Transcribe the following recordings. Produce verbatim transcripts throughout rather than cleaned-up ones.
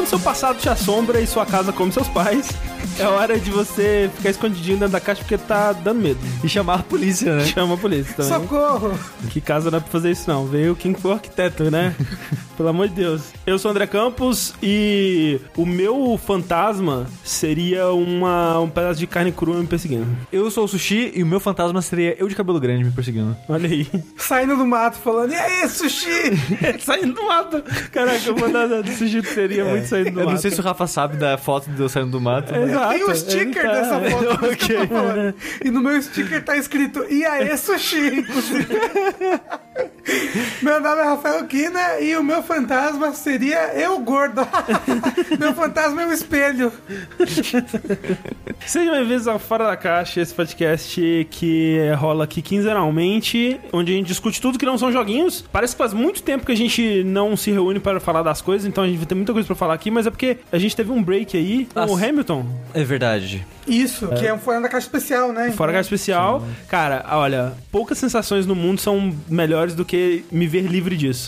quando seu passado te assombra e sua casa come seus pais, é hora de você ficar escondidinho dentro da caixa porque tá dando medo. E chamar a polícia, né? Chama a polícia também. Socorro! Que casa não é pra fazer isso não. Veio quem foi o arquiteto, né? Pelo amor de Deus. Eu sou o André Campos e o meu fantasma seria uma, um pedaço de carne crua me perseguindo. Eu sou o Sushi e o meu fantasma seria eu de cabelo grande me perseguindo. Olha aí. Saindo do mato falando, e aí, Sushi? Saindo do mato. Caraca, o fantasma do Sushi seria é. muito saindo do eu mato. Eu não sei se o Rafa sabe da foto de eu saindo do mato. É, exato. Tem o sticker tá... dessa foto. Okay. Que eu e no meu sticker tá escrito, e aí, Sushi? Meu nome é Rafael Kina e o meu fantasma seria eu gordo. Meu fantasma é um espelho. Sejam bem-vindos ao Fora da Caixa, esse podcast que rola aqui quinzenalmente, onde a gente discute tudo que não são joguinhos. Parece que faz muito tempo que a gente não se reúne para falar das coisas, então a gente vai ter muita coisa pra falar aqui, mas é porque a gente teve um break aí com Nossa. o Hamilton. É verdade. Isso, é. que é um Fora da Caixa especial, né? Fora da Caixa especial. Sim. Cara, olha, poucas sensações no mundo são melhores do que me ver livre disso.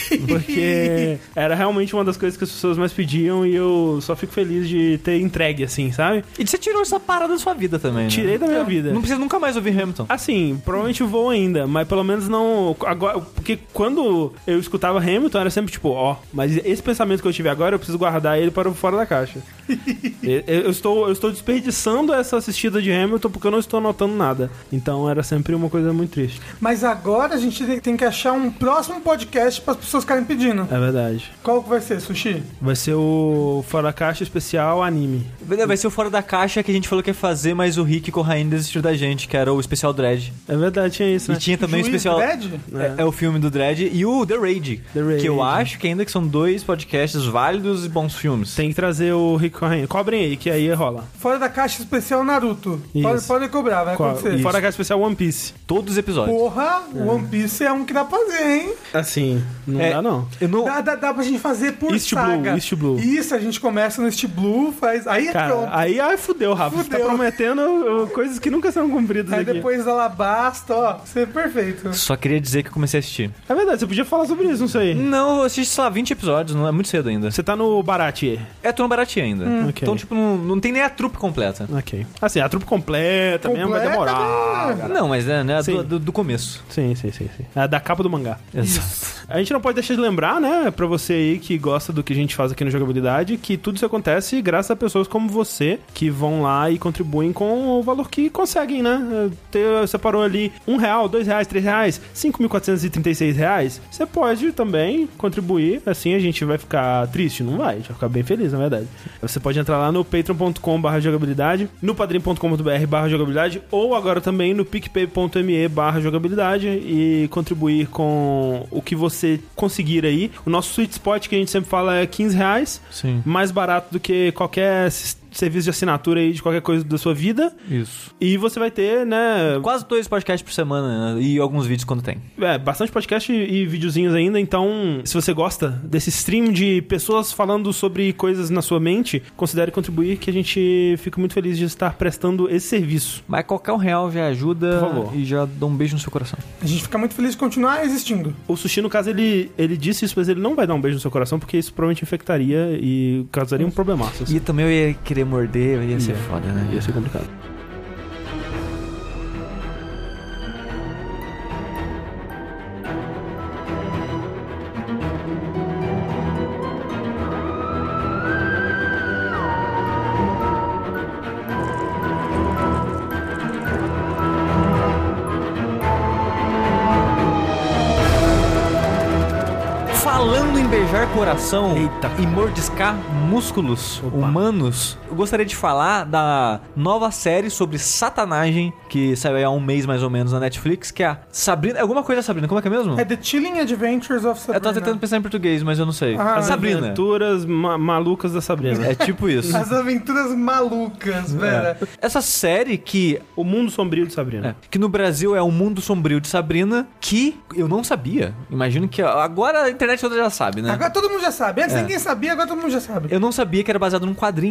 Porque era realmente uma das coisas que as pessoas mais pediam e eu só fico feliz de ter entregue, assim, sabe? E você tirou essa parada da sua vida também, né? Tirei da minha então, vida. Não precisa nunca mais ouvir Hamilton. Assim, provavelmente vou ainda, mas pelo menos não... Agora, porque quando eu escutava Hamilton, era sempre tipo, ó, oh, mas esse pensamento que eu tive agora, eu preciso guardar ele para o Fora da Caixa. eu, eu, estou, eu estou desperdiçando essa assistida de Hamilton porque eu não estou anotando nada. Então era sempre uma coisa muito triste. Mas agora a gente tem que achar um próximo podcast para as pessoas ficarem pedindo. É verdade. Qual que vai ser, Sushi? Vai ser o Fora da Caixa especial anime. Vai ser o Fora da Caixa que a gente falou que ia fazer, mas o Rick Corraine desistiu da gente, que era o especial Dredd. É verdade, tinha isso, né? E tinha também Juiz o especial... Dredd? É, é o filme do Dredd e o The Raid. The Raid. Que eu acho que ainda que são dois podcasts válidos e bons filmes. Tem que trazer o Rick Corraine. Cobrem aí, que aí rola. Fora da Caixa especial Naruto. Pode, pode cobrar, vai Co- acontecer. Isso. Fora da Caixa especial One Piece. Todos os episódios. Porra, é. One Piece é um que dá pra fazer, hein? Assim, não é, dá não. Eu não... Dá, dá, dá pra gente fazer por East saga. Blue, East Blue. Isso, a gente começa no East Blue, faz... Aí Cara, pronto. aí, aí fudeu, Rafa. Fudeu. Você tá prometendo uh, coisas que nunca serão cumpridas Aí aqui. depois Alabasta, ó, você é perfeito. Só queria dizer que eu comecei a assistir. É verdade, você podia falar sobre isso, não sei. Não, eu assisti, sei lá, vinte episódios, não é muito cedo ainda. Você tá no Baratier. É, tô no Baratinha ainda. Hum. Okay. Então, tipo, não, não tem nem a trupe completa. Ok. Assim, a trupe completa, mesmo vai Completa, demorar. né? Cara. Não, mas é, né, Sim. do, do, do começo. Sim, sim, sim, sim. É da capa do mangá. Exato. A gente não pode deixar de lembrar, né, pra você aí que gosta do que a gente faz aqui no Jogabilidade, que tudo isso acontece graças a pessoas como você, que vão lá e contribuem com o valor que conseguem, né? Você separou ali um real, dois reais, três reais, cinco mil quatrocentos e trinta e seis reais. Você pode também contribuir, assim a gente vai ficar triste? Não vai, a gente vai ficar bem feliz, na verdade. Você pode entrar lá no patreon ponto com barra jogabilidade, no padrim ponto com ponto br barra jogabilidade, ou agora também no picpay ponto me barra jogabilidade e contribuir com o que você conseguir aí. O nosso sweet spot que a gente sempre fala é quinze reais. Sim. Mais barato do que qualquer serviço de assinatura aí de qualquer coisa da sua vida. Isso. E você vai ter, né... Quase dois podcasts por semana, né? E alguns vídeos quando tem. É, bastante podcast e, e videozinhos ainda. Então, se você gosta desse stream de pessoas falando sobre coisas na sua mente, considere contribuir, que a gente fica muito feliz de estar prestando esse serviço. Mas qualquer um real já ajuda. Por favor. E já dá um beijo no seu coração. A gente fica muito feliz de continuar existindo. O Sushi, no caso, ele, ele disse isso, mas ele não vai dar um beijo no seu coração, porque isso provavelmente infectaria e causaria um problemaço. Assim. E também eu ia querer morder, ia ser Ia. foda, né? Ia ser complicado. Falando em beijar coração Eita. e mordiscar músculos Opa. humanos, eu gostaria de falar da nova série sobre satanagem que saiu aí há um mês mais ou menos na Netflix, que é a Sabrina... Alguma coisa Sabrina, como é que é mesmo? É The Chilling Adventures of Sabrina. Eu tô tentando pensar em português, mas eu não sei. Ah, As Sabrina. Aventuras ma- malucas da Sabrina. É tipo isso. As aventuras malucas, velho. Essa série que... O Mundo Sombrio de Sabrina. É, que no Brasil é o Mundo Sombrio de Sabrina, que eu não sabia. Imagino que agora a internet toda já sabe, né? Agora todo mundo já sabe. Antes É. ninguém sabia, agora todo mundo já sabe. Eu não sabia que era baseado num quadrinho, né?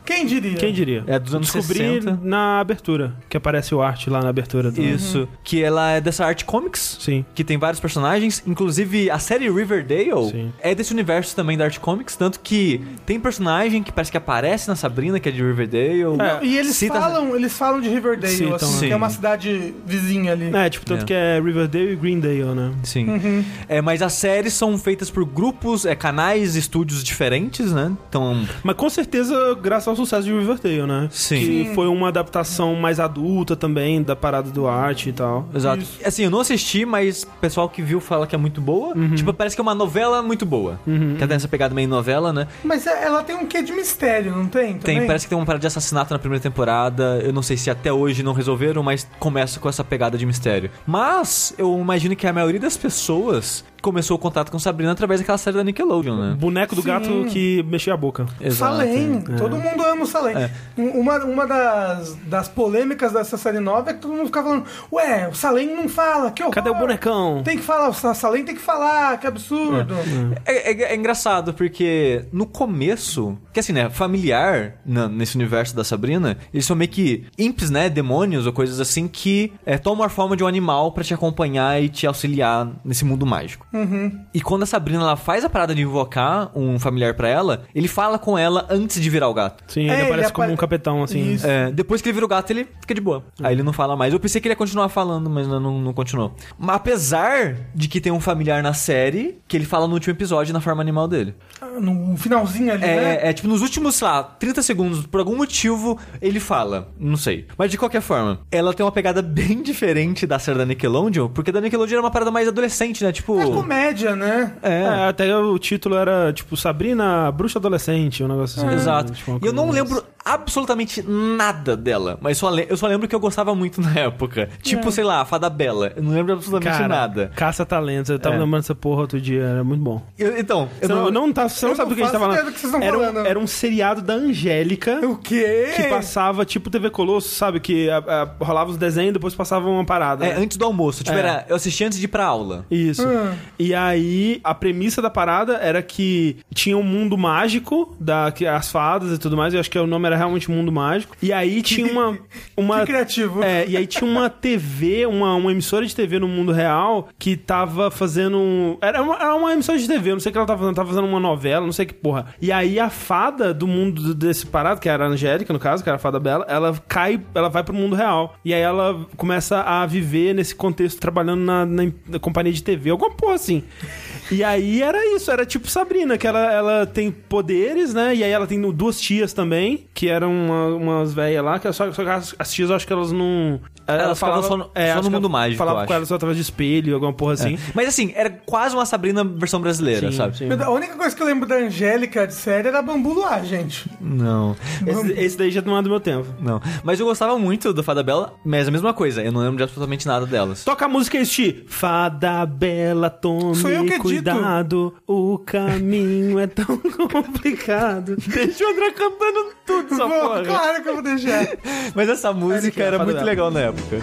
Quem diria? Quem diria? É dos anos Descobri sessenta. na abertura, que aparece o arte lá na abertura. Do... Isso. Uhum. Que ela é dessa Art Comics. Sim. Que tem vários personagens. Inclusive, a série Riverdale Sim. é desse universo também da Art Comics. Tanto que tem personagem que parece que aparece na Sabrina, que é de Riverdale. É, E eles Cita- falam, eles falam de Riverdale, Citam, assim, sim. que é uma cidade vizinha ali. É, tipo, tanto É. que é Riverdale e Greendale, né? Sim. Uhum. É, mas as séries são feitas por grupos, é, canais, estúdios diferentes, né? Então, Mas com certeza, graças ao sucesso de Riverdale, né? Sim. Que Sim. foi uma adaptação mais adulta também da parada do arte e tal. exato. Isso. Assim, eu não assisti, mas o pessoal que viu fala que é muito boa. Uhum. Tipo, parece que é uma novela muito boa. Que tem essa pegada meio novela, né? Mas é- ela tem um quê de mistério, não tem? Tem, também? parece que tem uma parada de assassinato na primeira temporada. Eu não sei se até hoje não resolveram, mas começa com essa pegada de mistério. Mas eu imagino que a maioria das pessoas começou o contato com Sabrina através daquela série da Nickelodeon, né? Boneco do Sim. gato que mexia a boca. Exato. Salem, É. todo mundo ama o Salem. É. Uma, uma das, das polêmicas dessa série nova é que todo mundo ficava falando: ué, o Salem não fala, que horror. Cadê o bonecão? Tem que falar, o Salem tem que falar, que absurdo. É, é- é engraçado, porque no começo, que assim, né, familiar na- nesse universo da Sabrina, eles são meio que imps, né, demônios ou coisas assim que é, tomam a forma de um animal pra te acompanhar e te auxiliar nesse mundo mágico. E quando a Sabrina ela faz a parada de invocar um familiar pra ela, ele fala com ela antes de virar o gato. Sim, ele É, ele aparece como apare- um capetão, assim. Isso. É, depois que ele vira o gato, ele fica de boa. Aí ele não fala mais. Eu pensei que ele ia continuar falando, mas não, não, não continuou. Mas apesar de que tem um familiar na série, que ele fala no último episódio na forma animal dele. No finalzinho ali, né? É, é tipo, nos últimos, sei lá, trinta segundos, por algum motivo, ele fala. Não sei. Mas de qualquer forma, ela tem uma pegada bem diferente da série da Nickelodeon, porque da Nickelodeon era uma parada mais adolescente, né? Tipo. É comédia, né? É. É, até o título era, tipo, Sabrina, bruxa adolescente, um negócio assim. Exato. Tipo, uma E eu não coisa lembro absolutamente nada dela, mas só le- eu só lembro que eu gostava muito na época. Tipo, sei lá, a Fada Bela. Eu não lembro absolutamente Cara, nada. Caça-talentos. Eu tava É. lembrando dessa porra outro dia, era muito bom. Eu- então, eu Você não, não, tá, você não eu sabe não do que a gente tá faço falando. ideia do que vocês estão era, um, falando. era um seriado da Angélica O quê? que passava, tipo, T V Colosso, sabe? Que a, a, rolava os desenhos e depois passava uma parada. É, né? antes do almoço. Tipo, É. era, eu assisti antes de ir pra aula. Isso. Hum. E aí, a premissa da parada era que tinha um mundo mágico, da, que, as fadas e tudo mais, eu acho que o nome era realmente Mundo Mágico. E aí tinha uma... uma Que criativo. É, e aí tinha uma T V, uma, uma emissora de T V no mundo real que tava fazendo... um- Era uma, era uma emissora de T V, eu não sei o que ela tava fazendo, tava fazendo uma novela, não sei que porra. E aí a fada do mundo desse parado, que era a Angélica, no caso, que era a fada Bela, ela cai, ela vai pro mundo real. E aí ela começa a viver nesse contexto, trabalhando na, na, na companhia de T V, alguma porra assim. E aí era isso, era tipo Sabrina, que ela, ela tem poderes, né? E aí ela tem duas tias também, que eram uma, umas velhas lá, que só, só que as, as tias eu acho que elas não... Elas ficavam só no- só no acho que mundo ela mágico, Falava eu com acho. elas só através de espelho, alguma porra assim. Mas assim, era quase uma Sabrina versão brasileira, Sim, sabe? sim. A única coisa que eu lembro da Angélica de série era Bambu Luar, gente. Não. Esse, esse daí já não é do meu tempo. Não. Mas eu gostava muito do Fada Bela, mas a mesma coisa. Eu não lembro de absolutamente nada delas. Toca a música este. Fada Bela, tome Sou eu que edito. cuidado, o caminho é tão complicado. Deixa o André cantando tudo essa Vou, porra. claro que eu vou deixar. Mas essa Olha música aqui, a era Fada muito Bela. legal na época.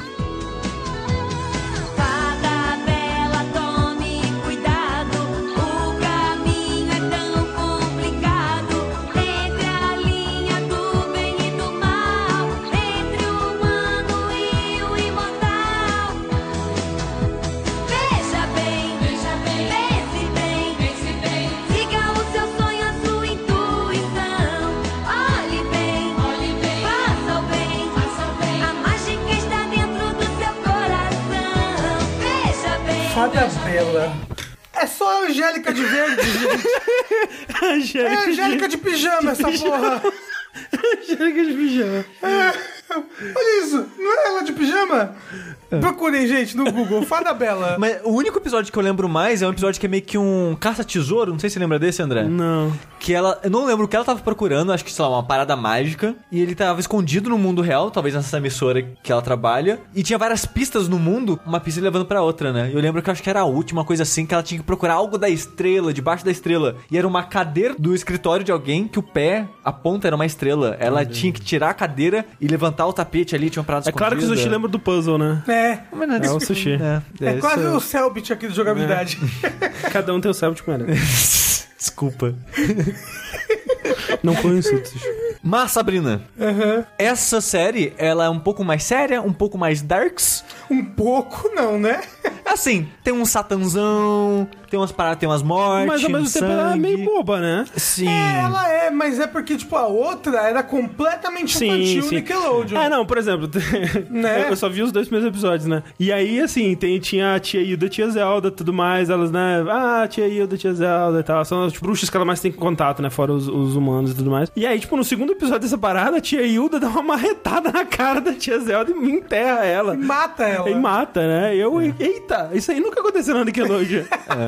Fada Bela, tome cuidado, o caminho é tão complicado. Entre a linha do bem e do mal, entre o humano e o imortal. Veja bem, veja bem, pense bem, pense bem. Siga o seu sonho, a sua intuição. Olhe bem, olhe bem, faça o bem, faça o bem. A mágica está dentro do seu coração. Veja bem. Fada Bela. É só a Angélica de verde, gente. É a Angélica, Angélica de pijama, essa porra. Angélica de pijama. Olha isso, não é ela de pijama? Procurem, gente, no Google, Fada Bela. Mas o único episódio que eu lembro mais é um episódio que é meio que um caça-tesouro. Não sei se você lembra desse, André. Não. Que ela... Eu não lembro o que ela tava procurando. Acho que, sei lá, uma parada mágica. E ele tava escondido no mundo real. Talvez nessa emissora que ela trabalha. E tinha várias pistas no mundo. Uma pista levando pra outra, né? Eu lembro que eu acho que era a última coisa assim. Que ela tinha que procurar algo da estrela. Debaixo da estrela. E era uma cadeira do escritório de alguém. Que o pé, a ponta era uma estrela. Ela tinha que tirar a cadeira e levantar o tapete ali. Tinha uma parada É claro que o escondida. Sushi lembra do puzzle, né? É, Mas não É o Sushi. É, é, é quase isso. o Selbit aqui de jogabilidade. Cada um tem o cérebro de maneira. Desculpa. Não foi um insulto, Sushi. Mas, Sabrina, Aham. essa série, ela é um pouco mais séria, um pouco mais darks. Um pouco não, né? Assim, tem um satanzão, tem umas paradas, tem umas mortes, Mas ao mesmo um tempo ela é sangue. meio boba, né? Sim. É, ela é, mas é porque, tipo, a outra era completamente infantil Nickelodeon. É, não, por exemplo, Né? eu só vi os dois primeiros episódios, né? E aí, assim, tem, tinha a tia Hilda, a tia Zelda, tudo mais, elas, né? Ah, tia Hilda, tia Zelda e tal. São as bruxas que ela mais tem contato, né? Fora os, os humanos e tudo mais. E aí, tipo, no segundo episódio dessa parada, a tia Hilda dá uma marretada na cara da tia Zelda e enterra ela. E mata ela. E mata, né? Eu, eita, isso aí nunca aconteceu na Nickelodeon.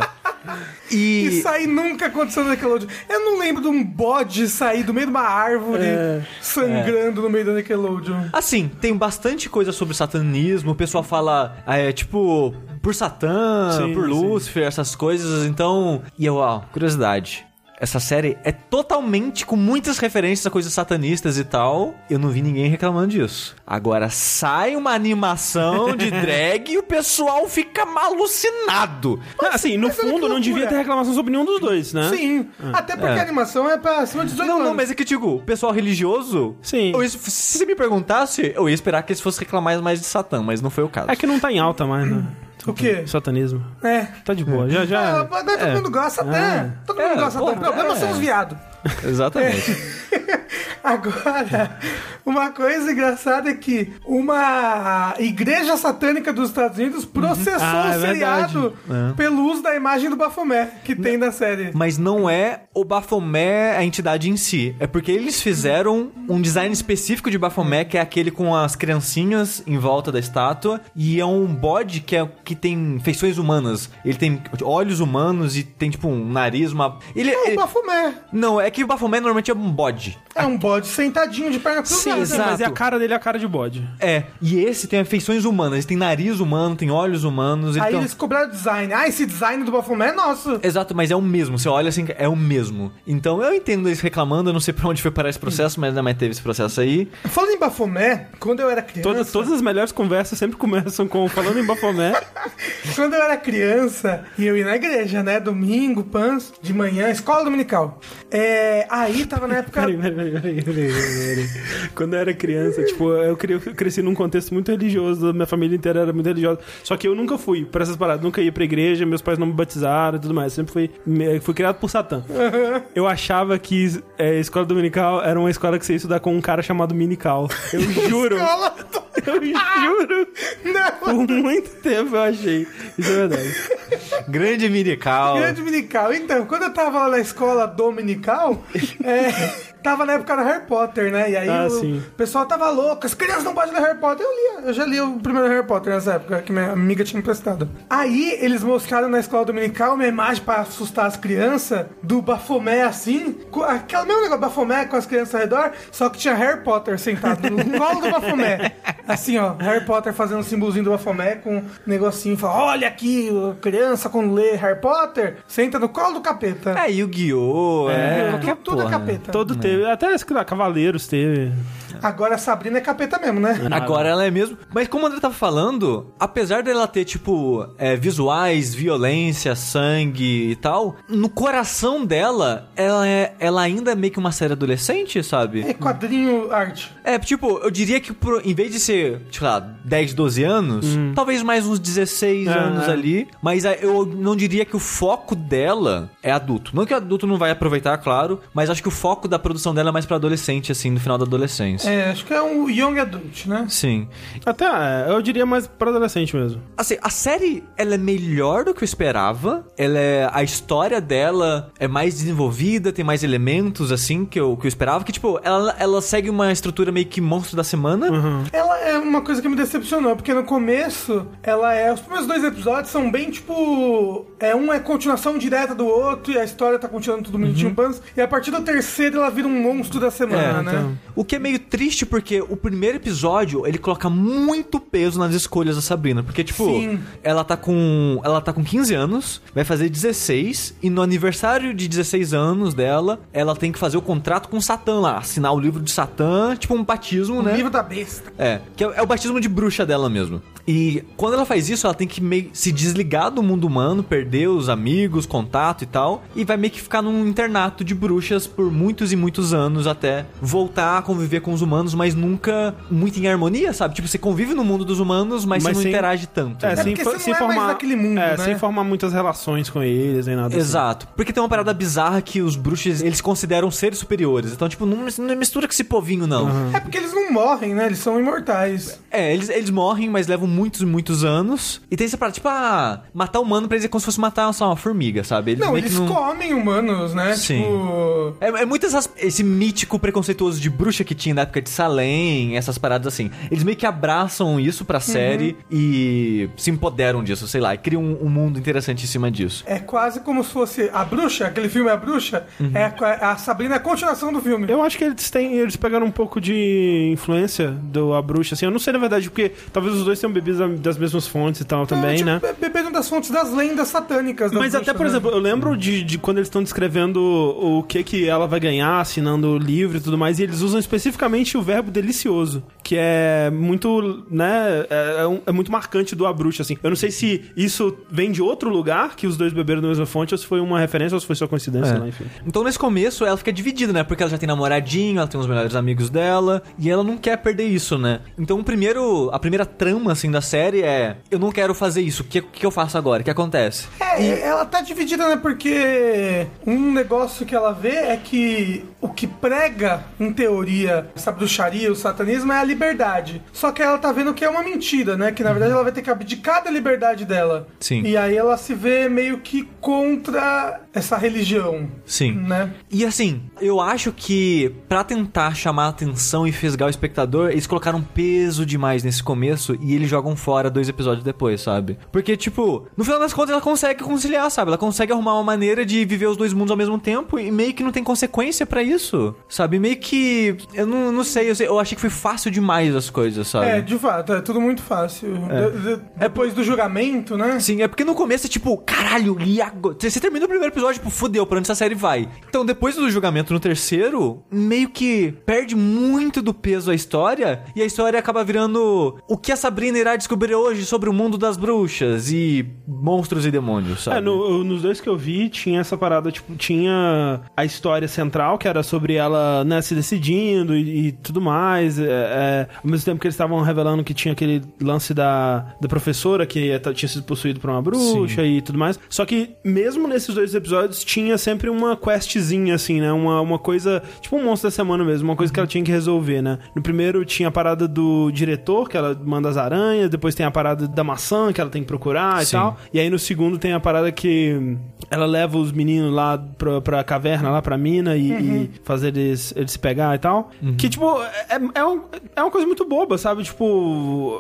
E... Isso aí nunca aconteceu no Nickelodeon. Eu não lembro de um bode sair do meio de uma árvore É. sangrando no meio da Nickelodeon. Assim, tem bastante coisa sobre satanismo. O pessoal fala, é, tipo, por Satã, Sim, por sim. Lúcifer, essas coisas. Então, e eu, ó, curiosidade. Essa série é totalmente com muitas referências a coisas satanistas e tal. Eu não vi ninguém reclamando disso. Agora sai uma animação de drag e o pessoal fica alucinado. Assim, no mas olha fundo, que não devia loucura. ter reclamação sobre nenhum dos dois, né? Sim, até porque É. a animação é pra acima de dezoito Não, anos. não, mas é que, tipo, o pessoal religioso... Sim. eu ia- se você me perguntasse, eu ia esperar que eles fossem reclamar mais de Satã, mas não foi o caso. É que não tá em alta mais, né? O quê? Satanismo. É. Tá de boa. Já, já. Ah, mas todo é. mundo gosta até. É. Todo mundo É, gosta até. O pô, problema é. são os viados. Exatamente. Agora, uma coisa engraçada é que uma igreja satânica dos Estados Unidos processou Ah, é o seriado verdade. É. pelo uso da imagem do Baphomet que tem na série. Mas não é o Baphomet a entidade em si. É porque eles fizeram um design específico de Baphomet, que é aquele com as criancinhas em volta da estátua. E é um bode que, é, que tem feições humanas. Ele tem olhos humanos e tem, tipo, um nariz, uma... Ele, É o ele- Baphomet. Não, é que o Baphomet normalmente é um bode. É um bode sentadinho de perna Sim, cruzada. exato. Mas é a cara dele é a cara de bode. É, e esse tem feições humanas. Ele tem nariz humano, tem olhos humanos. Aí então... eles cobraram design. Ah, esse design do Baphomet é nosso. Exato, mas é o mesmo. Você olha assim, é o mesmo. Então eu entendo eles reclamando, eu não sei pra onde foi parar esse processo, mas, né, mas teve esse processo aí. Falando em Baphomet, quando eu era criança... Todas, todas as melhores conversas sempre começam com falando em Baphomet. Quando eu era criança, e eu ia na igreja, né? Domingo, pans, de manhã, escola dominical. É, aí tava na época... Peraí, peraí, peraí, peraí, peraí, peraí. Quando eu era criança, tipo, eu cre- eu cresci num contexto muito religioso, minha família inteira era muito religiosa. Só que eu nunca fui pra essas paradas, nunca ia pra igreja, meus pais não me batizaram e tudo mais. Sempre fui, me- fui criado por Satã. Eu achava que é, escola dominical era uma escola que você ia estudar com um cara chamado Minical. Eu juro, Escola... eu juro. Não, Por muito tempo eu achei. Isso é verdade. Grande Minical. grande dominical. Então, quando eu tava lá na escola dominical, é, tava na época do Harry Potter, né? E aí Ah, o sim. pessoal tava louco, as crianças não podem ler Harry Potter. Eu lia, eu já li o primeiro Harry Potter nessa época, que minha amiga tinha emprestado. Aí eles mostraram na escola dominical uma imagem pra assustar as crianças do Baphomet assim, com aquele mesmo negócio Baphomet com as crianças ao redor, só que tinha Harry Potter sentado no colo do Baphomet. Assim, ó, Harry Potter fazendo um símbolozinho do Baphomet com um negocinho, fala, olha aqui, a criança quando lê Harry Potter, senta no colo do capeta. É, Yu-Gi-Oh! É, tudo, tudo é porra. capeta. Todo teve, até sei lá, Cavaleiros teve. Agora a Sabrina é capeta mesmo, né? Agora ela é mesmo. Mas como o André tava falando, apesar dela ter, tipo, é, visuais, violência, sangue e tal, no coração dela, ela, é, ela ainda é meio que uma série adolescente, sabe? É quadrinho arte. É, tipo, eu diria que pro, em vez de ser, sei lá, dez, doze anos, talvez mais uns dezesseis É, anos é. ali. Mas a- eu não diria que o foco dela é adulto. Não que o adulto não vai aproveitar, claro, mas acho que o foco da produção dela é mais pra adolescente, assim, no final da adolescência. É, acho que é um young adult, né? Sim. Até, é, eu diria mais pra adolescente mesmo. Assim, a série, ela é melhor do que eu esperava. Ela é... A história dela é mais desenvolvida, tem mais elementos, assim, que eu, que eu esperava. Que, tipo, ela, ela segue uma estrutura meio que monstro da semana. Ela é uma coisa que me decepcionou, porque no começo, ela é... Os primeiros dois episódios são bem, tipo... É, um é continuação direta do outro, e a história tá continuando tudo bonitinho, pans. E a partir do terceiro, ela vira um monstro da semana, É, né? então. O que é meio triste, porque o primeiro episódio, ele coloca muito peso nas escolhas da Sabrina. Porque, tipo, Sim. ela tá com. Ela tá com quinze anos, vai fazer dezesseis, e no aniversário de dezesseis anos dela, ela tem que fazer o contrato com o Satã lá, assinar o livro de Satã, tipo um batismo, O né? livro da besta. É, que é, é o batismo de bruxa dela mesmo. E quando ela faz isso, ela tem que meio se desligar do mundo humano, perder os amigos, contato e tal, e vai meio que ficar num internato de bruxas por muitos e muitos anos até voltar a conviver com os humanos, mas nunca muito em harmonia, sabe? Tipo, você convive no mundo dos humanos, mas, Mas você não sem- interage tanto. É, É sem, porque fo- você sem não é mais formar. daquele mundo, é, né? sem formar muitas relações com eles, nem nada assim. Exato. Porque tem uma parada bizarra que os bruxos, eles consideram seres superiores. Então, tipo, não, não mistura com esse povinho, não. É porque eles não morrem, né? Eles são imortais. É, eles, eles morrem, mas levam muitos e muitos anos. E tem essa parada, tipo, ah, matar humano pra eles é como se fosse matar, sei lá, uma formiga, sabe? Eles Não, meio que eles comem humanos, né? Sim. Tipo... É, é muito essas- esse mítico preconceituoso de bruxa que tinha na época de Salem, essas paradas assim. Eles meio que abraçam isso pra série e se empoderam disso, sei lá, e criam um, um mundo interessante em cima disso. É quase como se fosse a bruxa, aquele filme A Bruxa, é a, a Sabrina é a continuação do filme. Eu acho que eles têm. Eles pegaram um pouco de influência do A Bruxa, assim. Eu não sei na verdade, porque talvez os dois tenham bebido da- das mesmas fontes e tal também, é, tipo, né? be- Bebendo das fontes das lendas satânicas das Mas até, bruxas, por né? exemplo, eu lembro de, de quando eles estão descrevendo o que que ela vai ganhar assinando o livro e tudo mais, e eles usam especificamente o verbo delicioso, que é muito, né, é, é um- é muito marcante do A Bruxa, assim. Eu não sei se isso vem de outro lugar, que os dois beberam da mesma fonte, ou se foi uma referência, ou se foi só coincidência, É. lá, enfim. Então, nesse começo, ela fica dividida, né? Porque ela já tem namoradinho, ela tem os melhores amigos dela, e ela não quer perder isso, né? Então, o primeiro, a primeira trama, assim, da série é: eu não quero fazer isso, o que, o que eu faço agora? O que acontece? É, ela tá dividida, né? Porque um negócio que ela vê é que o que prega, em teoria, essa bruxaria, o satanismo, é a liberdade. Só que ela tá vendo que é uma mentira, né? Que na verdade ela vai ter que abdicar da liberdade dela. Sim. E aí ela se vê meio que contra essa religião. Sim. Né? E assim, eu acho que pra tentar chamar a atenção e fisgar o espectador, eles colocaram peso demais nesse começo e eles jogam fora dois episódios depois, sabe? Porque, tipo, no final das contas ela consegue conciliar, sabe? Ela consegue arrumar uma maneira de viver os dois mundos ao mesmo tempo e meio que não tem consequência pra isso, sabe? Meio que, eu não, não sei, eu, sei, eu achei que foi fácil demais as coisas, sabe? É, de fato, é tudo muito fácil. De- de- depois do julgamento, né? Sim, é porque no começo é tipo, caralho, e agora? Você você termina o primeiro episódio, tipo, fudeu, pra onde essa série vai? Então, depois do julgamento no terceiro, meio que perde muito do peso a história, e a história acaba virando o que a Sabrina irá descobrir hoje sobre o mundo das bruxas e monstros e demônios, sabe? É, no- nos dois que eu vi, tinha essa parada, tipo, tinha a história central, que era sobre ela, né, se decidindo e, e tudo mais. É, é, ao mesmo tempo que eles estavam revelando que tinha aquele lance da, da professora que ia- tinha sido possuído por uma bruxa e tudo mais. Só que, mesmo nesses dois episódios, tinha sempre uma questzinha, assim, né? Uma, uma coisa, tipo um monstro da semana mesmo, uma coisa que ela tinha que resolver, né? No primeiro tinha a parada do diretor, que ela manda as aranhas, depois tem a parada da maçã, que ela tem que procurar e Sim. tal. E aí no segundo tem a parada que ela leva os meninos lá pra, pra caverna, lá pra mina e, e fazer eles, eles se pegar e tal. Que, tipo, é, é, um- é uma coisa muito boba, sabe? Tipo,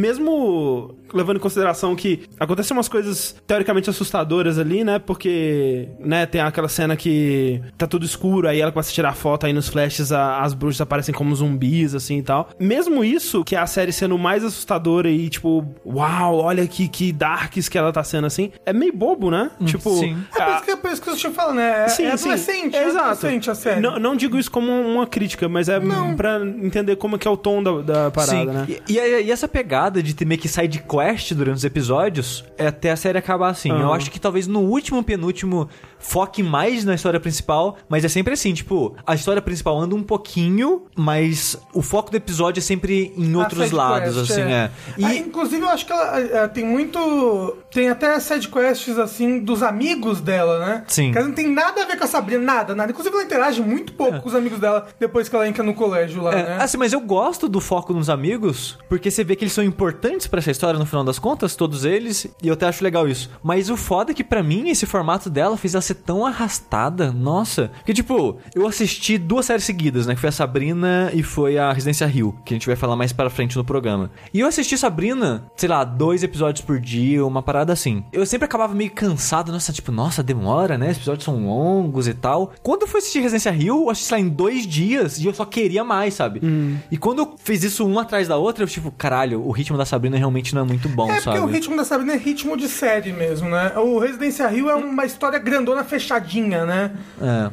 mesmo levando em consideração que acontecem umas coisas teoricamente assustadoras ali, né? Porque, né, tem aquela cena que tá tudo escuro, aí ela começa a tirar foto, aí nos flashes a- as bruxas aparecem como zumbis, assim e tal. Mesmo isso, que é a série sendo mais assustadora e, tipo, uau, olha que, que darks que ela tá sendo, assim, é meio bobo, né? Tipo, sim. É por a- isso que, é por isso que eu te falo, né? É, Sim, é sim. adolescente, É é exato. adolescente a série. Não, não digo isso como uma crítica, mas é pra entender como é que é o tom da, da parada, Sim. né? E, e- e essa pegada de ter meio que side quest durante os episódios, é até a série acabar assim. Aham. Eu acho que talvez no último, penúltimo, foque mais na história principal, mas é sempre assim, tipo, a história principal anda um pouquinho, mas o foco do episódio é sempre em A outros side lados, quest, assim, é. E Ah, inclusive, eu acho que ela é, tem muito... Tem até sidequests, assim, dos amigos dela, né? Sim. Que ela não tem nada a ver com a Sabrina, nada, nada. Inclusive, ela interage muito pouco com os amigos dela depois que ela entra no colégio lá, É, né? assim, mas eu gosto do foco nos amigos, porque você vê que eles são importantes pra essa história no final das contas, todos eles, e eu até acho legal isso. Mas o foda é que pra mim, esse formato dela fez ela ser tão arrastada, nossa. Porque, tipo, eu assisti duas séries seguidas, né, que foi a Sabrina e foi a Residência Hill, que a gente vai falar mais pra frente no programa. E eu assisti Sabrina, sei lá, dois episódios por dia, uma parada assim. Eu sempre acabava meio cansado, nossa, tipo, nossa, demora, né, os episódios são longos e tal. Quando eu fui assistir Residência Hill, eu assisti lá em dois dias e eu só queria mais, sabe? E quando eu fiz isso uma atrás da outra, eu tipo, caralho, o ritmo da Sabrina realmente não é muito bom, É, sabe? porque o ritmo da Sabrina é ritmo de série mesmo, né? O Residência Hill é uma história grandona zona fechadinha, né? É.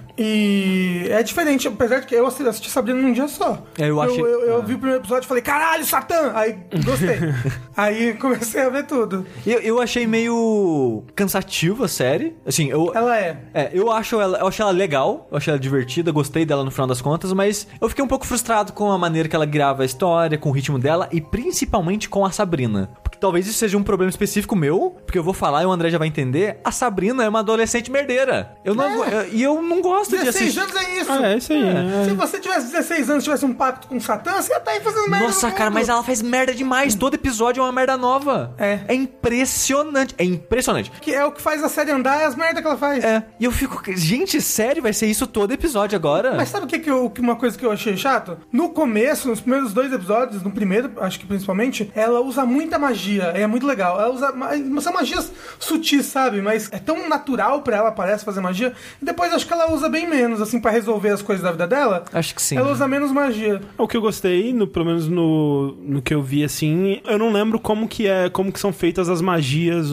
E é diferente, apesar de que eu assisti Sabrina num dia só. É, eu achei- Eu, eu, eu é. vi o primeiro episódio e falei, caralho, Satã! Aí gostei. Aí comecei a ver tudo. Eu, eu achei meio cansativa a série. Assim, eu... Ela é. É, eu acho ela, eu achei ela legal, eu achei ela divertida, gostei dela no final das contas, mas eu fiquei um pouco frustrado com a maneira que ela grava a história, com o ritmo dela e principalmente com a Sabrina. Porque talvez isso seja um problema específico meu, porque eu vou falar e o André já vai entender. A Sabrina é uma adolescente merdeira. Eu não, agu- eu- e eu não gosto de dezesseis assistir. anos é isso. Ah, é isso aí. é. Se você tivesse dezesseis anos e tivesse um pacto com o Satã, você ia estar aí fazendo merda. Nossa, no cara, mundo. mas ela faz merda demais. Todo episódio é uma merda nova. É. É impressionante. É impressionante. Que é o que faz a série andar, é as merdas que ela faz. É. E eu fico... Gente, sério? Vai ser isso todo episódio agora? Mas sabe o que, que eu, que uma coisa que eu achei chato? No começo, nos primeiros dois episódios, no primeiro, acho que principalmente, ela usa muita magia. É muito legal. Ela usa. ma- São magias sutis, sabe? Mas é tão natural pra ela, parece, fazer magia. E depois acho que ela usa bem menos, assim, pra resolver as coisas da vida dela. Acho que sim. Ela usa menos magia. O que eu gostei, no, pelo menos no, no que eu vi, assim, eu não lembro como que é, como que são feitas as magias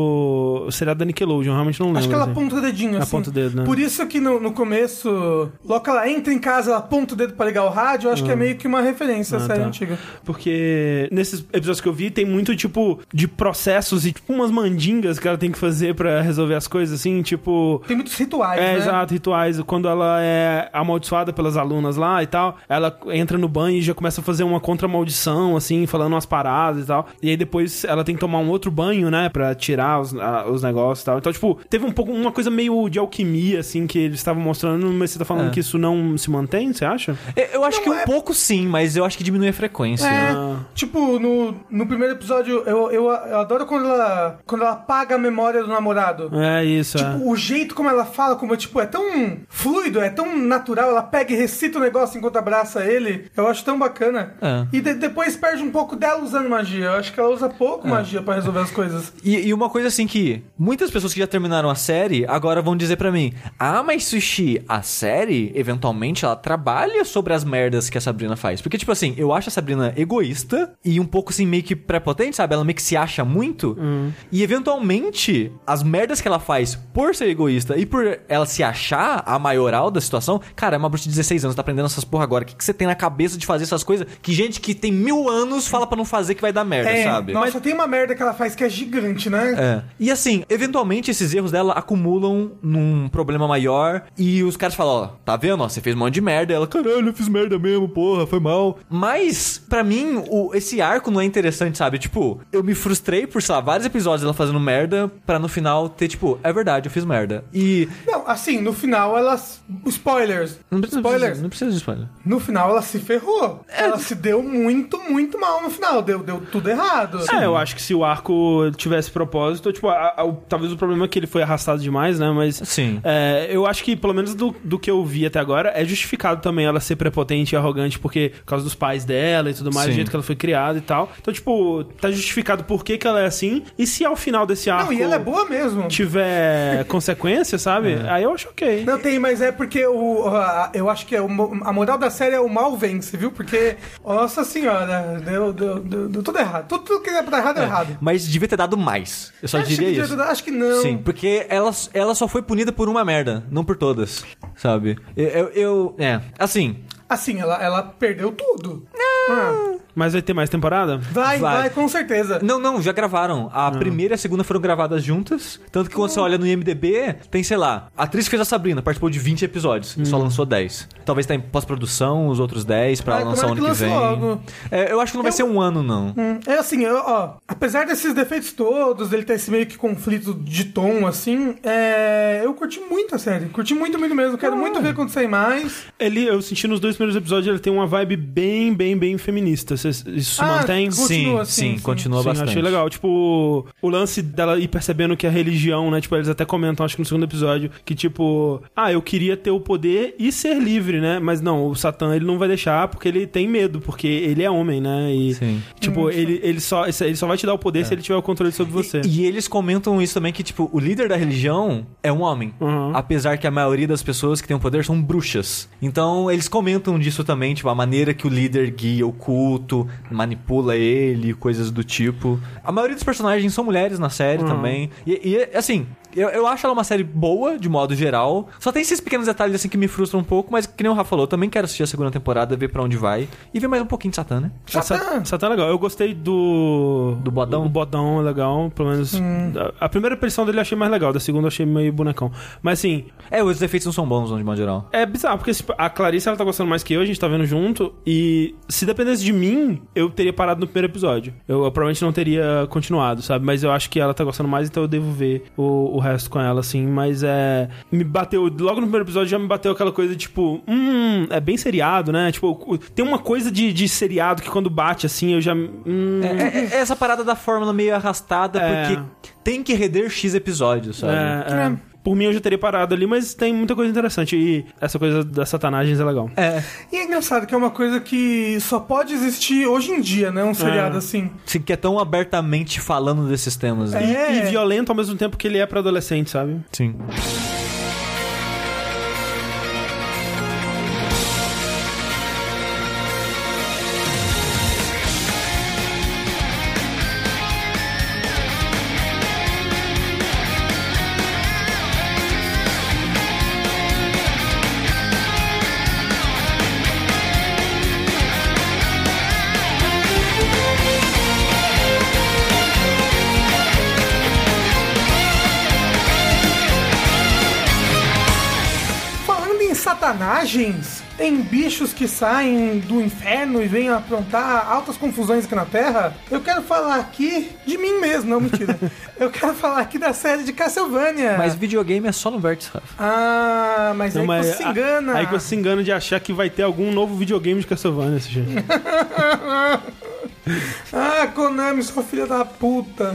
no seriado da Nickelodeon, realmente não lembro. Acho que ela assim. aponta o dedinho, assim. Aponta o dedo, né? Por isso que no, no começo, logo que ela entra em casa, ela aponta o dedo pra ligar o rádio, eu acho que é meio que uma referência à Ah, série tá. antiga. Porque nesses episódios que eu vi, tem muito, tipo, de processos e, tipo, umas mandingas que ela tem que fazer pra resolver as coisas, assim, tipo... Tem muitos rituais, É, né? exato, rituais. Quando ela é amaldiçoada pelas alunas lá e tal, ela entra no banho e já começa a fazer uma contra-maldição, assim, falando umas paradas e tal. E aí depois ela tem que tomar um outro banho, né, pra tirar os, a- os negócios e tal. Então, tipo, teve um pouco, uma coisa meio de alquimia, assim, que eles estavam mostrando, mas você tá falando É. que isso não se mantém, você acha? Eu, eu acho Não, que um é- pouco sim, mas eu acho que diminui a frequência. É, Ah. tipo, no, no primeiro episódio, eu, eu, eu adoro quando ela, quando ela apaga a memória do namorado. É isso, é. Tipo, o jeito como ela fala, como tipo, é tão fluido, é tão natural, ela pega e recita o negócio enquanto abraça ele, eu acho tão bacana. É. E de- depois perde um pouco dela usando magia, eu acho que ela usa pouco magia pra resolver as coisas. E, e uma coisa assim que muitas pessoas que já terminaram a série agora vão dizer pra mim: ah, mas Sushi, a série, eventualmente, ela trabalha sobre as merdas que a Sabrina faz. Porque, tipo assim, eu acho a Sabrina egoísta e um pouco assim, meio que prepotente, sabe? Ela meio que se acha muito. E eventualmente, as merdas que ela faz por ser egoísta e por ela se achar a maioral da situação, cara, é uma bruxa de dezesseis anos, tá aprendendo essas porra agora. O que, que você tem na cabeça de fazer essas coisas que gente que tem mil anos fala pra não fazer que vai dar merda, É, sabe? nossa, tem uma merda que ela faz que é gigante, né? É. E assim, eventualmente esses erros dela acumulam num problema maior e os caras falam, ó, tá vendo? Ó, você fez um monte de merda. E ela, caralho, eu fiz merda mesmo, porra, foi mal. Mas, pra mim, o, esse arco não é interessante, sabe? Tipo, eu me frustrei por, sei lá, vários episódios dela fazendo merda pra no final ter, tipo, é verdade, eu fiz merda. E... Não, assim, no final elas... Spoilers. Não precisa, Spoilers. não precisa de spoiler. No final ela se ferrou. Ela se deu muito, muito mal no final. Deu, deu tudo errado. É, eu acho que se o arco tivesse propósito, tipo, a- a- o- talvez o problema é que ele foi arrastado demais, né? Mas Sim. é, eu acho que, pelo menos do, do que eu vi até agora, é justificado também ela ser prepotente e arrogante, porque por causa dos pais dela e tudo mais, Sim. do jeito que ela foi criada e tal. Então, tipo, tá justificado por que, que ela é assim. E se ao final desse arco Não, e ela é boa mesmo. tiver consequência, sabe? Aí eu acho ok. Não tem, mas é porque o, a- eu acho que é o mo- a moral da série é o mal vence, viu? Porque, nossa senhora, deu, deu, deu, deu tudo errado. Tudo, tudo que era pra dar errado, deu errado. Mas devia ter dado mais. Eu só Acho diria que isso. devia- Acho que não. Sim, porque ela, ela só foi punida por uma merda, não por todas, sabe? Eu, eu, eu- é, assim, Assim, ela, ela perdeu tudo. Ah, Mas vai ter mais temporada? vai, Vai. vai, com certeza. não, não, já gravaram. A primeira e a segunda foram gravadas juntas, tanto que quando você olha no I M D B, tem, sei lá, a atriz que fez a Sabrina participou de vinte episódios e só lançou dez. Talvez tá em pós-produção, os outros dez pra Ah, lançar o tomara ano que que lance vem. logo. É, eu acho que não vai Eu- ser um ano, não. Hum, É assim, eu, ó, apesar desses defeitos todos, dele ter esse meio que conflito de tom, assim, é, eu curti muito a série. Curti muito, muito mesmo. Quero muito ver acontecer mais. Ele, eu senti nos dois primeiros episódios, ele tem uma vibe bem, bem, bem feminista. Cês- Isso se Ah, mantém? continua, Sim, assim, sim, sim. continua Sim, bastante. achei legal. Tipo, o lance dela ir percebendo que a religião, né? Tipo, eles até comentam, acho que no segundo episódio, que tipo, ah, eu queria ter o poder e ser livre, né? Mas não, o Satã, ele não vai deixar porque ele tem medo, porque ele é homem, né? E, Sim. tipo, ele, ele, só, ele só vai te dar o poder se ele tiver o controle sobre você. E, e eles comentam isso também, que, tipo, o líder da religião é um homem. Uhum. Apesar que a maioria das pessoas que têm o poder são bruxas. Então, eles comentam disso também, tipo, a maneira que o líder guia o culto, momento manipula ele, coisas do tipo. A maioria dos personagens são mulheres na série Uhum. também. E, e, assim, eu, eu acho ela uma série boa, de modo geral. Só tem esses pequenos detalhes assim que me frustram um pouco, mas que nem o Rafa falou, eu também quero assistir a segunda temporada, ver pra onde vai. E ver mais um pouquinho de Satã, né? Satã. Satã é legal. Eu gostei do... Do bodão? O bodão é legal, pelo menos... A, a primeira aparição dele eu achei mais legal, da segunda eu achei meio bonecão. Mas assim... É, os efeitos não são bons, de modo geral. É bizarro, porque tipo, a Clarice ela tá gostando mais que eu, a gente tá vendo junto, e se dependesse de mim, eu teria parado no primeiro episódio. Eu, eu provavelmente não teria continuado, sabe? Mas eu acho que ela tá gostando mais, então eu devo ver o, o resto com ela, assim. Mas é... Me bateu... Logo no primeiro episódio já me bateu aquela coisa, tipo... Hum... É bem seriado, né? Tipo, tem uma coisa de, de seriado que quando bate, assim, eu já... Hum, É, é- é essa parada da fórmula meio arrastada, É. porque tem que render X episódios, sabe? é, é. Por mim eu já teria parado ali, mas tem muita coisa interessante. E essa coisa das satanagens é legal. É. E é engraçado que é uma coisa que só pode existir hoje em dia, né? Um seriado É. assim. Assim, que é tão abertamente falando desses temas, né? E, É. e violento ao mesmo tempo que ele é pra adolescente, sabe? Sim. Falando em satanagens, em bichos que saem do inferno e vêm aprontar altas confusões aqui na Terra, eu quero falar aqui de mim mesmo, não mentira. Eu quero falar aqui da série de Castlevania. Mas videogame é só no Vértice, Rafa. Ah, mas Não, aí mas você se engana. Aí que você se engana de achar que vai ter algum novo videogame de Castlevania, esse gente. Ah, Konami, sua filha da puta.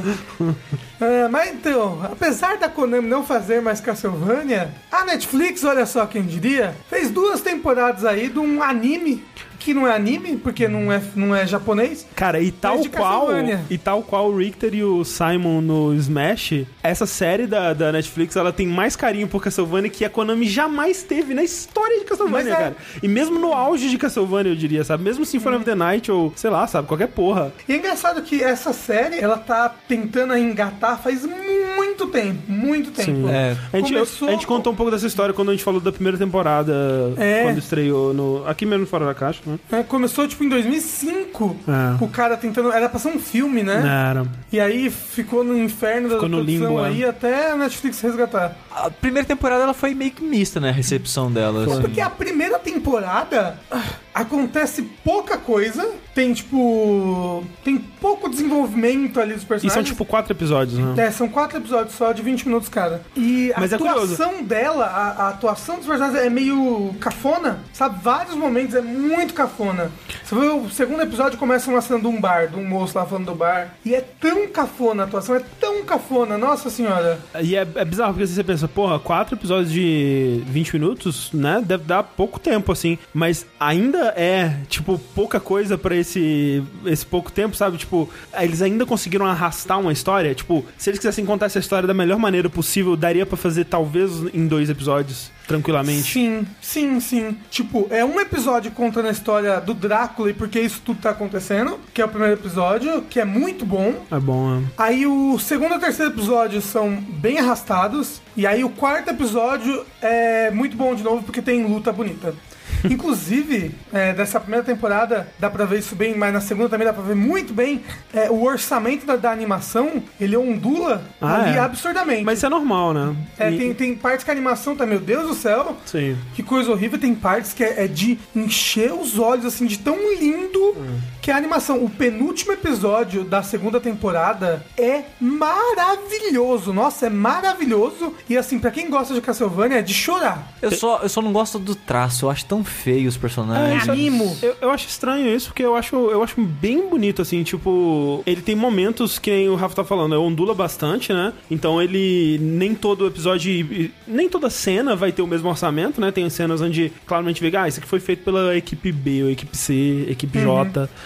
É, mas então, apesar da Konami não fazer mais Castlevania, a Netflix, olha só quem diria, fez duas temporadas aí de um anime, que não é anime, porque não é, não é japonês. Cara, e tal de qual Castlevania. e tal qual o Richter e o Simon no Smash, essa série da, da Netflix, ela tem mais carinho por Castlevania que a Konami jamais teve na história de Castlevania, Mas é. cara. E mesmo no auge de Castlevania, eu diria, sabe? Mesmo Symphony of the Night ou, sei lá, sabe? Qualquer porra. E é engraçado que essa série, ela tá tentando engatar faz muito tempo, muito tempo. É. A gente, Começou- a gente contou um pouco dessa história quando a gente falou da primeira temporada, É. quando estreou no, aqui mesmo fora da caixa, né? É, começou tipo em dois mil e cinco, É. o cara tentando, era pra ser um filme, né? Era. E aí ficou no inferno da Ficou no produção limbo, é. aí até a Netflix resgatar. A primeira temporada ela foi meio que mista, né? A recepção dela. Foi. assim. Porque a primeira temporada ah, acontece pouca coisa, tem tipo. Tem pouco desenvolvimento ali dos E personagens. são tipo quatro episódios, né? É, são quatro episódios só de vinte minutos cada. E a Mas é curioso. atuação dela, a, a atuação dos personagens é meio cafona, sabe? Vários momentos é muito cafona. Você vê o segundo episódio começa uma cena de um bar, de um moço lá falando do bar. E é tão cafona, a atuação é tão cafona, nossa senhora. E é, é bizarro, porque você pensa, porra, quatro episódios de vinte minutos, né? Deve dar pouco tempo, assim. Mas ainda é, tipo, pouca coisa pra esse, esse pouco tempo, sabe? Tipo, eles ainda conseguiram arrastar uma história. Tipo, se eles quisessem contar essa história da melhor maneira possível, daria pra fazer talvez em dois episódios, tranquilamente. Sim, sim, sim. Tipo, é um episódio contando a história do Drácula e porque isso tudo tá acontecendo, que é o primeiro episódio, que é muito bom. É bom, é. Aí o segundo e o terceiro episódio são bem arrastados. E aí o quarto episódio é muito bom de novo porque tem luta bonita. Inclusive, é, dessa primeira temporada dá pra ver isso bem, mas na segunda também dá pra ver muito bem. É, o orçamento da, da animação, ele ondula Ah, ali é. absurdamente. Mas isso é normal, né? É, E- tem, tem partes que a animação tá, meu Deus do céu, Sim. que coisa horrível. Tem partes que é, é de encher os olhos, assim, de tão lindo que é a animação. O penúltimo episódio da segunda temporada é maravilhoso. Nossa, é maravilhoso. E assim, pra quem gosta de Castlevania, é de chorar. Eu só, eu só não gosto do traço, eu acho tão feio os personagens. É, animo. Eu, eu acho estranho isso, porque eu acho, eu acho bem bonito, assim, tipo... Ele tem momentos que nem o Rafa tá falando, ondula bastante, né? Então ele... Nem todo episódio... Nem toda cena vai ter o mesmo orçamento, né? Tem cenas onde claramente vê, ah, isso aqui foi feito pela equipe B, ou equipe C, equipe J.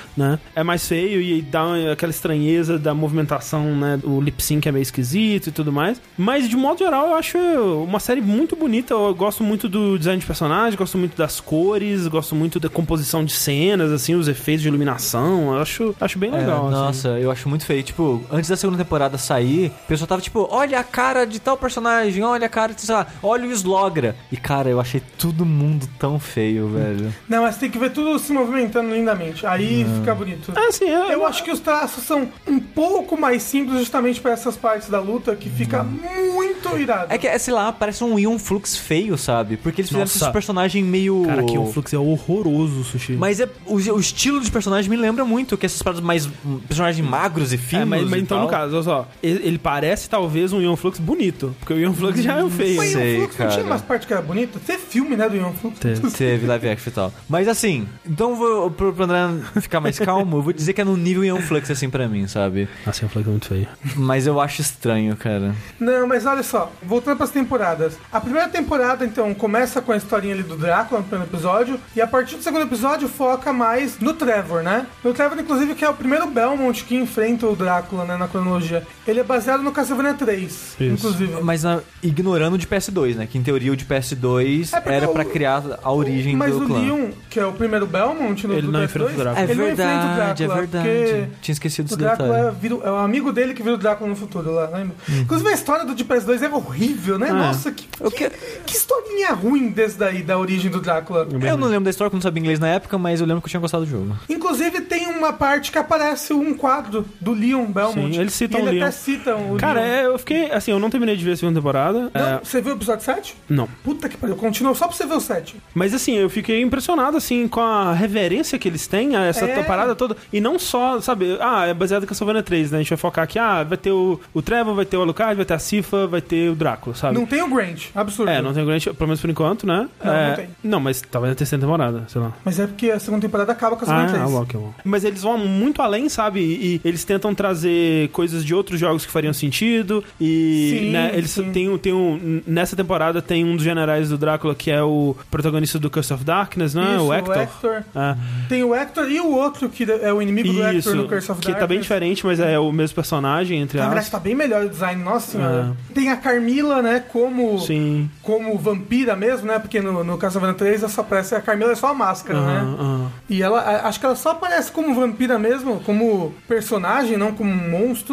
né? É mais feio e dá aquela estranheza da movimentação, né? O lip sync é meio esquisito e tudo mais. Mas, de modo geral, eu acho uma série muito bonita. Eu gosto muito do design de personagem, gosto muito das cores, gosto muito da composição de cenas, assim, os efeitos de iluminação. Eu acho, acho bem legal. É, assim. nossa, eu acho muito feio. Tipo, antes da segunda temporada sair, o pessoal tava tipo, olha a cara de tal personagem, olha a cara de, sei lá, olha o Slogra. E, cara, eu achei todo mundo tão feio, velho. Não, mas tem que ver tudo se movimentando lindamente. Aí fica bonito. É, assim, eu, Eu acho que os traços são um pouco mais simples justamente pra essas partes da luta que fica muito irado. É que, sei lá, parece um Ion Flux feio, sabe? Porque eles fizeram Nossa. esses personagens meio... Cara, que o Flux é horroroso, Sushi. Mas é, o, o estilo dos personagens me lembra muito, que essas paradas mais... personagens magros e finos É, mas, mas e então, tal. no caso, olha só, ele, ele parece talvez um Ion Flux bonito, porque o Ion Flux já é um feio. Mas o sei, Ion Flux não cara. tinha umas partes que era bonita? Teve filme, né, do Ion Flux? Teve. Teve live action e tal. Mas assim, então vou, pro, pro André ficar mais calmo, eu vou dizer que é no nível Ion Flux, assim, pra mim, sabe? Nossa, o Ion Flux é muito feio. Mas eu acho estranho, cara. Não, mas olha só, voltando pras temporadas. A primeira temporada, então, começa com a historinha ali do Drácula no primeiro episódio, e a partir do segundo episódio foca mais no Trevor, né? No Trevor, inclusive, que é o primeiro Belmont que enfrenta o Drácula, né, na cronologia. Ele é baseado no Castlevania três, Isso. inclusive. Mas na- ignorando o de P S dois, né? Que em teoria o de P S dois É porque era o- pra criar a origem Mas do o clã. Leon, que é o primeiro Belmont no Ele do não P S dois, enfrenta o Drácula. É ele não enfrenta o verdade, é Drácula, verdade. porque Tinha esquecido o desse Drácula é, detalhe. vira- é um amigo dele que vira o Drácula no futuro lá, lembra? Inclusive a história do de P S dois é horrível, né? É. Nossa, que, O que, que- que historinha ruim desse daí, da origem do Drácula. Eu não lembro da história, porque eu não sabia inglês na época, mas eu lembro que eu tinha gostado do jogo. Inclusive tem uma parte que aparece um quadro do Leon Belmont. Sim, eles citam e ele o Leon. até citam o Cara, Leon. é, eu fiquei, assim, eu não terminei de ver a segunda temporada. Não, é, você viu o episódio sete? não. Puta que pariu, continua só pra você ver o sete. Mas assim, eu fiquei impressionado, assim, com a reverência que eles têm a essa É. parada toda. E não só, sabe, ah, é baseado em Castlevania três, né? A gente vai focar aqui, ah, vai ter o, o Trevor, vai ter o Alucard, vai ter a Sifa, vai ter o Drácula, sabe? Não tem o Grant, absurdo. É, não tem o Grant, pelo menos por enquanto, né? Não, é, não tem. Não, mas talvez na terceira temporada, sei lá. Mas é porque a segunda temporada acaba com a Ah, segunda ah, três. bom, que bom. Mas eles vão muito além, sabe? E eles tentam trazer coisas de outros jogos que fariam sentido. E Sim, né, eles sim. têm, um- tem um. Nessa temporada tem um dos generais do Drácula que é o protagonista do Curse of Darkness, né? Isso, o Hector. Hector. É. Tem o Hector e o outro que é o inimigo do Hector no Curse of que Darkness. tá bem diferente, mas é o mesmo personagem, entre Na verdade, aspas. tá bem melhor o design, nossa senhora. Tem a Carmila, né, como, Sim. como vampira mesmo, né? Porque no, no Castlevania três ela só aparece, a Carmila é só a máscara, né? Aham, aham. E ela, a- acho que ela só aparece como vampira mesmo, como personagem, não como monstro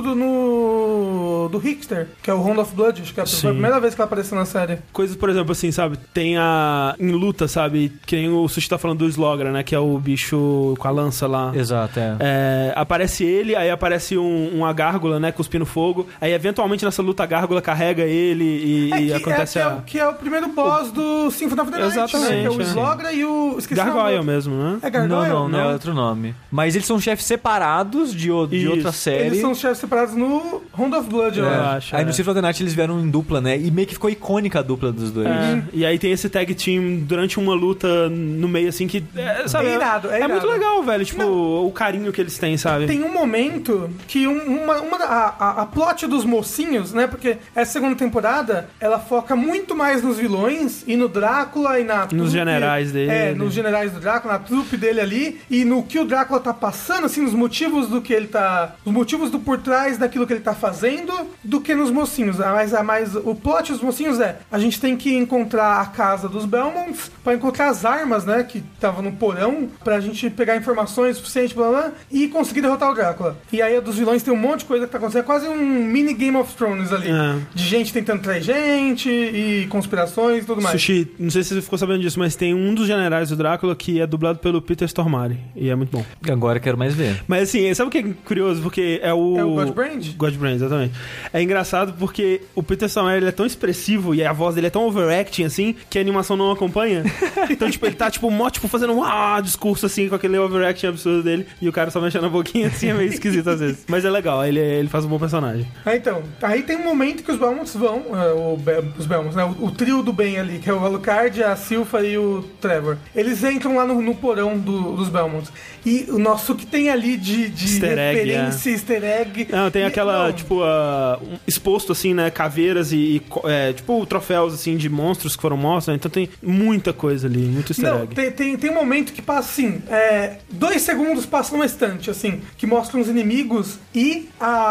no do Richter, que é o Round of Blood, acho que é a Sim. primeira vez que ela apareceu na série. Coisas, por exemplo, assim, sabe? Tem a. Em luta, sabe? Que nem o Sushi tá falando do Slogra, né? Que é o bicho com a lança lá. Exato, é. É, aparece ele, aí aparece um, uma gárgula, né, cuspindo fogo. Aí, eventualmente, nessa luta, a gárgula carrega ele e, É e que, acontece é, que, é, a... o- que é o primeiro boss do Symphony of the Night, né? Que é Exatamente, o é. Slogra e o... Esqueci o nome Gargoyle do- mesmo, né? É Gargoyle? Não, não, não é outro nome. Mas eles são chefes separados de, o- de Isso. outra série. Eles são os chefes separados no Round of Blood, eu É. Eu acho. acho, Aí é. no Symphony of the Night eles vieram em dupla, né? E meio que ficou icônica a dupla dos dois. É, e aí tem esse tag team durante uma luta no meio, assim, que... É, sabe, É irado, é irado. muito legal, velho. Tipo, o carinho que eles têm, sabe? Tem um momento que um- uma, uma a, a, a plot dos mocinhos, né? Porque essa segunda temporada, ela foca muito mais nos vilões e no Drácula e na trupe, generais dele. É, nos generais do Drácula, na trupe dele ali e no que o Drácula tá passando, assim, nos motivos do que ele tá... Os motivos do por trás daquilo que ele tá fazendo do que nos mocinhos. Ah, Mas, ah, mas o plot dos mocinhos é a gente tem que encontrar a casa dos Belmonts pra encontrar as armas, né? Que estavam no porão pra gente pegar informações suficientes, blá, blá, blá, e conseguir derrotar o Drácula. E aí a dos vilões tem um monte de coisa que tá acontecendo. É quase um mini Game of Thrones ali. É. De gente tentando trair gente e conspirações e tudo mais. Sushi, não sei se você ficou sabendo disso, mas tem um dos generais do Drácula que é dublado pelo Peter Stormare. E é muito bom. Agora eu quero mais ver. Mas assim, sabe o que é curioso? Porque é o... É o Godbrand? Godbrand, exatamente. É engraçado porque o Peter Stormare ele é tão expressivo e a voz dele é tão overacting, assim, que a animação não acompanha. Então, tipo, ele tá, tipo, mó, tipo, fazendo um ah, discurso, assim, com aquele overacting absurdo dele. E o cara só mexendo a boquinha, assim, é meio esquisito às vezes. Mas é legal, ele, ele faz um bom personagem. Ah, então, aí tem um momento que os Belmonts Belmonts vão, é, o Be- os Belmonts, né? O, o trio do bem ali, que é o Alucard, a Silpha e o Trevor. Eles entram lá no, no porão do- dos Belmonts. E o nosso que tem ali de, de Easter egg, referência, easter egg. Não, tem E- aquela, não, tipo, uh, um- exposto, assim, né, caveiras e, e co- é, tipo, troféus, assim, de monstros que foram mortos, né? Então tem muita coisa ali, muito easter Não, egg. tem, tem, tem um momento que passa assim, é, dois segundos passa numa estante, assim, que mostra os inimigos e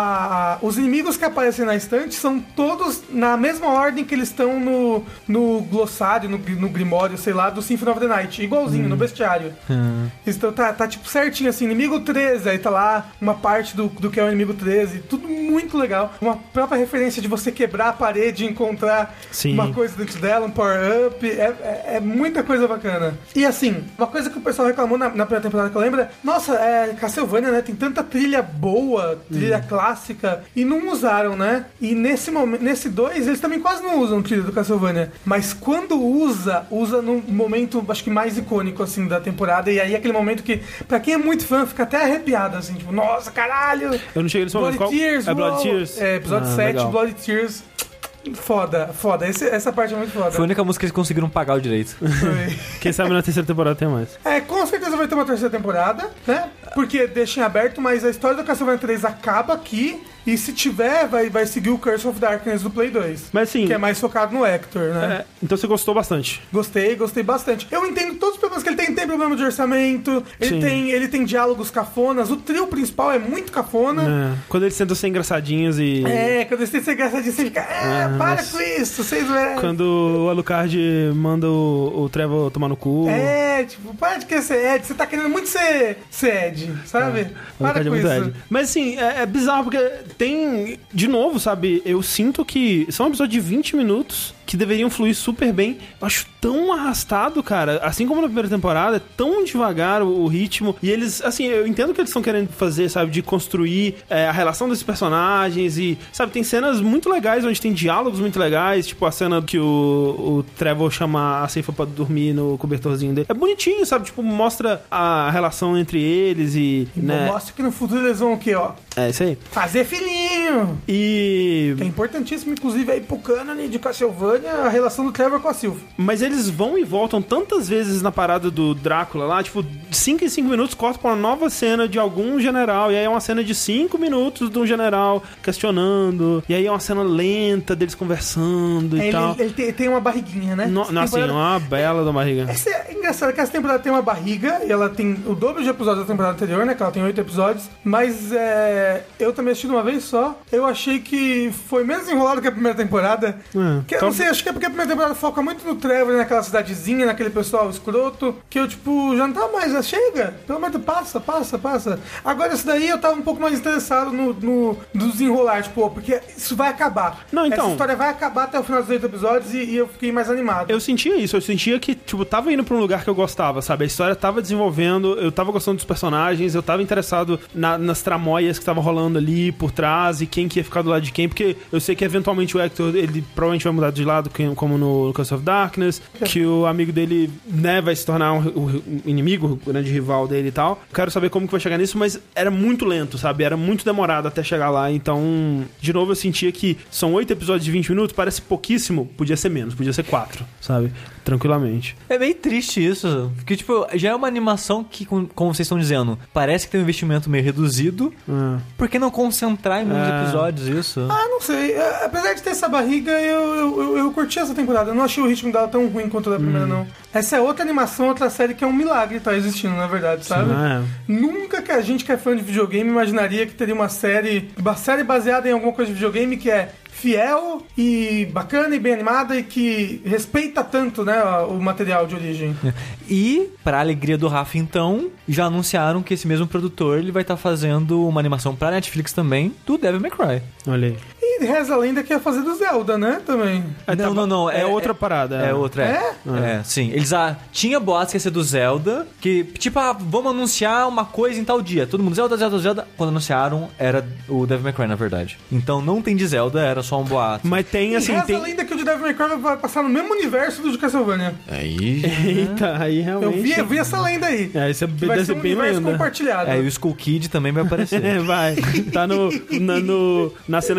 a, os inimigos que aparecem na estante são todos na mesma ordem que eles estão no, no glossário, no, no grimório, sei lá, do Symphony of the Night, igualzinho, no bestiário. Então tá, tá tipo certinho, assim, inimigo treze, aí tá lá uma parte do, do que é o inimigo treze, tudo muito legal. Uma própria referência de você quebrar a parede e encontrar Sim. uma coisa dentro dela, um power-up, é, é, é muita coisa bacana. E assim, uma coisa que o pessoal reclamou na, na primeira temporada que eu lembro é, nossa, é Castlevania, né, tem tanta trilha boa, trilha clássica, e não usaram, né? E nesse momento, nesse dois, eles também quase não usam trilha do Castlevania, mas quando usa, usa num momento, acho que mais icônico, assim, da temporada, e aí aquele momento que, pra quem é muito fã, fica até arrepiado, assim, tipo, nossa, caralho! Eu não cheguei nesse momento. Bloody Qual? Tears, É Blood uou! Tears? É, episódio Ah, sete, legal. Bloody Tears. Foda, foda. Esse- essa parte é muito foda. Foi a única música que eles conseguiram pagar o direito. Foi. Quem sabe na terceira temporada tem mais. É, com certeza vai ter uma terceira temporada, né? Porque deixa em aberto, mas a história do Castlevania três acaba aqui. E se tiver, vai, vai seguir o Curse of Darkness do Play dois. Mas assim, Que é mais focado no Hector, né? é, então você gostou bastante. Gostei, gostei bastante. Eu entendo todos os problemas que ele tem. Tem problema de orçamento, ele Sim. tem, ele tem diálogos cafonas. O trio principal é muito cafona. É, quando eles tentam ser engraçadinhos e... É, quando eles têm que ser engraçadinho, você fica, é, Ah, para nossa. com isso, vocês merecem. Quando o Alucard manda o, o Trevor tomar no cu. É, tipo, para de querer ser Ed, você tá querendo muito ser, ser Ed, sabe? O Para Alucard é com muito isso. Ed. Mas assim, é, é bizarro porque tem... De novo, sabe? Eu sinto que são episódios de vinte minutos que deveriam fluir super bem. Eu acho tão arrastado, cara. Assim como na primeira temporada, é tão devagar o, o ritmo. E eles, assim, eu entendo o que eles estão querendo fazer, sabe? De construir é, a relação desses personagens e, sabe? Tem cenas muito legais onde tem diálogos muito legais. Tipo a cena que o, o Trevor chama a Silpha pra dormir no cobertorzinho dele. É bonitinho, sabe? Tipo, mostra a relação entre eles e, né? Mostra que no futuro eles vão o quê, ó? É isso aí. Fazer filhinho! E... Que é importantíssimo, inclusive, aí pro cânone de Castlevania, a relação do Trevor com a Sylph. Mas eles vão e voltam tantas vezes na parada do Drácula lá, tipo, de cinco em cinco minutos corta pra uma nova cena de algum general, e aí é uma cena de cinco minutos de um general questionando, e aí é uma cena lenta deles conversando e Aí tal. ele, ele tem, tem uma barriguinha, né? No, Essa não, assim, temporada- uma bela da barriga. Essa é engraçado que essa temporada tem uma barriga e ela tem o dobro de episódios da temporada anterior, né? Que ela tem oito episódios. Mas é, eu também assisti de uma vez só. Eu achei que foi menos enrolado que a primeira temporada. É, que eu então- não sei, acho que é porque a primeira temporada foca muito no Trevor, naquela cidadezinha, naquele pessoal escroto. Que eu, tipo, já não tá mais. Chega! Pelo menos passa, passa, passa. Agora, isso daí eu tava um pouco mais interessado no, no, no desenrolar, tipo, porque isso vai acabar. Não, então- Essa história vai acabar até o final dos oito episódios e, e eu fiquei mais animado. Eu sentia isso, eu sentia que, tipo, tava indo pra um lugar que eu gostava, sabe? A história tava desenvolvendo, eu tava gostando dos personagens, eu tava interessado na- nas tramóias que tava rolando ali por trás e quem que ia ficar do lado de quem, porque eu sei que eventualmente o Hector, ele provavelmente vai mudar de lado, que- como no Curse of Darkness, que o amigo dele, né, vai se tornar um, um inimigo, o grande rival dele e tal. Quero saber como que vai chegar nisso, mas era muito lento, sabe? Era muito demorado até chegar lá, então, de novo, eu sentia que são oito episódios de vinte minutos, parece pouquíssimo, podia ser menos, podia ser quatro, sabe? Tranquilamente. É meio triste isso. Porque, tipo, já é uma animação que, com- como vocês estão dizendo, parece que tem um investimento meio reduzido. É. Por que não concentrar em muitos É. episódios isso? Ah, não sei. É, apesar de ter essa barriga, eu, eu, eu, eu curti essa temporada. Eu não achei o ritmo dela tão ruim quanto a da primeira, não. Essa é outra animação, outra série que é um milagre tá existindo, na verdade, sabe? É. Nunca que a gente que é fã de videogame imaginaria que teria uma série, uma série baseada em alguma coisa de videogame que é fiel e bacana e bem animada e que respeita tanto, né, o material de origem. E, pra alegria do Rafa, então, já anunciaram que esse mesmo produtor ele vai estar fazendo uma animação pra Netflix também do Devil May Cry. Olha aí. E reza a lenda que ia fazer do Zelda, né, também. É, não, tá- não, não. É, outra parada. É outra, é. É, sim. Eles ah, tinha boatos que ia ser do Zelda, que, tipo, ah, vamos anunciar uma coisa em tal dia. Todo mundo, Zelda, Zelda, Zelda. Quando anunciaram, era o Devil May Cry, na verdade. Então não tem de Zelda, era só um boato. Mas tem, E assim, reza tem... a lenda que o de Devil May Cry vai passar no mesmo universo do de Castlevania. Aí... Eita, aí Eu realmente... vi, eu vi essa lenda aí. É, isso é, Que vai deve ser ser um bem universo lenda. compartilhado. É, e o Skull Kid também vai aparecer. É, vai. Tá no, na, no- na cena que o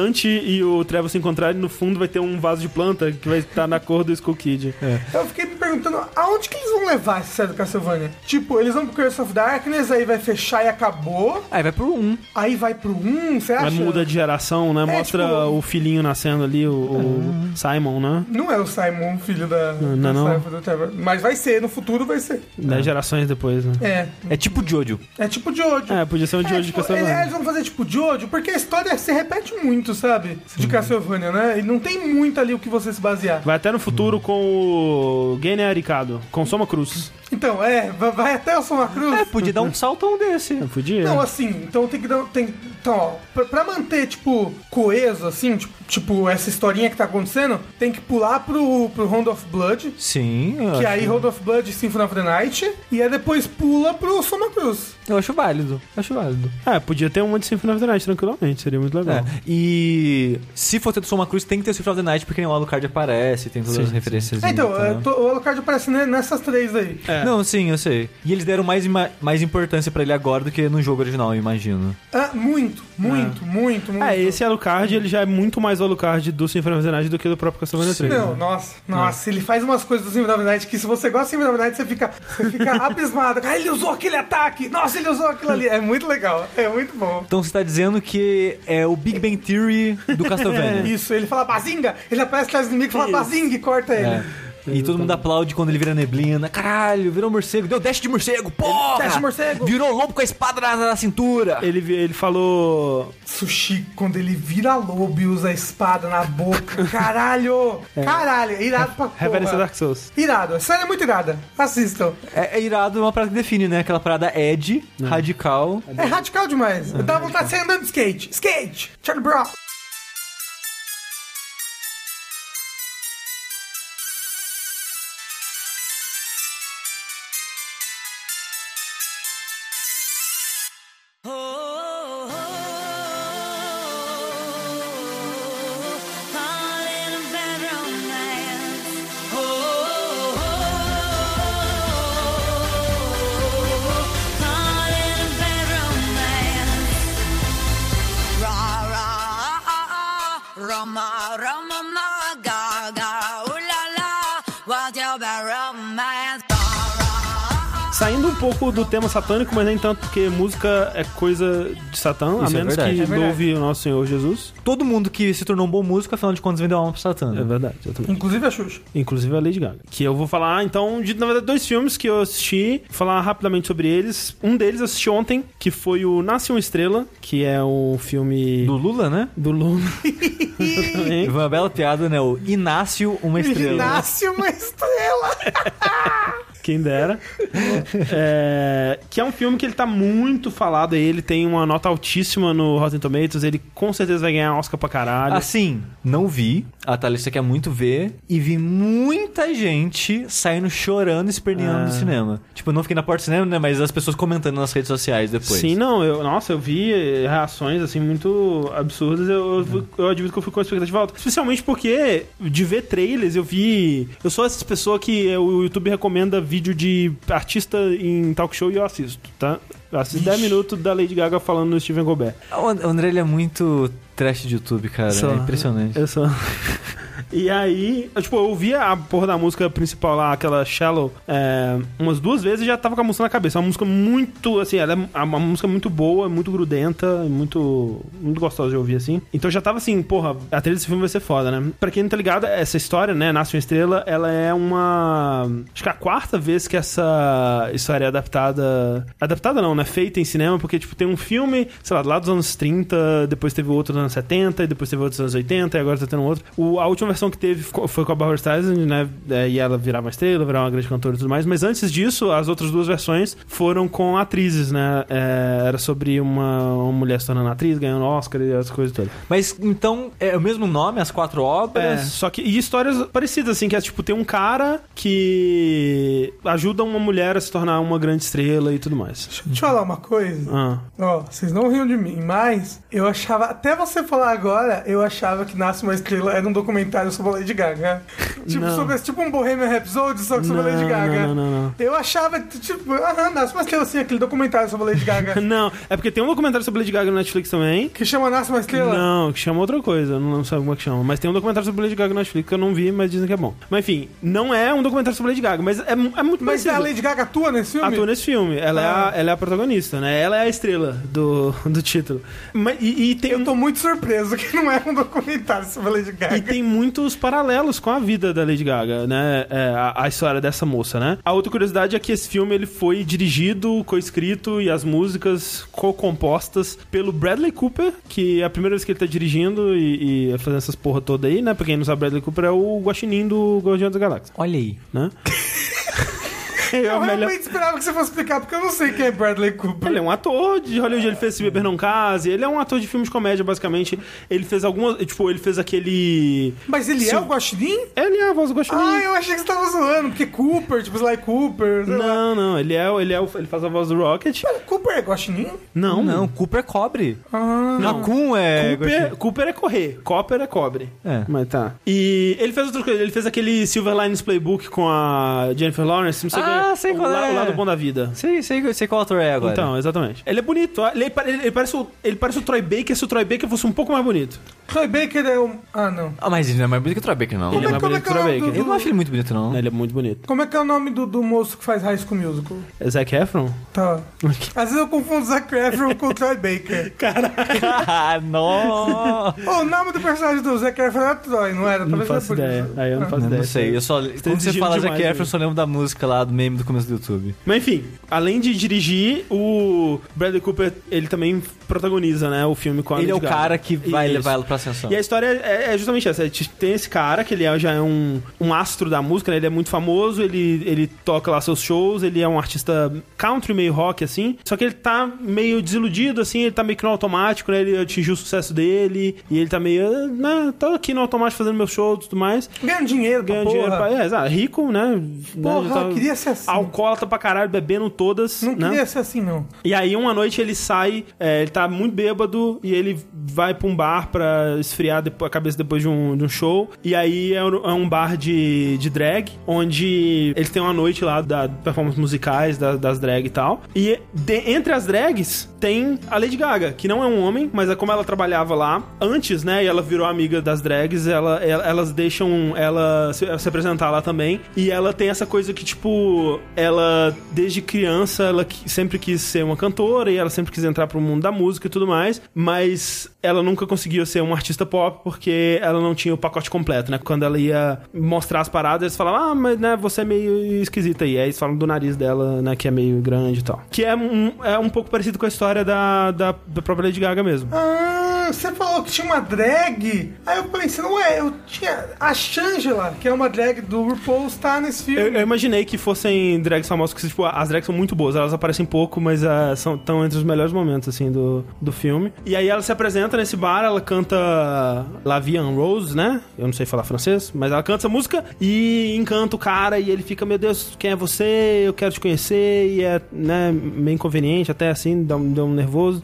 Dante e o Trevor se encontrarem, no fundo vai ter um vaso de planta que vai estar na cor do Skull Kid. É. Eu fiquei me perguntando, aonde que eles vão levar essa série do Castlevania? Tipo, eles vão pro Curse of Darkness, aí vai fechar e acabou. Aí vai pro um. Aí vai pro um, você acha? Vai muda de geração, né? É, Mostra tipo- o filhinho nascendo ali, o, o Simon, né? Não é o Simon, filho da... Não, da não. Cypher do Trevor. Mas vai ser, no futuro vai ser. Dez gerações depois, né? É. É tipo Jojo. É tipo Jojo. É, podia ser um Jojo de tipo, Castlevania. Eles vão fazer tipo Jojo, porque a história se repete muito, sabe? De Castlevania, né? E não tem muito ali o que você se basear. Vai até no futuro com o Gene Aricado, com Soma Cruz. Então, é, vai- vai até o Soma Cruz. É, podia dar um saltão desse. Eu podia. Não, assim, então tem que dar. Tem, então, ó, pra, pra manter, tipo, coeso, assim, tipo, tipo, essa historinha que tá acontecendo, tem que pular pro, pro Round of Blood. Sim, eu Que acho, aí Round of Blood Symphony of the Night. E aí depois pula pro Soma Cruz. eu acho válido. Eu acho válido. É, podia ter uma de Symphony of the Night tranquilamente, seria muito legal. É. E se for ter do Soma Cruz, tem que ter o Symphony of the Night, porque nem o Alucard aparece, tem todas Sim, as referências. É, então, é, to- o Alucard aparece ne- nessas três aí. É. Não, sim, eu sei. E eles deram mais, ima- mais importância pra ele agora do que no jogo original, eu imagino. Ah, muito, muito, muito, muito. É, esse Alucard, ele já é muito mais o Alucard do Symphony of the Night do que do próprio Castlevania três. Não, né? nossa, nossa, ele faz umas coisas do Symphony of the Night que se você gosta do Symphony of the Night, você fica, você fica abismado. Ah, ele usou aquele ataque! Nossa, ele usou aquilo ali. É muito legal, é muito bom. Então você tá dizendo que é o Big Bang Theory do Castlevania. Isso, ele fala Bazinga, ele aparece atrás do inimigo e fala Bazinga e corta ele. É. E todo mundo aplaude quando ele vira neblina. Caralho, virou morcego. Deu dash de morcego, porra! Dash de morcego. Virou lobo com a espada na, na cintura. Ele, ele falou... Sushi, quando ele vira lobo e usa a espada na boca. Caralho! Caralho, irado pra porra. Referência a Dark Souls. Irado, a série é muito irada. Assistam. É, é irado, é uma parada que define, né? Aquela parada Ed, radical. É radical demais. Dá vontade de sair andando de skate. Skate! Charlie Brown. Roma, Roma, ma, ga, ga, ooh la la, what's your bad romance? Saindo um pouco do tema satânico, mas nem tanto, porque música é coisa de Satã, a Isso é menos verdade. que É verdade. louve o nosso Senhor Jesus. Todo mundo que se tornou um bom músico, afinal de contas, vendeu alma pro Satã. É né? verdade, exatamente. Inclusive a Xuxa. Inclusive a Lady Gaga. Que eu vou falar, então, de, na verdade, dois filmes que eu assisti, falar rapidamente sobre eles. Um deles eu assisti ontem, que foi o Nasce uma Estrela, que é um filme Do Lula, né? do Lula. Também. Foi uma bela piada, né? O Inácio, uma estrela. Nasce uma estrela. Quem dera. É, que é um filme que ele tá muito falado. Ele tem uma nota altíssima no Rotten Tomatoes. Ele com certeza vai ganhar Oscar pra caralho. Assim, não vi. A Thalissa quer muito ver. E vi muita gente saindo chorando e se perdendo Ah. do cinema. Tipo, eu não fiquei na porta do cinema, né? Mas as pessoas comentando nas redes sociais depois. Sim, não, eu, nossa, eu vi reações assim muito absurdas. Eu, eu, eu admito que eu fui com a expectativa alta. Especialmente porque de ver trailers, eu vi. Eu sou essa pessoa que o YouTube recomenda vídeo de artista em talk show e eu assisto, tá? Eu assisto dez minutos da Lady Gaga falando no Steven Colbert. O And- o André, ele é muito trash de YouTube, cara. Só. É impressionante. Eu sou. E aí, eu, tipo, eu ouvi a porra da música principal lá, aquela Shallow, é, umas duas vezes e já tava com a música na cabeça. É uma música muito, assim, ela é uma música muito boa, muito grudenta, muito, muito gostosa de ouvir, assim. Então já tava assim, porra, a trilha desse filme vai ser foda, né? Pra quem não tá ligado, essa história, né, Nasce uma Estrela, ela é uma... Acho que é a quarta vez que essa história é adaptada... Adaptada não, né? Feita em cinema, porque, tipo, tem um filme, sei lá, lá dos anos trinta, depois teve outro dos anos setenta, e depois teve outro dos anos oitenta, e agora tá tendo outro. O, a última versão que teve foi com a Barbra Streisand, né? É, e ela virava uma estrela, virava uma grande cantora e tudo mais. Mas antes disso, as outras duas versões foram com atrizes, né? É, era sobre uma, uma mulher se tornando atriz, ganhando Oscar e as coisas todas. Mas, então, é o mesmo nome, as quatro É, obras? só que... E histórias parecidas, assim, que é tipo, tem um cara que ajuda uma mulher a se tornar uma grande estrela e tudo mais. Deixa eu te falar uma coisa. Ah. Ó, vocês não riam de mim, mas eu achava, até você falar agora, eu achava que Nasce uma Estrela era um documentário documentário sobre a Lady Gaga. Tipo, Não. sobre, tipo um Bohemian Rhapsody, só que sobre a Lady Não, Gaga. não, não, não. Eu achava, tipo, aham, nasce uma estrela assim, aquele documentário sobre a Lady Gaga. Não, é porque tem um documentário sobre Lady Gaga no Netflix também. Que chama Nasce uma Estrela? Não, que chama outra coisa, não sei como é que chama. Mas tem um documentário sobre Lady Gaga no Netflix que eu não vi, mas dizem que é bom. Mas enfim, não é um documentário sobre Lady Gaga, mas é, mu- é muito Mas parecido. a Lady Gaga atua nesse filme? Atua nesse filme. Ela, Ah. é a, ela é a protagonista, né? Ela é a estrela do, do título. Mas, e, e tem Eu tô muito surpreso que não é um documentário sobre a Lady Gaga. E tem muitos paralelos com a vida da Lady Gaga, né? É, a, a história dessa moça, né? A outra curiosidade é que esse filme ele foi dirigido, co-escrito e as músicas co-compostas pelo Bradley Cooper, que é a primeira vez que ele tá dirigindo e, e fazendo essas porra toda aí, né? Pra quem não sabe, Bradley Cooper é o guaxinim do Guardiões da Galáxia, Olha aí. né? É Eu o melhor... realmente esperava que você fosse explicar, porque eu não sei quem é Bradley Cooper. Ele é um ator de Hollywood, ele fez Se Beber Não Case, ele é um ator de filmes de comédia, basicamente. Ele fez algumas, tipo, ele fez aquele... Mas ele Sim. é o Guaxinim? Ele é a voz do Guaxinim. Ah, eu achei que você tava zoando, porque Cooper, tipo Sly Cooper, sei lá. Não, não, ele é, ele é o, ele faz a voz do Rocket. Pera, Cooper é Guaxinim? Não, Não, Cooper é cobre. Ah, Raccoon é... Cooper, Cooper é correr, Copper é cobre. É. Mas tá. E ele fez outras coisas, ele fez aquele Silver Linings Playbook com a Jennifer Lawrence, não sei Ah, o que, sei o, qual la- é. o lado bom da vida. Sei, sei, sei qual ator é agora. Então, exatamente. Ele é bonito, ele, ele, ele parece o, ele parece o Troy Baker se o Troy Baker fosse um pouco mais bonito. Troy Baker é um... Ah, não. Ah, mas ele não é mais bonito que o Troy Baker, não. Ele é é- mais como bonito é que o que é o Troy nome Baker. do- Eu não acho ele muito bonito, não. Ele é muito bonito. Como é que é o nome do, do moço que faz High School Musical? É Zac Efron? Tá. Às vezes eu confundo o Zac Efron com o Troy Baker. Ah, não. Oh, o nome do personagem do Zac Efron era Troy, não era? Não Talvez faço seja por ideia. isso. Aí eu não faço Eu ideia. não sei, eu só... Quando você exigindo fala Zac demais, Efron, né? eu só lembro da música lá, do meme do começo do YouTube. Mas enfim, além de dirigir, o Bradley Cooper, ele também protagoniza, né, o filme com a Ele é o Lady Gaga. cara que vai Isso. levar ela pra ascensão. E a história é, é justamente essa. Tem esse cara que ele é- já é um, um astro da música, né? Ele é muito famoso, ele, ele toca lá seus shows, ele é um artista country, meio rock, assim. Só que ele tá meio desiludido, assim, ele tá meio que no automático, né? Ele atingiu o sucesso dele e ele tá meio, né? Tô aqui no automático fazendo meu show e tudo mais. Ganhando dinheiro, pra Ganhando porra. dinheiro pra... É, exato, rico, né? Porra, né? Já tá- queria ser assim. Alcoólatra pra caralho, bebendo todas, Não né? queria ser assim, não. E aí, uma noite ele sai, é, ele tá muito bêbado e ele vai pra um bar pra esfriar depo- a cabeça depois de um, de um show. E aí é um é um bar de, de drag, onde eles têm uma noite lá da performances musicais, da- das drag e tal. E de- entre as drags tem a Lady Gaga, que não é um homem, mas é como ela trabalhava lá antes, né? E ela virou amiga das drags, ela, ela- elas deixam ela se, se apresentar lá também. E ela tem essa coisa que, tipo, ela desde criança, ela qui- sempre quis ser uma cantora e ela sempre quis entrar pro mundo da música e tudo mais, mas ela nunca conseguiu ser uma artista pop porque ela não tinha o pacote completo, né? Quando ela ia mostrar as paradas, eles falavam, ah, mas né, você é meio esquisita aí. Aí eles falam do nariz dela, né, que é meio grande e tal. Que é um, é um pouco parecido com a história da, da, da própria Lady Gaga mesmo. Ah, você falou que tinha uma drag. Aí eu pensei, não é, eu tinha a Shangela, que é uma drag do RuPaul, está nesse filme. Eu, eu imaginei que fossem drags famosas, porque tipo, as drags são muito boas, elas aparecem pouco, mas uh, são, estão entre os melhores momentos, assim, do, do filme. E aí ela se apresenta nesse bar, ela canta La Vie en Rose, né? Eu não sei falar francês, mas ela canta essa música e encanta o cara e ele fica, meu Deus, quem é você? Eu quero te conhecer, e é, né, meio inconveniente, até assim, dá um, dá um nervoso.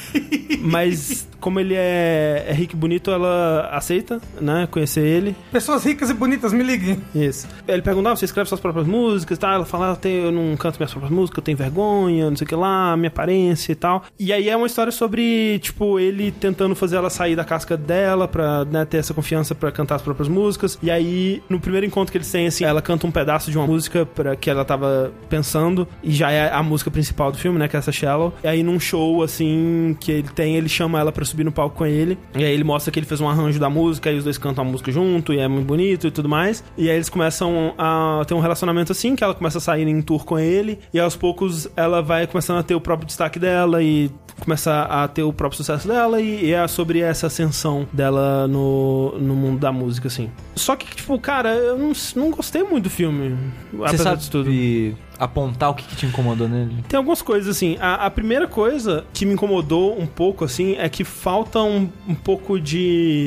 Mas como ele é, é rico e bonito, ela aceita, né, conhecer ele. Pessoas ricas e bonitas, me liguem. Isso. Ele pergunta, ah, você escreve suas próprias músicas e tal? Ela fala, ah, eu, tenho- eu não canto minhas próprias músicas, eu tenho vergonha, não sei o que lá, minha aparência e tal. E aí é uma história sobre, tipo, ele tentando fazer ela sair da casca dela pra, né, ter essa confiança pra cantar as próprias músicas. E aí, no primeiro encontro que eles têm, assim, ela canta um pedaço de uma música pra, que ela tava pensando, e já é a música principal do filme, né, que é essa Shallow. E aí, num show, assim, que ele tem, ele chama ela pra subir no palco com ele. E aí ele mostra que ele fez um arranjo da música, e os dois cantam a música junto, e é muito bonito e tudo mais. E aí eles começam a ter um relacionamento assim, que ela começa a sair em tour com ele, e aos poucos ela vai começando a ter o próprio destaque dela e começa a ter o próprio sucesso dela, e, e é sobre essa ascensão dela no, no mundo da música, assim. Só que, tipo, cara, eu não, não gostei muito do filme, Você apesar sabe disso tudo. apontar o que, que te incomodou nele? Tem algumas coisas, assim. A, a primeira coisa que me incomodou um pouco, assim, é que falta um, um pouco de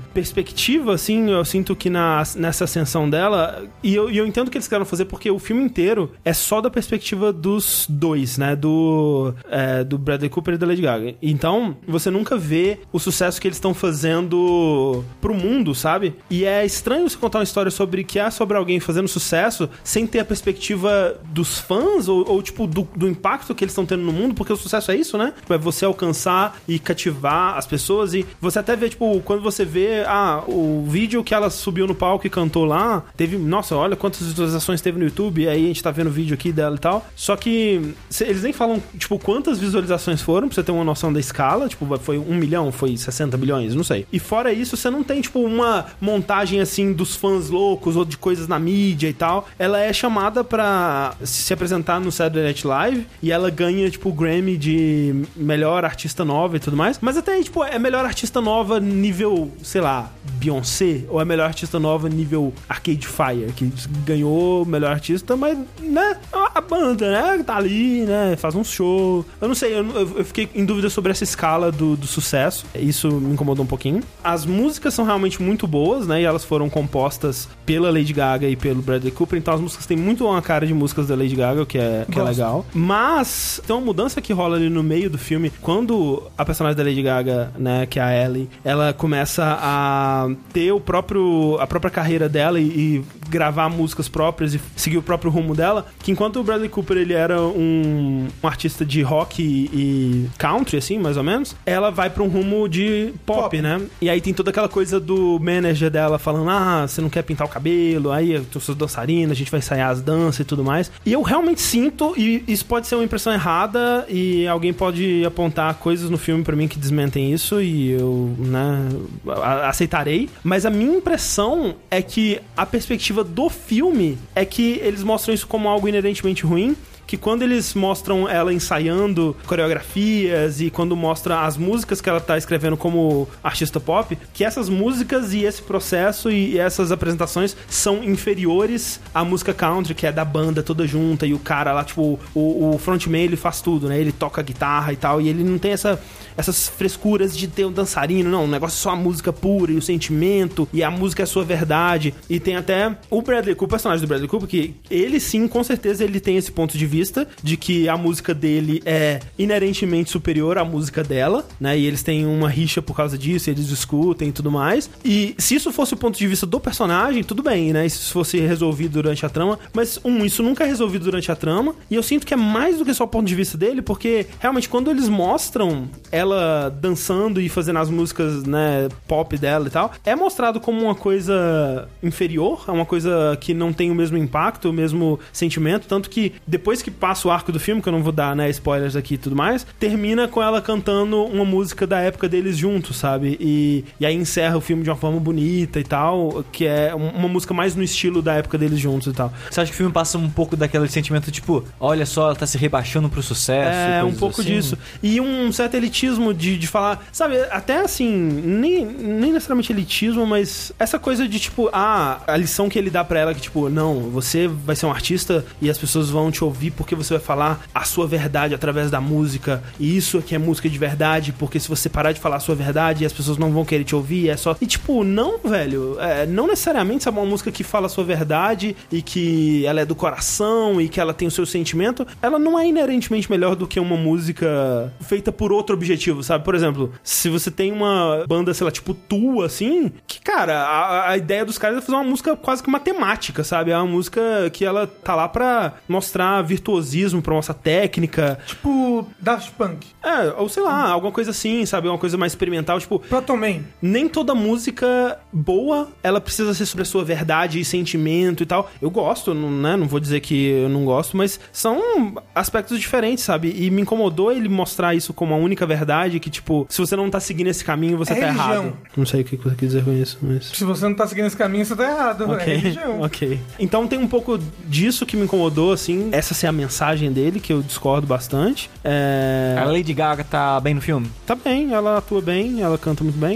perspectiva, assim, eu sinto que na, nessa ascensão dela, e eu, e eu entendo o que eles querem fazer, porque o filme inteiro é só da perspectiva dos dois, né? Do, é, do Bradley Cooper e da Lady Gaga. Então, você nunca vê o sucesso que eles estão fazendo pro mundo, sabe? E é estranho você contar uma história sobre que é sobre alguém fazendo sucesso sem ter a perspectiva dos fãs ou, ou tipo, do, do impacto que eles estão tendo no mundo, porque o sucesso é isso, né? Tipo, é você alcançar e cativar as pessoas, e você até vê, tipo, quando você vê, ah, o vídeo que ela subiu no palco e cantou lá, teve, nossa, olha quantas visualizações teve no YouTube, aí a gente tá vendo o vídeo aqui dela e tal, só que cê, eles nem falam, tipo, quantas visualizações foram, pra você ter uma noção da escala, tipo, foi um milhão, foi sessenta milhões, não sei. E fora isso, você não tem, tipo, uma montagem, assim, dos fãs loucos ou de coisas na mídia e tal. Ela é chamada pra se apresentar no Saturday Night Live e ela ganha, tipo, o Grammy de melhor artista nova e tudo mais. Mas até aí, tipo, é melhor artista nova nível, sei lá, Beyoncé, ou é melhor artista nova nível Arcade Fire, que ganhou melhor artista, mas, né, a banda, né, tá ali, né, faz um show. Eu não sei, eu, eu fiquei em dúvida sobre essa escala do, do sucesso. Isso me incomodou um pouquinho. As músicas são realmente muito boas, né, e elas foram compostas pela Lady Gaga e pelo Bradley Cooper, então as músicas têm muito uma cara de músicas da Lady Gaga, o que é, que é legal. Mas tem uma mudança que rola ali no meio do filme, quando a personagem da Lady Gaga, né, que é a Ellie, ela começa a ter o próprio, a própria carreira dela e, e gravar músicas próprias e seguir o próprio rumo dela, que enquanto o Bradley Cooper, ele era um, um artista de rock e, e country, assim, mais ou menos, ela vai pra um rumo de pop, pop, né? E aí tem toda aquela coisa do manager dela falando, ah, você não quer pintar o cabelo, aí eu sou dançarina, a gente vai ensaiar as danças e tudo mais. E eu realmente sinto, e isso pode ser uma impressão errada, e alguém pode apontar coisas no filme pra mim que desmentem isso, e eu, né, aceitarei. Mas a minha impressão é que a perspectiva do filme é que eles mostram isso como algo inerentemente ruim, que quando eles mostram ela ensaiando coreografias e quando mostra as músicas que ela tá escrevendo como artista pop, que essas músicas e esse processo e essas apresentações são inferiores à música country, que é da banda toda junta, e o cara lá, tipo, o, o frontman, ele faz tudo, né? Ele toca guitarra e tal, e ele não tem essa, essas frescuras de ter um dançarino, não, o negócio é só a música pura e o sentimento, e a música é a sua verdade. E tem até o Bradley Cooper, o personagem do Bradley Cooper, que ele sim, com certeza, ele tem esse ponto de vista de que a música dele é inerentemente superior à música dela, né? E eles têm uma rixa por causa disso, eles discutem e tudo mais. E se isso fosse o ponto de vista do personagem, tudo bem, né? Se isso fosse resolvido durante a trama. Mas, um, isso nunca é resolvido durante a trama. E eu sinto que é mais do que só o ponto de vista dele, porque, realmente, quando eles mostram ela dançando e fazendo as músicas, né, pop dela e tal, é mostrado como uma coisa inferior, é uma coisa que não tem o mesmo impacto, o mesmo sentimento, tanto que depois que passa o arco do filme, que eu não vou dar, né, spoilers aqui e tudo mais, termina com ela cantando uma música da época deles juntos, sabe? E, e aí encerra o filme de uma forma bonita e tal, que é uma música mais no estilo da época deles juntos e tal. Você acha que o filme passa um pouco daquele sentimento, tipo, olha só, ela tá se rebaixando pro sucesso? É, um pouco assim? disso. E um certo elitismo de, de falar, sabe, até assim, nem, nem necessariamente elitismo, mas essa coisa de, tipo, ah, a lição que ele dá pra ela, que, tipo, não, você vai ser um artista e as pessoas vão te ouvir porque você vai falar a sua verdade através da música, e isso aqui é música de verdade, porque se você parar de falar a sua verdade, as pessoas não vão querer te ouvir, é só... E tipo, não, velho, é, não necessariamente sabe, uma música que fala a sua verdade e que ela é do coração e que ela tem o seu sentimento, ela não é inerentemente melhor do que uma música feita por outro objetivo, sabe? Por exemplo, se você tem uma banda, sei lá, tipo tua, assim, que, cara, a, a ideia dos caras é fazer uma música quase que matemática, sabe? É uma música que ela tá lá pra mostrar virtuosismo, pra mostrar técnica. Tipo, Daft Punk. É, ou sei lá, alguma coisa assim, sabe? Uma coisa mais experimental, tipo... Proton Man. Nem toda música boa, ela precisa ser sobre a sua verdade e sentimento e tal. Eu gosto, não, né? Não vou dizer que eu não gosto, mas são aspectos diferentes, sabe? E me incomodou ele mostrar isso como a única verdade, que, tipo, se você não tá seguindo esse caminho, você É tá religião. errado. Não sei o que você quer dizer com isso, mas... Se você não tá seguindo esse caminho, você tá errado. É Ok, religião. ok. Então tem um pouco disso que me incomodou, assim. Essa ser a mensagem dele, que eu discordo bastante. É... A Lady Gaga tá bem no filme? Tá bem, ela atua bem, ela canta muito bem, né?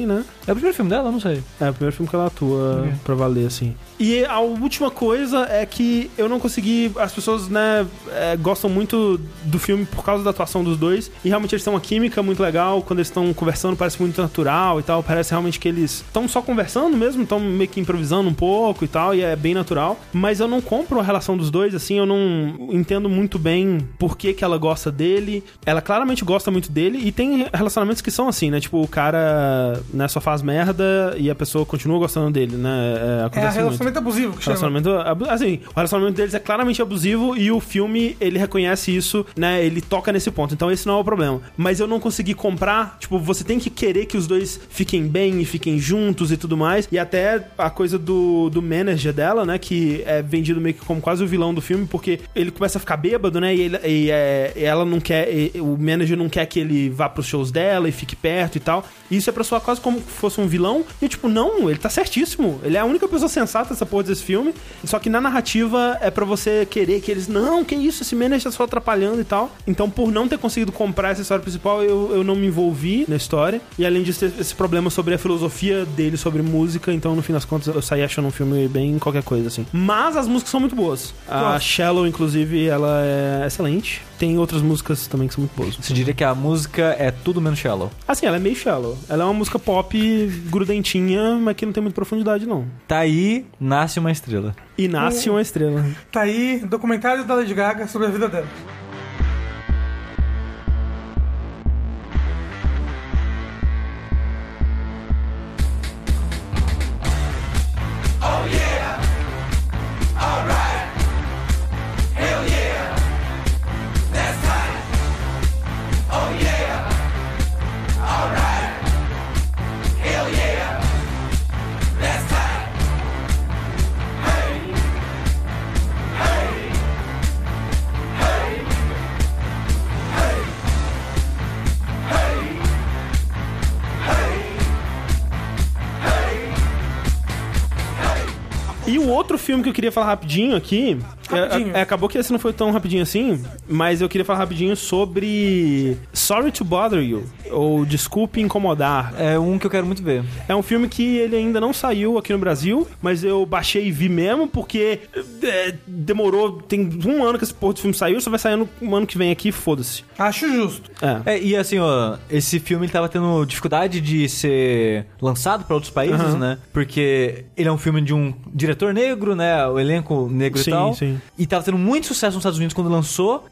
É o primeiro filme dela? Não sei. É o primeiro filme que ela atua uhum. pra valer, assim. E a última coisa é que eu não consegui... As pessoas, né, é, gostam muito do filme por causa da atuação dos dois. E realmente eles têm uma química muito legal. Quando eles estão conversando, parece muito natural e tal. Parece realmente que eles estão só conversando mesmo. Estão meio que improvisando um pouco e tal. E é bem natural. Mas eu não compro a relação dos dois, assim. Eu não entendo muito bem por que que ela gosta dele. Ela claramente gosta muito dele. E tem relacionamentos que são assim, né? Tipo, o cara, né, só faz merda e a pessoa continua gostando dele, né? É, acontece é relacionamento muito. abusivo que relacionamento, chama. Assim, o relacionamento deles é claramente abusivo e o filme, ele reconhece isso, né? Ele toca nesse ponto. Então esse não é o problema. Mas eu não consegui comprar, tipo, você tem que querer que os dois fiquem bem e fiquem juntos e tudo mais. E até a coisa do, do manager dela, né? Que é vendido meio que como quase o vilão do filme, porque ele começa a ficar bêbado, né? E, ele, e é, ela não quer, e, o manager não quer que ele vá pros shows dela e fique perto e tal. E isso é pra soar quase como se fosse um vilão. E tipo, não, ele tá certíssimo. Ele é a única pessoa sensata dessa porra desse filme. Só que na narrativa é pra você querer que eles, não, que isso, esse manager tá só atrapalhando e tal. Então, por não ter conseguido comprar essa história principal, eu, eu não me envolvi na história. E além disso, ter esse problema sobre a filosofia dele sobre música. Então, no fim das contas, eu saí achando um filme bem qualquer coisa, assim. Mas as músicas são muito boas. A Shallow, inclusive, ela é excelente. Tem outras músicas também que são muito boas. Você diria que a música é tudo menos Shallow? Assim, ela é meio Shallow. Ela é uma música pop grudentinha, mas que não tem muita profundidade, não. Tá aí, nasce uma estrela. E nasce uma estrela. Tá aí, documentário da Lady Gaga sobre a vida dela. E o outro filme que eu queria falar rapidinho aqui... Rapidinho. É, é, acabou que esse não foi tão rapidinho assim, mas eu queria falar rapidinho sobre Sorry to Bother You, ou Desculpe Incomodar. É um que eu quero muito ver. É um filme que ele ainda não saiu aqui no Brasil, mas eu baixei e vi mesmo, porque é, demorou, tem um ano que esse porra de filme saiu, só vai sair no um ano que vem aqui, foda-se. Acho justo. É. É, e assim, ó, esse filme ele tava tendo dificuldade de ser lançado pra outros países, uhum. né? Porque ele é um filme de um diretor negro, né? O elenco negro sim, e tal. Sim. E tava tendo muito sucesso nos Estados Unidos quando lançou,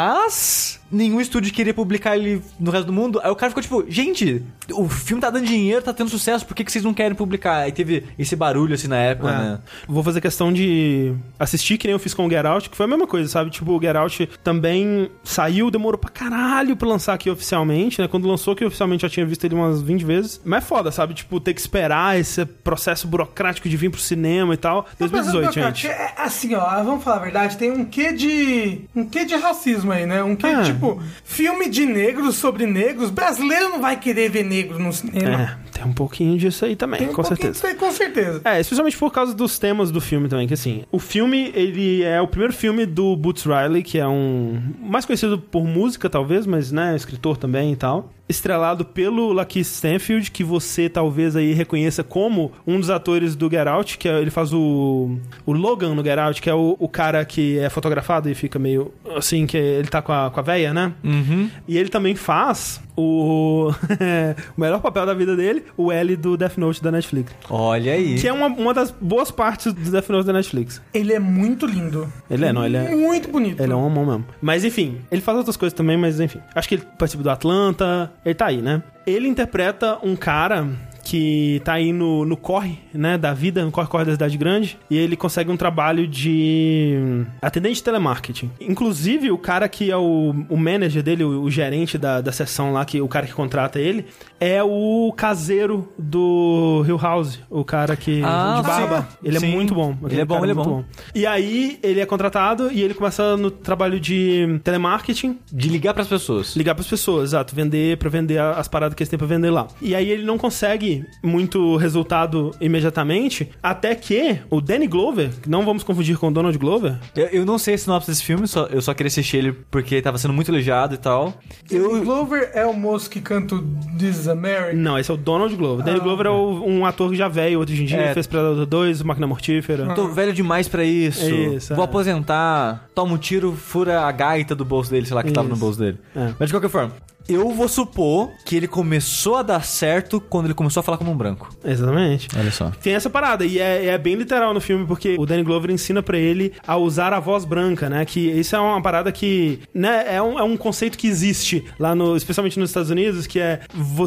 mas nenhum estúdio queria publicar ele no resto do mundo. Aí o cara ficou tipo, gente, o filme tá dando dinheiro, tá tendo sucesso, por que, que vocês não querem publicar? Aí teve esse barulho assim na época, é. né? Vou fazer questão de assistir, que nem eu fiz com o Get Out, que foi a mesma coisa, sabe? Tipo, o Get Out também saiu, demorou pra caralho pra lançar aqui oficialmente, né? Quando lançou que eu oficialmente já tinha visto ele umas vinte vezes. Mas é foda, sabe? Tipo, ter que esperar esse processo burocrático de vir pro cinema e tal. dois mil e dezoito, gente. É, assim, ó, vamos falar a verdade, tem um quê de... um quê de racismo aí, né? Um quê, Ah. tipo, filme de negros sobre negros, brasileiro não vai querer ver negro no cinema. É, tem um pouquinho disso aí também, Tem um com pouquinho certeza. disso aí, com certeza. É, especialmente por causa dos temas do filme também, que assim, o filme, ele é o primeiro filme do Boots Riley, que é um... mais conhecido por música, talvez, mas, né, escritor também e tal. Estrelado pelo Lakeith Stanfield, que você talvez aí reconheça como um dos atores do Get Out, que é, ele faz o, o Logan no Get Out, que é o, o cara que é fotografado e fica meio assim, que ele tá com a, com a véia, né? Uhum. E ele também faz o, o melhor papel da vida dele, o L do Death Note da Netflix. Olha aí. Que é uma, uma das boas partes do Death Note da Netflix. Ele é muito lindo. Ele é, não, ele é... Muito bonito. Ele é um homão mesmo. Mas enfim, ele faz outras coisas também, mas enfim. Acho que ele participa do Atlanta, ele tá aí, né? Ele interpreta um cara que tá aí no, no corre, né, da vida, no corre-corre da cidade grande, e ele consegue um trabalho de atendente de telemarketing. Inclusive, o cara que é o, o manager dele, o, o gerente da, da seção lá, que, o cara que contrata ele, é o caseiro do Hill House, o cara que... Ah, de barba. sim. Ele Sim. é muito bom. Ele é bom, cara ele é muito bom. E aí, ele é contratado e ele começa no trabalho de telemarketing, De ligar pras pessoas. ligar pras pessoas, exato, vender, pra vender as paradas que eles têm pra vender lá. E aí ele não consegue teve muito resultado imediatamente, até que o Danny Glover, que não vamos confundir com o Donald Glover. Eu, eu não sei a sinopse desse filme, só, eu só queria assistir ele porque tava sendo muito elogiado e tal. O Glover é o moço que canta o This is America? Não, esse é o Donald Glover. Ah, Danny Glover é o- um ator que já velho, hoje em dia É. fez Predador dois, Máquina Mortífera. Tô velho demais pra isso. Isso, Vou é. aposentar. Toma um tiro, fura a gaita do bolso dele, sei lá, que tava no Isso. bolso dele. É. Mas de qualquer forma, eu vou supor que ele começou a dar certo quando ele começou a falar como um branco. Exatamente. Olha só. Tem essa parada, e é, é bem literal no filme, porque o Danny Glover ensina pra ele a usar a voz branca, né? Que isso é uma parada que, né, é um, é um conceito que existe lá no, especialmente nos Estados Unidos, que é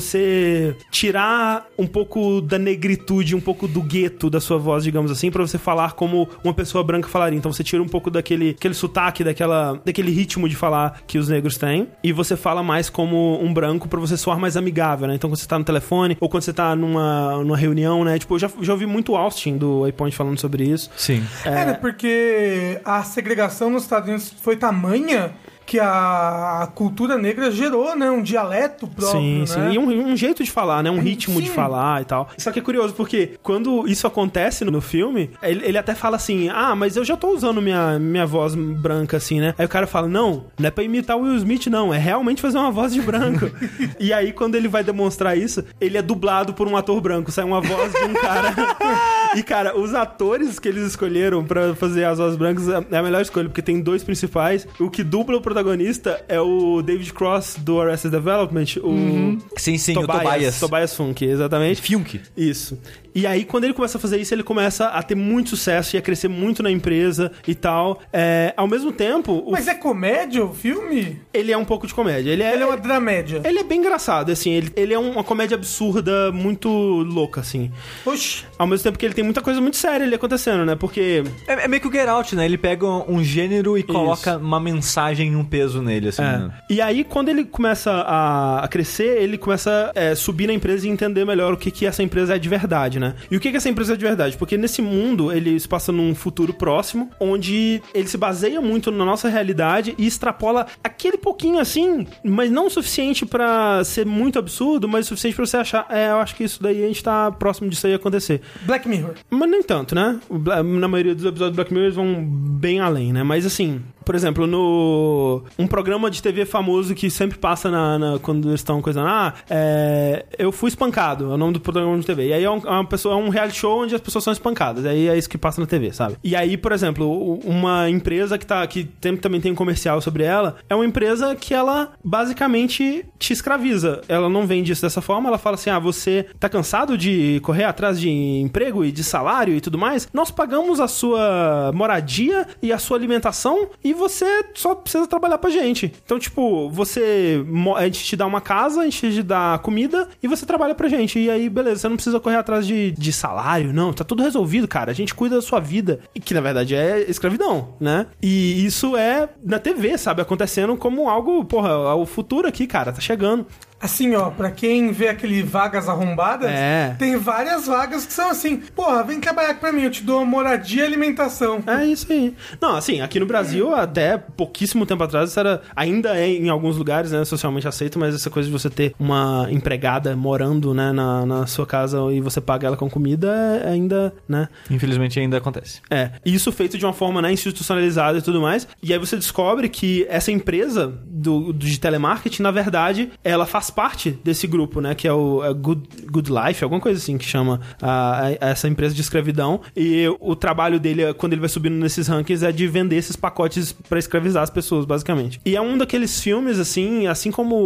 você tirar um pouco da negritude, um pouco do gueto da sua voz, digamos assim, pra você falar como uma pessoa branca falaria. Então você tira um pouco daquele aquele sotaque, daquela, daquele ritmo de falar que os negros têm, e você fala mais como um branco pra você soar mais amigável, né? Então quando você tá no telefone, ou quando você tá numa, numa reunião, né? Tipo, eu já, já ouvi muito Austin do Waypoint falando sobre isso. Sim. É, né, porque a segregação nos Estados Unidos foi tamanha que a, a cultura negra gerou, né, um dialeto próprio, Sim, né? sim. E um, um jeito de falar, né? Um ritmo de Sim. falar e tal. Só que é curioso, porque quando isso acontece no filme, ele, ele até fala assim, ah, mas eu já tô usando minha, minha voz branca, assim, né? Aí o cara fala, não, não é pra imitar o Will Smith, não. É realmente fazer uma voz de branco. E aí, quando ele vai demonstrar isso, ele é dublado por um ator branco. Sai uma voz de um cara... E, cara, os atores que eles escolheram pra fazer as vozes brancas é a melhor escolha, porque tem dois principais. O que dubla o protagonista é o David Cross do Arrested Development, o Sim, sim, Tobias, o Tobias. Tobias Funk, exatamente. Funk. Isso. E aí, quando ele começa a fazer isso, ele começa a ter muito sucesso e a crescer muito na empresa e tal. É, ao mesmo tempo, o Mas é comédia o filme? ele é um pouco de comédia. Ele é, Ele é uma dramédia. ele é bem engraçado, assim. Ele, ele é uma comédia absurda, muito louca, assim. Oxi. Ao mesmo tempo que ele tem muita coisa muito séria ali acontecendo, né? Porque... É, é meio que o Get Out, né? Ele pega um gênero e coloca uma mensagem e um peso nele, assim. É. Né? E aí, quando ele começa a, a crescer, ele começa a é, subir na empresa e entender melhor o que, que essa empresa é de verdade, né? E o que, que essa empresa é de verdade? Porque nesse mundo, ele se passa num futuro próximo, onde ele se baseia muito na nossa realidade e extrapola aquele pouquinho assim, mas não o suficiente pra ser muito absurdo, mas o suficiente pra você achar, é, eu acho que isso daí a gente tá próximo disso aí acontecer. Black Mirror. Mas nem tanto, né? O Bla- Na maioria dos episódios do Black Mirror eles vão bem além, né? Mas assim, por exemplo, no... Um programa de T V famoso que sempre passa na, na- quando eles estão coisando, ah, é... eu fui espancado, é o nome do programa de T V. E aí é um, é uma pessoa, é um reality show onde as pessoas são espancadas. Aí é isso que passa na T V, sabe? E aí, por exemplo, o- uma empresa que tá... que tem, também tem um comercial sobre ela, é uma empresa que ela basicamente te escraviza. Ela não vende isso dessa forma, ela fala assim, ah, você tá cansado de correr atrás de emprego e de salário e tudo mais? Nós pagamos a sua moradia e a sua alimentação e você só precisa trabalhar pra gente. Então, tipo, você... mo- A gente te dá uma casa, a gente te dá comida e você trabalha pra gente. E aí, beleza, você não precisa correr atrás de, de salário, não. Tá tudo resolvido, cara. A gente cuida da sua vida. E que, na verdade, é escravidão, né? E isso é na T V, sabe? Acontecendo como algo, porra, o futuro aqui, cara, tá chegando. Assim, ó, pra quem vê aquele Vagas Arrombadas, É. tem várias vagas que são assim, porra, vem trabalhar aqui pra mim, eu te dou moradia e alimentação. É isso aí. Não, assim, aqui no Brasil, até pouquíssimo tempo atrás, isso era, ainda é em alguns lugares, né, socialmente aceito, mas essa coisa de você ter uma empregada morando, né, na, na sua casa e você paga ela com comida, é ainda, né... Infelizmente ainda acontece. É, isso feito de uma forma, né, institucionalizada e tudo mais. E aí você descobre que essa empresa do, do- de telemarketing, na verdade, ela faz parte desse grupo, né, que é o é Good, Good Life, alguma coisa assim que chama a, a- essa empresa de escravidão. E o trabalho dele, quando ele vai subindo nesses rankings, é de vender esses pacotes pra escravizar as pessoas, basicamente. E é um daqueles filmes, assim, assim como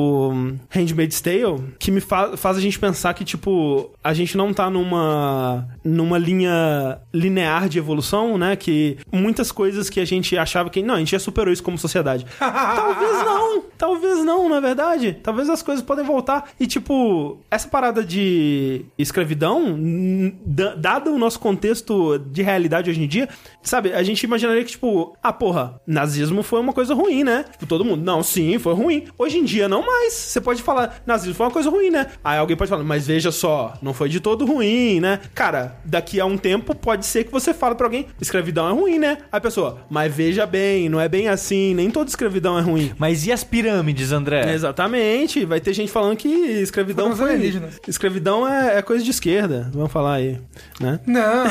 o Handmaid's Tale, que me fa- faz a gente pensar que, tipo, a gente não tá numa, numa linha linear de evolução, né, que muitas coisas que a gente achava que, não, a gente já superou isso como sociedade. Talvez não, talvez não, na verdade. Talvez as coisas podem voltar. E, tipo, essa parada de escravidão, n- da- dado o nosso contexto de realidade hoje em dia, sabe, a gente imaginaria que, tipo, ah, porra, nazismo foi uma coisa ruim, né? Tipo, todo mundo, não, sim, foi ruim. Hoje em dia, não mais. Você pode falar, nazismo foi uma coisa ruim, né? Aí alguém pode falar, mas veja só, não foi de todo ruim, né? Cara, daqui a um tempo, pode ser que você fale pra alguém, escravidão é ruim, né? Aí a pessoa, mas veja bem, não é bem assim, nem toda escravidão é ruim. Mas e as pirâmides, André? Exatamente. Ih, vai ter gente falando que escravidão Foram os foi... alienígenas. Escravidão é, é coisa de esquerda, vamos falar aí, né? Não.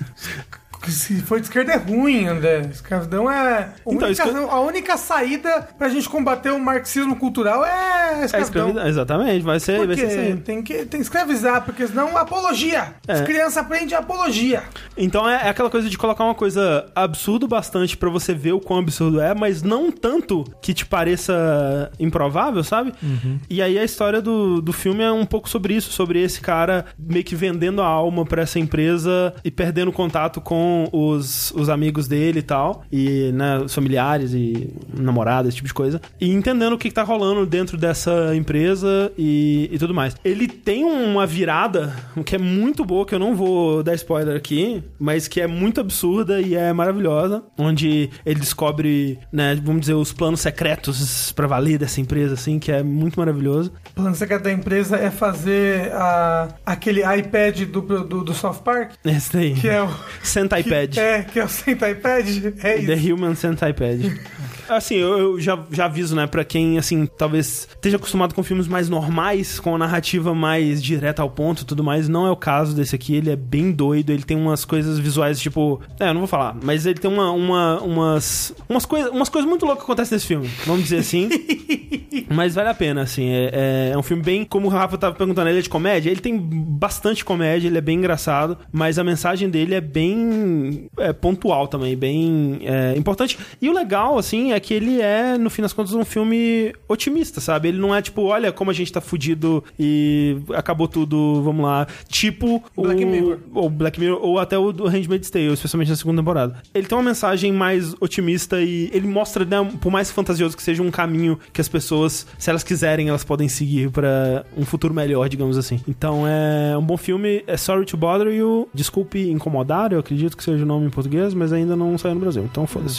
Se for de esquerda é ruim, André. Escravidão é... A, Então, única, isso que- a única saída pra gente combater o marxismo cultural é a É escravidão. escravidão, exatamente, vai ser, vai Porque ser assim. tem que, tem que escravizar, porque senão apologia. É. As crianças aprendem apologia. Então é, é aquela coisa de colocar uma coisa absurdo bastante pra você ver o quão absurdo é, mas não tanto que te pareça improvável, sabe? E aí a história do, do filme é um pouco sobre isso, sobre esse cara meio que vendendo a alma pra essa empresa e perdendo contato com os, os amigos dele e tal, e né, os familiares e namoradas, esse tipo de coisa, e entendendo o que, que tá rolando dentro dessa empresa e, e tudo mais. Ele tem uma virada que é muito boa, que eu não vou dar spoiler aqui, mas que é muito absurda e é maravilhosa, onde ele descobre, né, vamos dizer, os planos secretos pra valer dessa empresa, assim, que é muito maravilhoso. O plano secreto da empresa é fazer a, aquele iPad do, do, do South Park, Esse daí. que é o... Sentai Pad. É, que é o Sentai Pad. É The isso. Human Sentai Pad. Assim, eu, eu já, já aviso, né, pra quem, assim, talvez esteja acostumado com filmes mais normais, com a narrativa mais direta ao ponto e tudo mais, não é o caso desse aqui. Ele é bem doido, ele tem umas coisas visuais, tipo... É, eu não vou falar, mas ele tem uma, uma, umas... Umas, coisa, umas coisas muito loucas que acontecem nesse filme, vamos dizer assim. Mas vale a pena, assim. É, é, é um filme bem... Como o Rafa tava perguntando, ele é de comédia? Ele tem bastante comédia, ele é bem engraçado, mas a mensagem dele é bem é, pontual também, bem é, importante. E o legal, assim, é que ele é, no fim das contas, um filme otimista, sabe? Ele não é tipo, olha como a gente tá fudido e acabou tudo, vamos lá. Tipo Black o, Mirror. ou Black Mirror, ou até o do Handmaid's Tale, especialmente na segunda temporada. Ele tem uma mensagem mais otimista e ele mostra, né, por mais fantasioso que seja, um caminho que as pessoas, se elas quiserem, elas podem seguir pra um futuro melhor, digamos assim. Então é um bom filme. É Sorry to Bother You. Desculpe incomodar, eu acredito que seja o nome em português, mas ainda não saiu no Brasil. Então foda-se.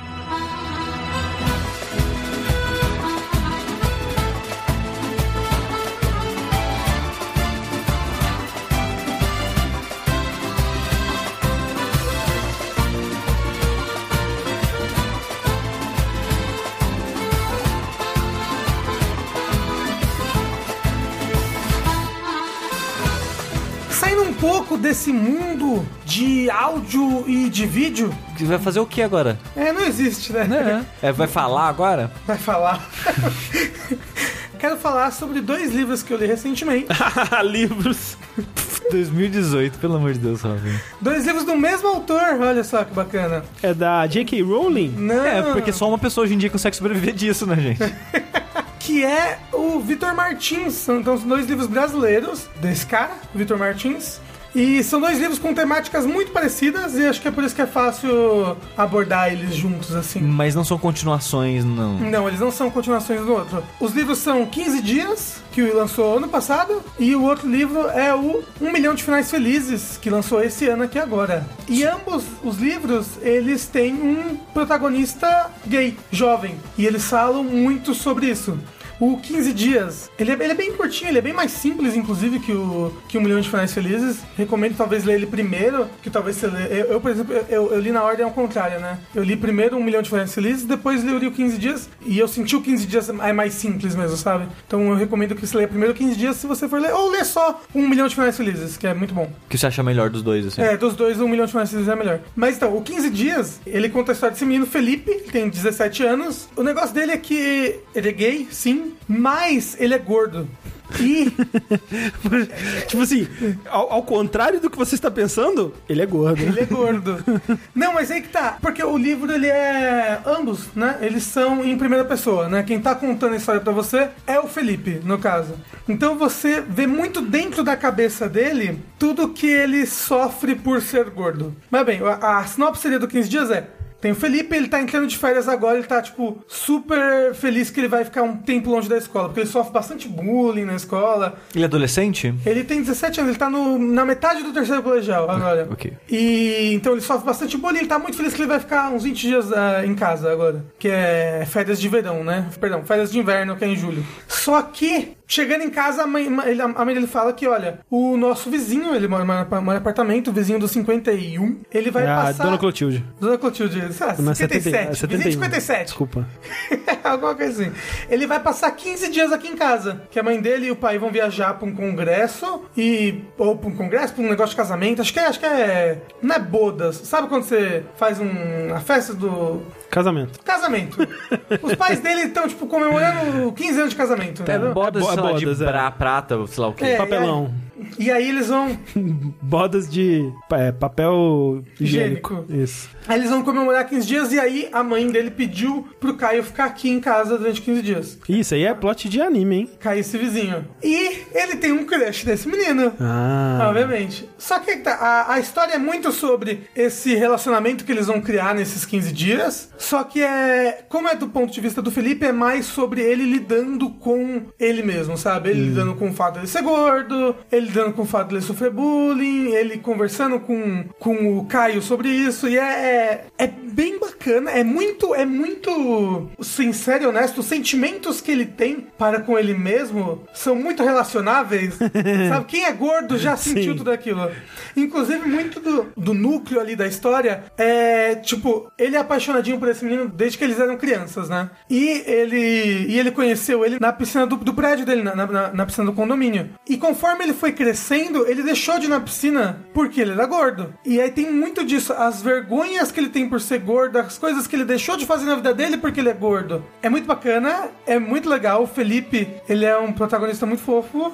Saindo um pouco desse mundo de áudio e de vídeo, Vai fazer o que agora? é, não existe, né? É, vai falar agora? Vai falar. Quero falar sobre dois livros que eu li recentemente. Livros. dois mil e dezoito, pelo amor de Deus, Rafinha. Dois livros do mesmo autor, olha só que bacana. É da J K. Rowling? Não, É, porque só uma pessoa hoje em dia consegue sobreviver disso, né, gente? que é o Vitor Martins. São, então, são dois livros brasileiros desse cara, Vitor Martins. E são dois livros com temáticas muito parecidas e acho que é por isso que é fácil abordar eles juntos, assim. Mas não são continuações, não. Não, eles não são continuações do outro. Os livros são quinze dias, que lançou ano passado, e o outro livro é o Um Milhão de Finais Felizes, que lançou esse ano aqui agora. E ambos os livros, eles têm um protagonista gay, jovem, e eles falam muito sobre isso. O quinze dias, ele é, ele é bem curtinho, ele é bem mais simples, inclusive, que o, que um Milhão de Finais Felizes. Recomendo talvez ler ele primeiro, que talvez você lê. Eu, eu por exemplo, eu, eu li na ordem ao contrário, né? Eu li primeiro Um Milhão de Finais Felizes, depois eu li o quinze dias, e eu senti o quinze dias é mais simples mesmo, sabe? Então eu recomendo que você leia primeiro quinze dias se você for ler, ou ler só Um Milhão de Finais Felizes, que é muito bom. O que você acha melhor dos dois, assim? É, dos dois, Um Milhão de Finais Felizes é melhor. Mas então, o quinze dias, ele conta a história desse menino Felipe, que tem dezessete anos. O negócio dele é que ele é gay, sim, mas ele é gordo. E... Tipo assim, ao, ao contrário do que você está pensando, ele é gordo. ele é gordo. Não, mas aí que tá. Porque o livro, ele é... Ambos, né? Eles são em primeira pessoa, né? Quem tá contando a história pra você é o Felipe, no caso. Então você vê muito dentro da cabeça dele tudo que ele sofre por ser gordo. Mas bem, a, a sinopse seria do quinze dias é... Tem o Felipe, ele tá entrando de férias agora, ele tá, tipo, super feliz que ele vai ficar um tempo longe da escola, porque ele sofre bastante bullying na escola. Ele é adolescente? Ele tem dezessete anos, ele tá no, na metade do terceiro colegial agora. Ok. E então ele sofre bastante bullying, ele tá muito feliz que ele vai ficar uns vinte dias uh, em casa agora, que é férias de verão, né? Perdão, férias de inverno, que é em julho. Só que chegando em casa, a mãe, ele- a mãe dele fala que, olha, o nosso vizinho, ele mora, mora, mora em apartamento, o vizinho do cinquenta e um, ele vai É a passar... Dona Clotilde. Dona Clotilde, ah, Mas cinquenta e sete, setenta, setenta e um. vizinho de cinquenta e sete. Desculpa. Alguma coisa assim. Ele vai passar quinze dias aqui em casa. Que a mãe dele e o pai vão viajar pra um congresso e... Ou pra um congresso, pra um negócio de casamento. Acho que é... Acho que é... Não é bodas. Sabe quando você faz um... A festa do... Casamento. Casamento. Os pais dele estão, tipo, comemorando quinze anos de casamento. É, entendeu? bodas, bo- sei lá, bodas, de é. pra, prata, ou sei lá o quê. É, Papelão. E aí eles vão... Bodas de é, papel higiênico. Higiênico. Isso. Aí eles vão comemorar quinze dias e aí a mãe dele pediu pro Caio ficar aqui em casa durante quinze dias. Isso aí é plot de anime, hein? Caio, esse vizinho. E ele tem um crush desse menino. Ah. Obviamente. Só que tá, a, a história é muito sobre esse relacionamento que eles vão criar nesses quinze dias. Só que é... Como é do ponto de vista do Felipe, é mais sobre ele lidando com ele mesmo, sabe? Ele lidando com o fato dele ser gordo, ele lidando com o fato dele sofrer bullying, ele conversando com, com o Caio sobre isso. E é, é, é bem bacana. É muito, é muito sincero e honesto. Os sentimentos que ele tem para com ele mesmo são muito relacionáveis. Sabe? Quem é gordo já sentiu Sim. tudo aquilo. Inclusive, muito do, do núcleo ali da história é, tipo, ele é apaixonadinho por esse menino desde que eles eram crianças, né? E ele, e ele conheceu ele na piscina do, do prédio dele, na, na, na piscina do condomínio. E conforme ele foi crescendo, ele deixou de ir na piscina porque ele era gordo. E aí tem muito disso. As vergonhas que ele tem por ser gordo, as coisas que ele deixou de fazer na vida dele porque ele é gordo. É muito bacana, é muito legal. O Felipe, ele é um protagonista muito fofo.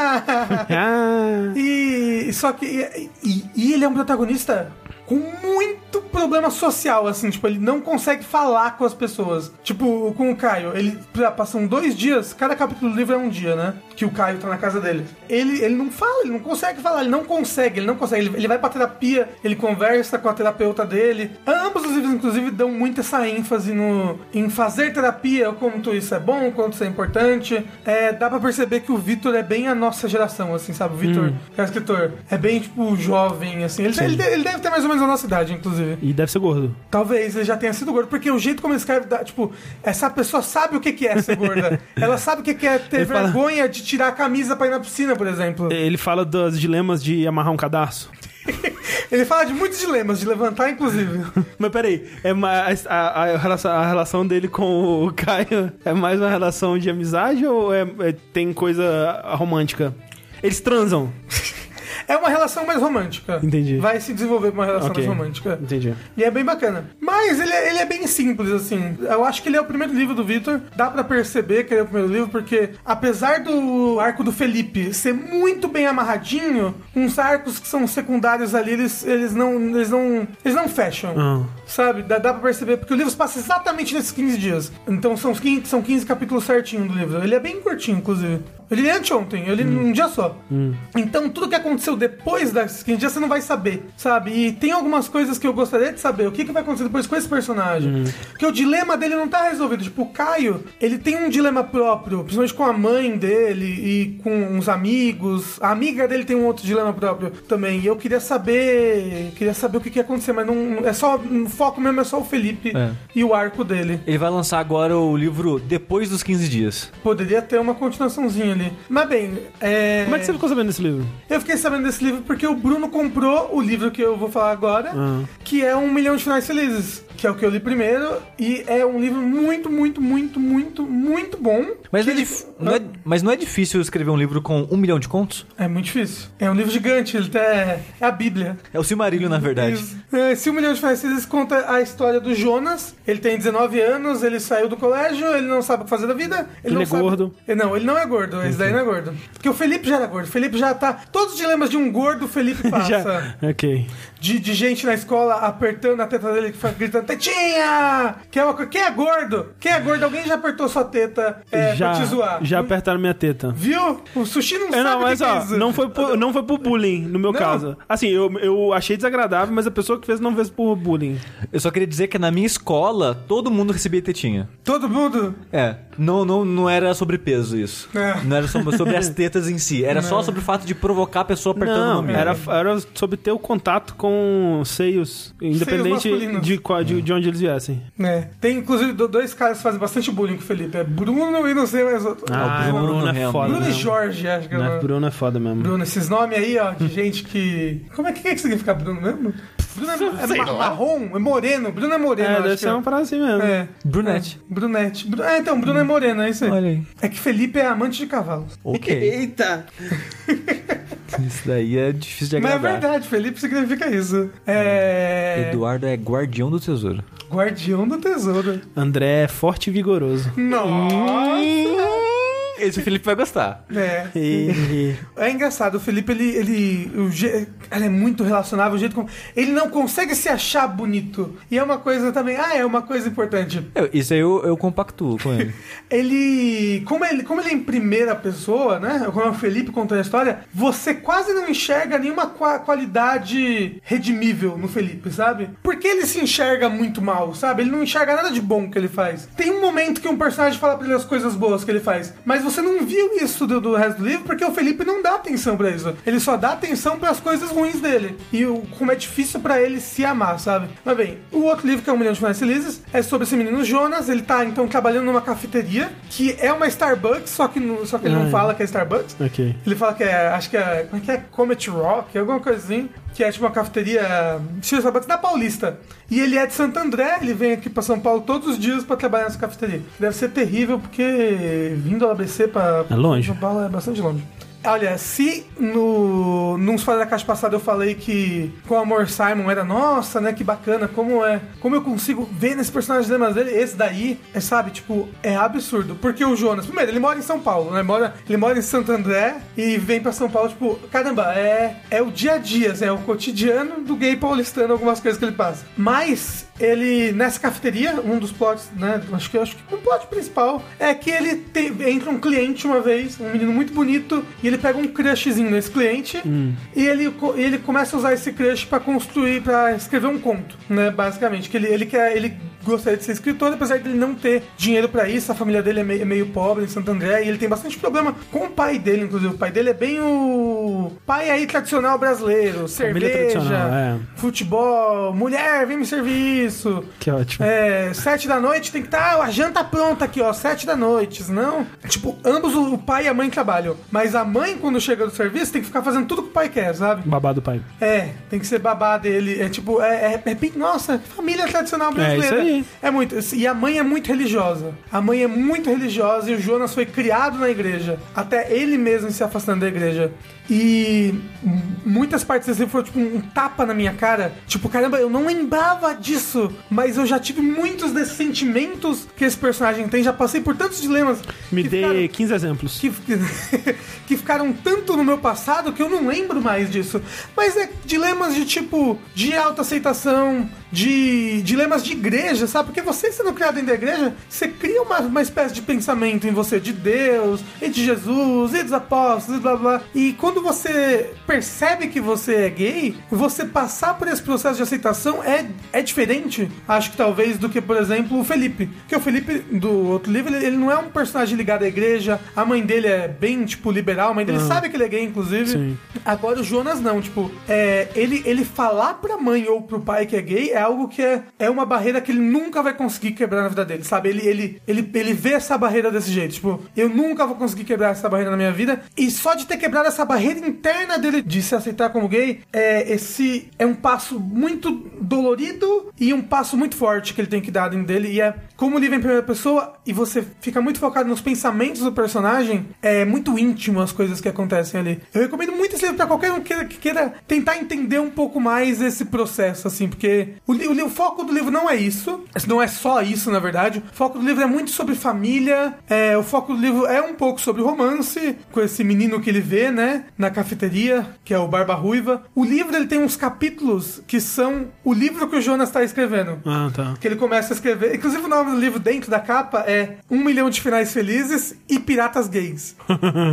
Ah. E só que e, e- e ele é um protagonista com muito problema social, assim, tipo, ele não consegue falar com as pessoas. Tipo, com o Caio, ele já passam dois dias, cada capítulo do livro é um dia, né? Que o Caio tá na casa dele. Ele, ele não fala, ele não consegue falar, ele não consegue, ele não consegue. Ele, ele vai pra terapia, ele conversa com a terapeuta dele. Ambos os livros, inclusive, dão muito essa ênfase no, em fazer terapia, o quanto isso é bom, o quanto isso é importante. É, dá pra perceber que o Vitor é bem a nossa geração, assim, sabe? O Vitor, que é o escritor, é bem, tipo, jovem, assim. Ele, ele, ele deve ter mais ou menos a nossa idade, inclusive. E deve ser gordo. Talvez ele já tenha sido gordo, porque o jeito como ele escreve, dá, tipo, essa pessoa sabe o que que é ser gorda. Ela sabe o que que é ter Ele fala- vergonha de tirar a camisa pra ir na piscina, por exemplo. Ele fala dos dilemas de amarrar um cadarço. Ele fala de muitos dilemas, de levantar, inclusive. Mas peraí, é mais, a, a, relação, a relação dele com o Caio é mais uma relação de amizade ou é, é- tem coisa romântica? Eles transam. É uma relação mais romântica. Entendi. Vai se desenvolver pra uma relação Ok. mais romântica. Entendi. E é bem bacana. Mas ele, é- ele é bem simples, assim. Eu acho que ele é o primeiro livro do Victor. Dá pra perceber que ele é o primeiro livro, porque apesar do arco do Felipe ser muito bem amarradinho, uns arcos que são secundários ali, eles, eles, não, eles, não, eles não fecham. Ah. Sabe? Dá, dá pra perceber, porque o livro se passa exatamente nesses quinze dias. Então são, os quinze, são quinze capítulos certinho do livro. Ele é bem curtinho, inclusive. Eu li anteontem, eu li num dia só. Então tudo que aconteceu depois das quinze dias você não vai saber, sabe? E tem algumas coisas que eu gostaria de saber. O que, que vai acontecer depois com esse personagem? Porque o dilema dele não tá resolvido. Tipo, o Caio, ele tem um dilema próprio, principalmente com a mãe dele e com os amigos. A amiga dele tem um outro dilema próprio também. E eu queria saber. Queria saber o que, que ia acontecer, mas não. É só. O foco mesmo é só o Felipe É. e o arco dele. Ele vai lançar agora o livro depois dos quinze dias. Poderia ter uma continuaçãozinha ali. Mas bem, é. Como é que você ficou sabendo desse livro? Eu fiquei sabendo desse livro porque o Bruno comprou o livro que eu vou falar agora, Ah. que é Um Milhão de Finais Felizes, que é o que eu li primeiro, e é um livro muito, muito, muito, muito, muito bom. Mas Que não, é ele- dif- não é- mas não é difícil escrever um livro com um milhão de contos? É muito difícil. É um livro gigante, ele é, é a Bíblia. É o Silmarillion, na verdade. Isso. É, Se Um Milhão de Finais Felizes conta a história do Jonas. Ele tem dezenove anos, ele saiu do colégio, ele não sabe o que fazer da vida. Ele não é sabe- gordo. É, Não, ele não é gordo, esse daí não é gordo. Porque o Felipe já era gordo. O Felipe já tá... Todos os dilemas de um gordo, o Felipe passa. Já. Ok. De, de gente na escola apertando a teta dele, que fica gritando, tetinha! Que é uma coisa. Quem é gordo? Quem é gordo? Alguém já apertou sua teta é, já, pra te zoar? já apertaram minha teta. Viu? O Sushi não É, sabe não, o mas que que é ó, isso. não foi, por, não foi por bullying, no meu Não. caso. Assim, eu, eu achei desagradável, mas a pessoa que fez não fez por bullying. Eu só queria dizer que na minha escola, todo mundo recebia tetinha. Todo mundo? É, não, não, não era sobre peso isso. É. Não era sobre, sobre as tetas em si. Era só sobre o fato de provocar a pessoa apertando no Não, mamilo. era, era sobre ter o contato com seios, independente masculinos. de, qual- de, de, de onde eles viessem. É. Tem, inclusive, do- dois caras que fazem bastante bullying com o Felipe. É Bruno e não sei mais outro. Ah, Bruno, Bruno é realmente. foda Bruno e mesmo. Jorge, acho que é o Né? nome. Bruno é foda mesmo. Bruno, esses nomes aí, ó, de gente que... Como é que, que, é que significa Bruno mesmo? Bruno é, é Sei ma- lá. marrom, é moreno. Bruno é moreno, É, acho deve que ser uma parada assim mesmo. É. Brunete. É, Brunete. Bru- É, então, Bruno é moreno, é isso aí. Olha aí. É que Felipe é amante de cavalos. Ok. Eita! Isso daí é difícil de Mas é agradar. verdade, Felipe significa isso. É... Eduardo é guardião do tesouro. Guardião do tesouro. André é forte e vigoroso. Nossa! Esse o Felipe vai gostar. É. E- É engraçado, o Felipe, ele, ele, o je- ele é muito relacionável, o jeito como... Ele não consegue se achar bonito. E é uma coisa também... Ah, é uma coisa importante. Eu- isso aí eu, eu compactuo com ele. Ele como, ele... como ele é em primeira pessoa, né? Como é o Felipe contando a história, você quase não enxerga nenhuma qua- qualidade redimível no Felipe, sabe? Porque ele se enxerga muito mal, sabe? Ele não enxerga nada de bom que ele faz. Tem um momento que um personagem fala pra ele as coisas boas que ele faz, mas você não viu isso do, do resto do livro porque o Felipe não dá atenção pra isso. Ele só dá atenção pras coisas ruins dele. E o, como é difícil pra ele se amar, sabe? Mas bem, o outro livro, que é Um Milhão de Finais Felizes, é sobre esse menino Jonas. Ele tá, então, trabalhando numa cafeteria, que é uma Starbucks, só que, não- só que ele não Ai. fala que é Starbucks. Ok. Ele fala que é, acho que é, como é que é? Comet Rock, alguma coisa assim. Que é tipo uma cafeteria estilo Starbucks da Paulista. E ele é de Santo André, ele vem aqui pra São Paulo todos os dias pra trabalhar nessa cafeteria. Deve ser terrível, porque vindo ao A B C pra É longe. São Paulo é bastante longe. Olha, se no num Fora da Caixa passado eu falei que com o Amor Simon era, nossa, né, que bacana, como é, como eu consigo ver nesse personagem os dilemas dele, esse daí, é, sabe, tipo, é absurdo, porque o Jonas, primeiro, ele mora em São Paulo, né, ele mora, ele mora em Santo André e vem pra São Paulo, tipo, caramba, é, é o dia a dia, assim, é o cotidiano do gay paulistano, algumas coisas que ele passa, mas ele, nessa cafeteria, um dos plots, né, acho que, acho que um plot principal é que ele tem, entra um cliente uma vez, um menino muito bonito, e ele pega um crushzinho nesse cliente e ele, co- ele começa a usar esse crush pra construir, pra escrever um conto, né, basicamente, que ele, ele quer, ele gostaria de ser escritor, apesar de ele não ter dinheiro pra isso, a família dele é meio, é meio pobre em Santo André, e ele tem bastante problema com o pai dele, inclusive, o pai dele é bem o pai aí tradicional brasileiro, Família cerveja, tradicional, é. futebol, mulher, vem me servir isso. Que ótimo. É, sete da noite tem que estar a janta pronta aqui, ó, sete da noite, senão... Tipo, ambos, o pai e a mãe trabalham, mas a mãe, quando chega do serviço, tem que ficar fazendo tudo que o pai quer, sabe? Babá do pai. É, tem que ser babá dele, é tipo, é, é, é bem, nossa, família tradicional brasileira. isso aí. É muito, e a mãe é muito religiosa, a mãe é muito religiosa e o Jonas foi criado na igreja, até ele mesmo se afastando da igreja. E muitas partes desse livro foram tipo um tapa na minha cara. Tipo, caramba, eu não lembrava disso, mas eu já tive muitos desses sentimentos que esse personagem tem. Já passei por tantos dilemas. Me que dê ficaram- quinze exemplos. que, que ficaram tanto no meu passado que eu não lembro mais disso. Mas é dilemas de tipo, de autoaceitação, de dilemas de igreja, sabe? Porque você sendo criado dentro da igreja, você cria uma, uma espécie de pensamento em você de Deus, e de Jesus, e dos apóstolos, e blá blá. E quando você percebe que você é gay, você passar por esse processo de aceitação é, é diferente, acho que talvez, do que, por exemplo, o Felipe. Porque o Felipe, do outro livro, ele, ele não é um personagem ligado à igreja, a mãe dele é bem, tipo, liberal, a mãe dele sabe que ele é gay, inclusive. Sim. Agora o Jonas não, tipo, é, ele, ele falar pra mãe ou pro pai que é gay é algo que é, é uma barreira que ele nunca vai conseguir quebrar na vida dele, sabe? Ele, ele, ele, ele vê essa barreira desse jeito, tipo, eu nunca vou conseguir quebrar essa barreira na minha vida, e só de ter quebrado essa barreira interna dele de se aceitar como gay, é, esse é um passo muito dolorido e um passo muito forte que ele tem que dar dentro dele, e é como o livro é em primeira pessoa e você fica muito focado nos pensamentos do personagem, é muito íntimo as coisas que acontecem ali. Eu recomendo muito esse livro pra qualquer um que queira, que queira tentar entender um pouco mais esse processo, assim, porque o, li- o, li- o foco do livro não é isso, não é só isso, na verdade. O foco do livro é muito sobre família, é, o foco do livro é um pouco sobre romance, com esse menino que ele vê, né, na cafeteria, que é o Barba Ruiva. O livro, ele tem uns capítulos que são o livro que o Jonas tá escrevendo. Ah, tá. Que ele começa a escrever. Inclusive, o nome do livro dentro da capa é Um Milhão de Finais Felizes e Piratas Gays.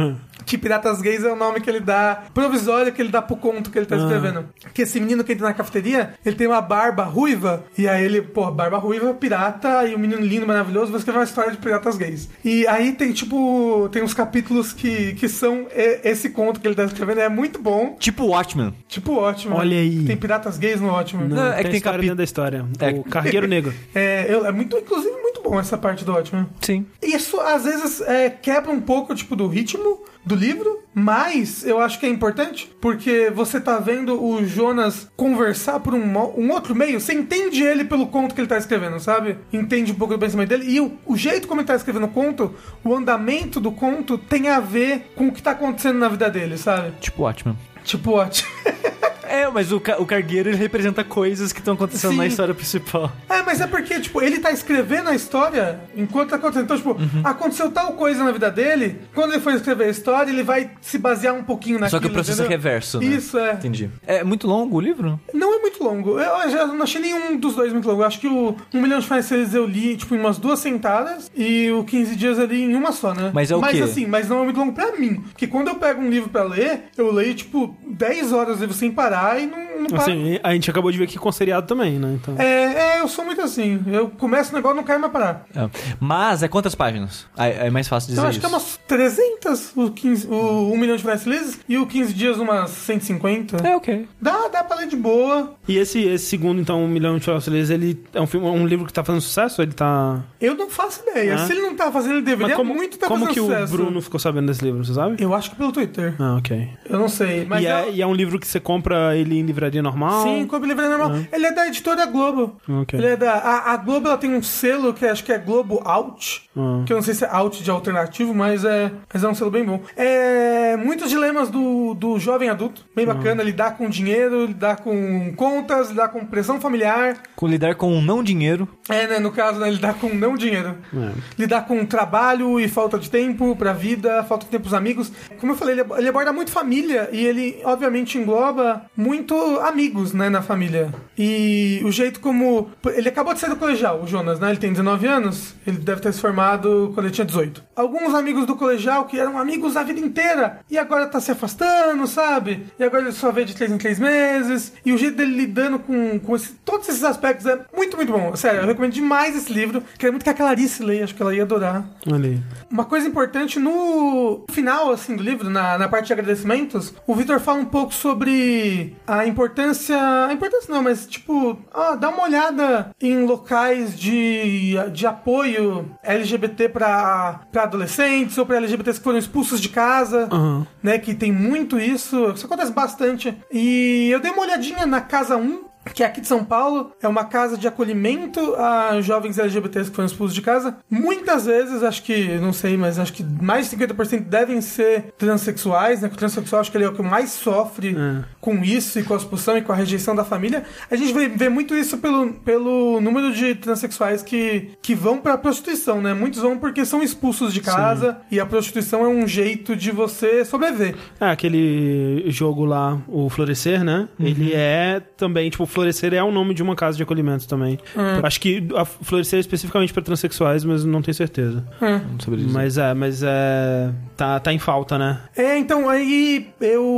que Piratas Gays é o nome que ele dá, provisório que ele dá pro conto que ele tá escrevendo. Que esse menino que entra na cafeteria, ele tem uma barba ruiva, e aí ele, pô, barba ruiva, pirata, e um menino lindo, maravilhoso, vou escrever uma história de Piratas Gays. E aí tem, tipo, tem uns capítulos que, que são esse conto que ele tá escrevendo, é muito bom. Tipo Watchmen. Tipo Watchmen. Olha aí. Tem Piratas Gays no Watchmen. Não, Não, é é que que tem tem história capi- dentro da história. É. O Cargueiro Negro. É, eu- é muito, inclusive, muito bom essa parte do Watchmen. Sim. Isso, às vezes, é, quebra um pouco, tipo, do ritmo do livro, mas eu acho que é importante, porque você tá vendo o Jonas conversar por um, mo- um outro meio, você entende ele pelo conto que ele tá escrevendo, sabe? Entende um pouco do pensamento dele, e o, o jeito como ele tá escrevendo o conto, o andamento do conto tem a ver com o que tá acontecendo na vida dele, sabe? Tipo Watchmen. Tipo, Watchmen. É, mas o, ca- o cargueiro, ele representa coisas que estão acontecendo Sim. na história principal. É, mas é porque, tipo, ele tá escrevendo a história enquanto tá acontecendo. Então, tipo, Uhum. aconteceu tal coisa na vida dele, quando ele for escrever a história, ele vai se basear um pouquinho naquilo. Só que o processo entendeu? é reverso, né? Isso, é. Entendi. É muito longo o livro? Não é muito longo. Eu já não achei nenhum dos dois muito longo. Eu acho que o Um Milhão de Franceses eu li, tipo, em umas duas sentadas, e o quinze Dias eu li em uma só, né? Mas é o mas, quê? assim, mas não é muito longo pra mim. Porque quando eu pego um livro pra ler, eu leio, tipo, dez horas o livro sem parar e não, não paro. Assim, a gente acabou de ver aqui com seriado também, né? Então... É, é, eu sou muito assim. Eu começo o negócio e não quero mais parar. É. Mas é quantas páginas? É, é mais fácil dizer Eu acho isso. que é umas trezentas o, quinze, o um milhão de finais felizes e o quinze dias umas cento e cinquenta. É, ok. Dá, dá pra ler de boa. E esse, esse segundo, então, Um Milhão de Franceses, ele é um, filme, um livro que tá fazendo sucesso? Ele tá... Eu não faço ideia. É? Se ele não tá fazendo, ele deveria Mas como, muito estar como fazendo que sucesso. o Bruno ficou sabendo desse livro, você sabe? Eu acho que pelo Twitter. Ah, ok. Eu não sei. Mas e, é, e é um livro que você compra ele em livraria normal? Sim, Clube Livre é normal. Ele é da editora Globo. Ok. Ele é da... A, a Globo, ela tem um selo que acho que é Globo Out. Ah. Que eu não sei se é Out de alternativo, mas é, mas é um selo bem bom. É... Muitos dilemas do, do jovem adulto. Bem bacana. Lidar com dinheiro, lidar com contas, lidar com pressão familiar. Com lidar com um não dinheiro. É, né? No caso, né? Lidar com não dinheiro. É. Lidar com trabalho e falta de tempo pra vida, falta de tempo pros amigos. Como eu falei, ele, ele aborda muito família e ele, obviamente, engloba muito amigos, né, na família. E o jeito como... Ele acabou de sair do colegial, o Jonas, né? Ele tem dezenove anos. Ele deve ter se formado quando ele tinha dezoito. Alguns amigos do colegial que eram amigos a vida inteira e agora tá se afastando, sabe? E agora ele só vê de três em três meses. E o jeito dele lidando com, com esse, todos esses aspectos é muito, muito bom. Sério, eu recomendo demais esse livro. Quero muito que a Clarice leia, acho que ela ia adorar. Olha aí. Uma coisa importante, no final, assim, do livro, na, na parte de agradecimentos, o Victor fala um pouco sobre a importância... A importância não, mas, tipo, ah, dá uma olhada em locais de, de apoio L G B T pra, pra adolescentes ou pra L G B Ts que foram expulsos de casa, Uhum. né, que tem muito isso. Isso acontece bastante. E eu dei uma olhadinha na Casa um, que é aqui de São Paulo, é uma casa de acolhimento a jovens L G B Ts que foram expulsos de casa. Muitas vezes, acho que, não sei, mas acho que mais de cinquenta por cento devem ser transexuais, né? Que o transexual acho que ele é o que mais sofre É. com isso e com a expulsão e com a rejeição da família. A gente vê, vê muito isso pelo, pelo número de transexuais que, que vão pra prostituição, né? Muitos vão porque são expulsos de casa e a prostituição é um jeito de você sobreviver. É, aquele jogo lá, o Florescer, né? Ele é também, tipo, Florescer é o nome de uma casa de acolhimento também. Acho que a Florescer é especificamente pra transexuais, mas não tenho certeza. Não saberia dizer. Mas é, mas é... Tá, tá em falta, né? É, então, aí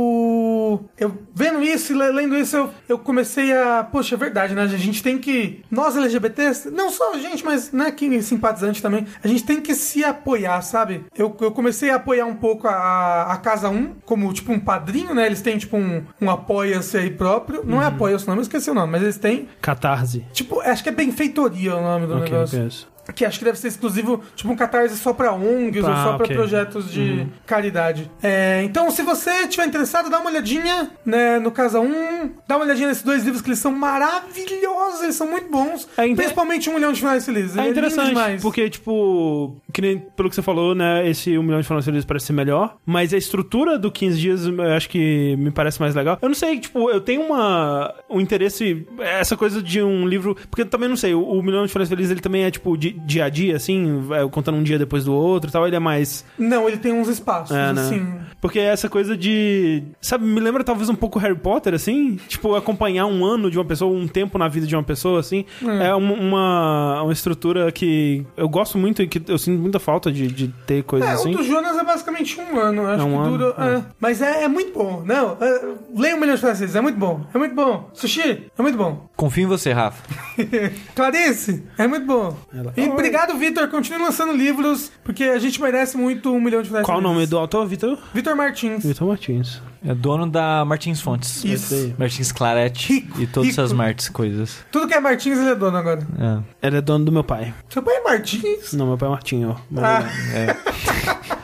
eu... Eu vendo isso e le- lendo isso, eu, eu comecei a... Poxa, é verdade, né? A gente tem que... Nós L G B Ts, não só a gente, mas, né, quem é simpatizante também, a gente tem que se apoiar, sabe? Eu, eu comecei a apoiar um pouco a, a Casa um, como, tipo, um padrinho, né? Eles têm, tipo, um, um apoia-se aí próprio. Não é apoia-se o nome, eu esqueci o nome, mas eles têm... Catarse. Tipo, acho que é benfeitoria o nome do Ok, negócio. conheço. Que acho que deve ser exclusivo, tipo um catarse só pra O N Gs Ah, ou só pra ok. projetos de caridade. É, então, se você estiver interessado, dá uma olhadinha, né, no Casa um, dá uma olhadinha nesses dois livros que eles são maravilhosos, eles são muito bons. É inter- Principalmente Um Milhão de Finais Felizes. É Ele lindo interessante, demais. porque, tipo, que nem pelo que você falou, né, esse Um Milhão de Finais Felizes parece ser melhor, mas a estrutura do quinze dias eu acho que me parece mais legal. Eu não sei, tipo, eu tenho uma, um interesse, essa coisa de um livro, porque eu também não sei, o, o Milhão de Finais Felizes, ele também é, tipo, de, dia a dia, assim, é, contando um dia depois do outro e tal, ele é mais... Não, ele tem uns espaços, É, né? assim. Porque essa coisa de... Sabe, me lembra talvez um pouco Harry Potter, assim? Tipo, acompanhar um ano de uma pessoa, um tempo na vida de uma pessoa, assim. Hum. É uma, uma, uma estrutura que eu gosto muito e que eu sinto muita falta de, de ter coisas É, assim. o do Jonas é basicamente um ano, acho É um que ano, dura... é. é. Mas é, é muito bom. Não, é, leia um milhão de franceses, é muito bom. É muito bom. Sushi, é muito bom. Confio em você, Rafa. Clarice, é muito bom. Ela- E obrigado, Vitor. Continue lançando livros, porque a gente merece muito um milhão de franceses. Qual o nome do autor, Vitor? Vitor Martins. Vitor Martins. É dono da Martins Fontes. Isso. aí. Martins Clarete. Rico, e todas rico. essas Martins coisas. Tudo que é Martins, ele é dono agora. É. Ele é dono do meu pai. Seu pai é Martins? Não, meu pai é Martinho, ó. Ah. É.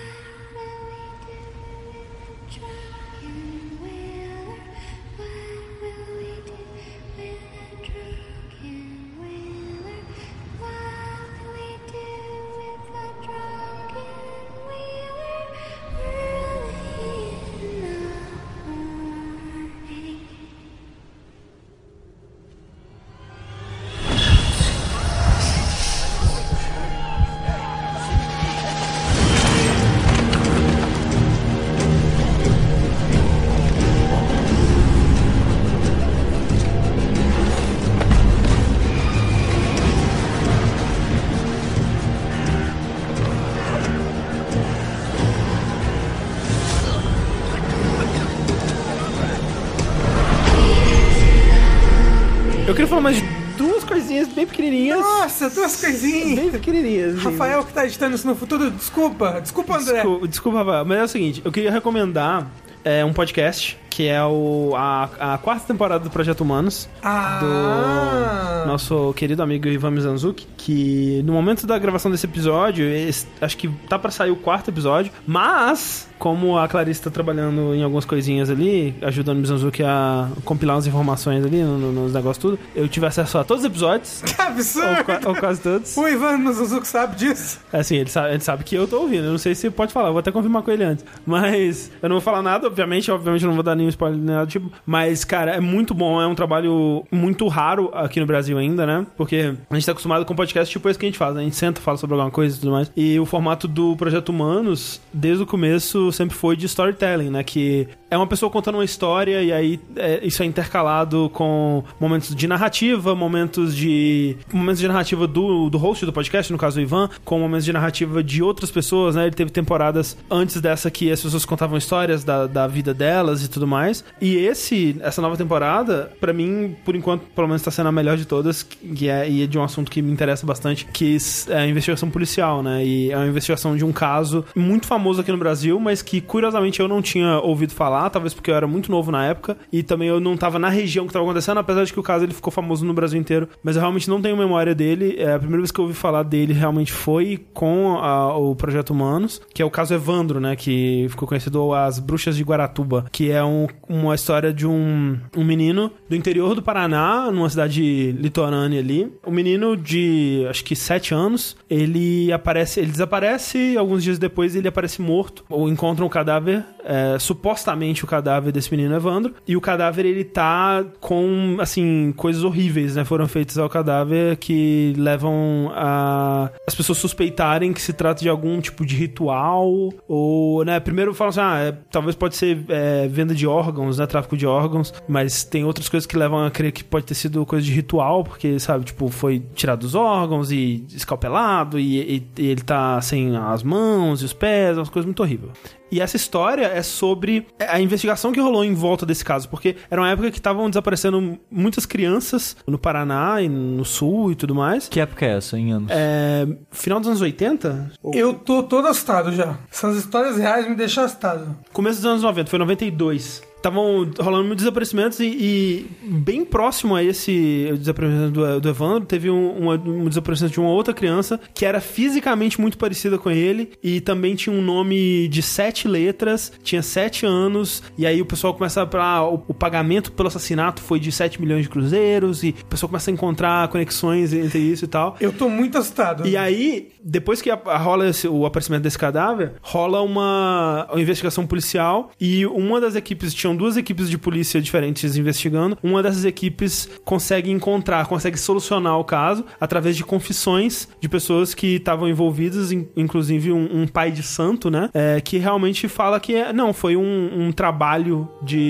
Eu queria falar mais duas coisinhas bem pequenininhas. Nossa, duas coisinhas. Bem pequenininhas. assim. Rafael que tá editando isso no futuro, desculpa. Desculpa, André. Desculpa, desculpa, Rafael, mas é o seguinte, eu queria recomendar é, um podcast, que é o, a, a quarta temporada do Projeto Humanos, Ah. do nosso querido amigo Ivan Mizanzuki, que no momento da gravação desse episódio, esse- acho que tá pra sair o quarto episódio, mas, como a Clarice tá trabalhando em algumas coisinhas ali, ajudando o Mizanzuki a compilar umas informações ali no- no- nos negócios tudo, eu tive acesso a todos os episódios, Que ou, absurdo. qua- ou quase todos. O Ivan Mizanzuki sabe disso. Assim, ele sabe, ele sabe que eu tô ouvindo. Eu não sei se pode falar, eu vou até confirmar com ele antes. Mas eu não vou falar nada, obviamente. Obviamente eu não vou dar nenhum spoiler nem nada do tipo. Mas, cara, é muito bom. É um trabalho muito raro aqui no Brasil ainda, né? Porque a gente tá acostumado com podcast tipo esse que a gente faz, né? A gente senta, fala sobre alguma coisa e tudo mais. E o formato do Projeto Humanos, desde o começo, sempre foi de storytelling, né? Que é uma pessoa contando uma história e aí é, isso é intercalado com momentos de narrativa, momentos de momentos de narrativa do, do host do podcast, no caso o Ivan, com momentos de narrativa de outras pessoas, né? Ele teve temporadas antes dessa que as pessoas contavam histórias da, da vida delas e tudo mais. E esse, essa nova temporada, pra mim, por enquanto, pelo menos tá sendo a melhor de todas, que é, e é de um assunto que me interessa bastante, que é a investigação policial, né? E é uma investigação de um caso muito famoso aqui no Brasil, mas que, curiosamente, eu não tinha ouvido falar, talvez porque eu era muito novo na época, e também eu não tava na região que tava acontecendo, apesar de que o caso ele ficou famoso no Brasil inteiro, mas eu realmente não tenho memória dele. É, a primeira vez que eu ouvi falar dele realmente foi com a, o Projeto Humanos, que é o caso Evandro, né? Que ficou conhecido as Bruxas de Guaratuba, que é um, uma história de um, um menino do interior do Paraná, numa cidade litorânea ali. Um menino de, acho que sete anos, ele aparece, ele desaparece, e alguns dias depois ele aparece morto, ou encontram um cadáver, é, supostamente o cadáver desse menino Evandro, e o cadáver ele tá com, assim, coisas horríveis, né? Foram feitas ao cadáver que levam a as pessoas suspeitarem que se trata de algum tipo de ritual, ou, né, primeiro falam assim, ah, é, talvez pode ser é, venda de órgãos, né, tráfico de órgãos, mas tem outras coisas que levam a crer que pode ter sido coisa de ritual, porque, sabe, tipo, foi tirado os órgãos e escalpelado, e, e, e ele tá sem as mãos e os pés, umas coisas muito horríveis. E essa história é sobre a investigação que rolou em volta desse caso, porque era uma época que estavam desaparecendo muitas crianças no Paraná e no Sul e tudo mais. Que época é essa, em anos? É, final dos anos oitenta? Eu tô todo assustado já. Essas histórias reais me deixam assustado. Começo dos anos noventa, foi noventa e dois. Estavam rolando muitos desaparecimentos e, e bem próximo a esse desaparecimento do, do Evandro, teve um, uma, um desaparecimento de uma outra criança que era fisicamente muito parecida com ele e também tinha um nome de sete letras, tinha sete anos, e aí o pessoal começa a falar, o, o pagamento pelo assassinato foi de sete milhões de cruzeiros, e o pessoal começa a encontrar conexões entre isso e tal. Eu tô muito assustado. E aí, depois que a, a rola esse, o aparecimento desse cadáver, rola uma, uma investigação policial, e uma das equipes tinham são duas equipes de polícia diferentes investigando. Uma dessas equipes consegue encontrar, consegue solucionar o caso através de confissões de pessoas que estavam envolvidas, in, inclusive um, um pai de santo, né? É, que realmente fala que é, não, foi um, um trabalho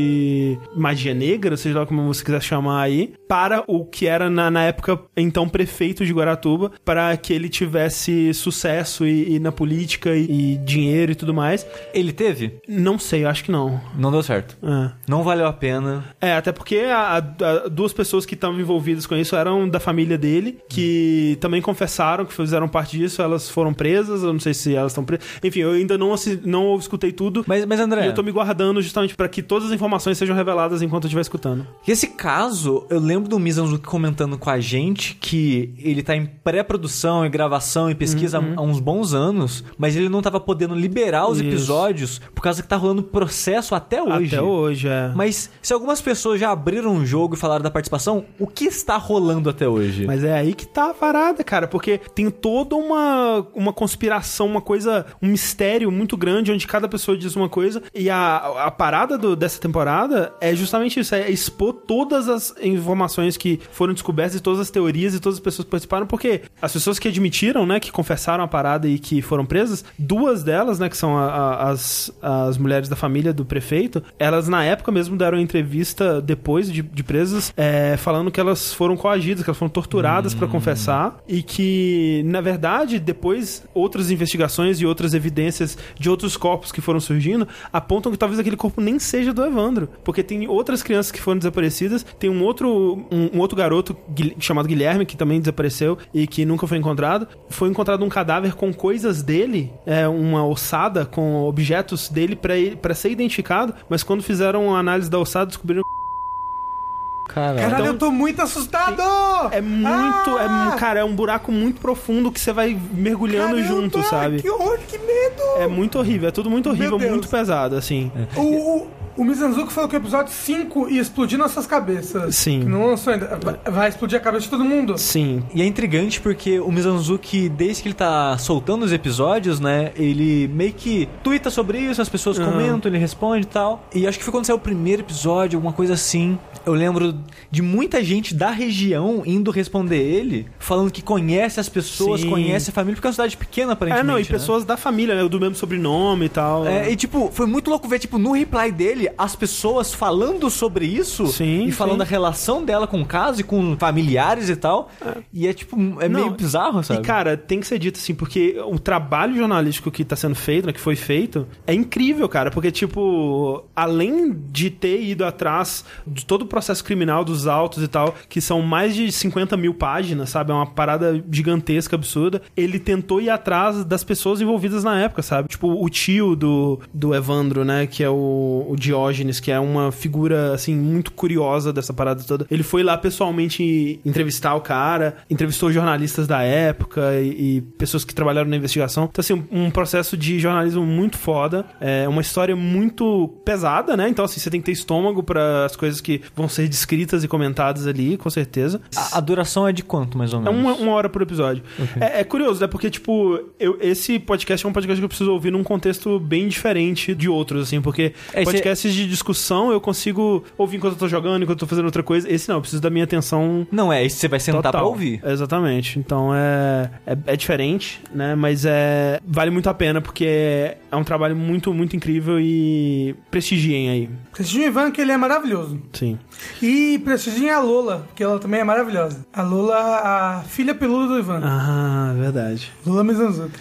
de magia negra, seja lá como você quiser chamar aí, para o que era na, na época, então, prefeito de Guaratuba, para que ele tivesse sucesso e, e na política e, e dinheiro e tudo mais. Ele teve? Não sei, eu acho que não. Não deu certo. É. Não valeu a pena. É, até porque a, a, duas pessoas que estavam envolvidas com isso eram da família dele, que também confessaram que fizeram parte disso, elas foram presas, eu não sei se elas estão presas. Enfim, eu ainda não, assi- não escutei tudo. Mas, mas André... E eu tô me guardando justamente pra que todas as informações sejam reveladas enquanto eu estiver escutando. Esse caso, eu lembro do Mizanzuki comentando com a gente que ele tá em pré-produção e gravação e pesquisa Uhum. há uns bons anos, mas ele não tava podendo liberar os Isso. episódios por causa que tá rolando processo até hoje. Até hoje, é. Mas se algumas pessoas já abriram um jogo e falaram da participação, o que está rolando até hoje? Mas é aí que tá a parada, cara, porque tem toda uma, uma conspiração, uma coisa, um mistério muito grande, onde cada pessoa diz uma coisa, e a, a parada do, dessa temporada é justamente isso, é expor todas as informações que foram descobertas, e todas as teorias, e todas as pessoas que participaram, porque as pessoas que admitiram, né, que confessaram a parada e que foram presas, duas delas, né, que são a, a, as, as mulheres da família do prefeito, elas na época mesmo deram entrevista depois de, de presas, é, falando que elas foram coagidas, que elas foram torturadas pra confessar, e que, na verdade, depois outras investigações e outras evidências de outros corpos que foram surgindo apontam que talvez aquele corpo nem seja do Evandro, porque tem outras crianças que foram desaparecidas, tem um outro, um, um outro garoto Guil- chamado Guilherme, que também desapareceu e que nunca foi encontrado. Foi encontrado um cadáver com coisas dele, é, uma ossada com objetos dele pra, ele, pra ser identificado, mas quando fizeram a análise da ossada, descobriram. Caralho. Caralho, Então- eu tô muito assustado! É muito, Ah! é, cara, é um buraco muito profundo que você vai mergulhando Caramba, junto, sabe? Que horror, que medo! É muito horrível, é tudo muito horrível, Deus. muito pesado, assim. O, o, o Mizanzuki falou que o episódio cinco ia explodir nossas cabeças. Sim. Que não lançou ainda. Vai- Vai explodir a cabeça de todo mundo. Sim. E é intrigante porque o Mizanzuki, desde que ele tá soltando os episódios, né, ele meio que twitta sobre isso, as pessoas Uhum. comentam, ele responde e tal. E acho que foi quando saiu o primeiro episódio, alguma coisa assim. Eu lembro de muita gente da região indo responder ele, falando que conhece as pessoas, Sim. conhece a família, porque é uma cidade pequena, É, aparentemente. não, e né? pessoas da família, né, do mesmo sobrenome e tal. É, e tipo, foi muito louco ver, tipo, no reply dele, as pessoas falando sobre isso Sim, e falando sim. da relação dela com o caso e com familiares e tal. E é tipo, é Não, meio bizarro, sabe? E, cara, tem que ser dito assim, porque o trabalho jornalístico que tá sendo feito, né, que foi feito, é incrível, cara, porque, tipo, além de ter ido atrás de todo o processo criminal dos autos e tal, que são mais de cinquenta mil páginas, sabe? É uma parada gigantesca, absurda. Ele tentou ir atrás das pessoas envolvidas na época, sabe? Tipo, o tio do, do Evandro, né, que é o, o Diógenes, que é uma figura, assim, muito curiosa dessa parada toda. Ele foi lá pessoalmente entrevistar o cara, entrevistou jornalistas da época e, e pessoas que trabalharam na investigação. Então, assim, um processo de jornalismo muito foda. É uma história muito pesada, né? Então, assim, você tem que ter estômago para as coisas que vão ser descritas e comentadas ali, com certeza. A, a duração é de quanto, mais ou É menos? uma, uma hora por episódio. É, é curioso, né? Porque, tipo, eu, esse podcast é um podcast que eu preciso ouvir num contexto bem diferente de outros, assim, porque É, esse- podcasts de discussão eu consigo ouvir enquanto eu tô jogando, enquanto eu tô fazendo outra coisa. Esse não, eu preciso da minha atenção Não, é, isso você vai sentar total. pra ouvir. Exatamente. Então é, é, é diferente, né? Mas é vale muito a pena, porque é, é um trabalho muito, muito incrível e prestigiem aí. Prestigiem o Ivan, que ele é maravilhoso. Sim. E prestigiem a Lola, que ela também é maravilhosa. A Lola, a filha peluda do Ivan. Ah, verdade. Lola Mizanzuki.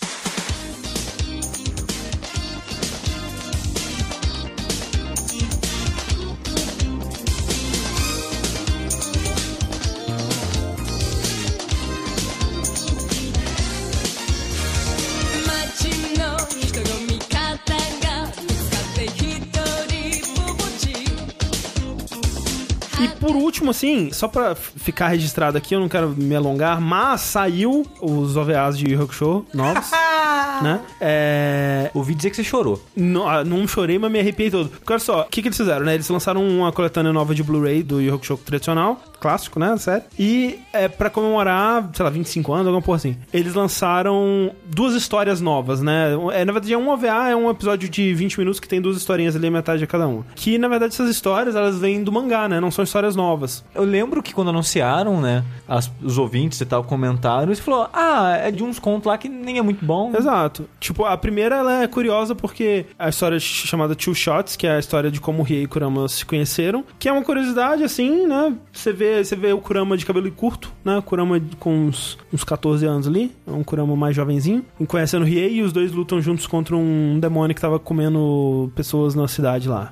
E por último, assim, só pra f- ficar registrado aqui, eu não quero me alongar, mas saiu os O V As de Yu Yu Hakusho novos. né? É... Ouvi dizer que você chorou. Não, ah, não chorei, mas me arrepiei todo. Porque olha só, o que, que eles fizeram, né? Eles lançaram uma coletânea nova de Blu-ray do Yu Yu Hakusho tradicional, clássico, né? Sério. E é pra comemorar, sei lá, vinte e cinco anos, alguma porra assim. Eles lançaram duas histórias novas, né? É, na verdade, é um O V A, é um episódio de vinte minutos que tem duas historinhas ali, metade de cada uma. Que, na verdade, essas histórias, elas vêm do mangá, né? Não são histórias novas. Eu lembro que quando anunciaram, né, as, os ouvintes e tal comentaram, eles falaram, ah, é de uns contos lá que nem é muito bom. Exato. Tipo, a primeira, ela é curiosa porque a história chamada Two Shots, que é a história de como o Riei e o Kurama se conheceram, que é uma curiosidade, assim, né? Você vê, você vê o Kurama de cabelo curto, né? O Kurama com uns, uns catorze anos ali, é um Kurama mais jovenzinho, e conhecendo o Riei, e os dois lutam juntos contra um demônio que tava comendo pessoas na cidade lá.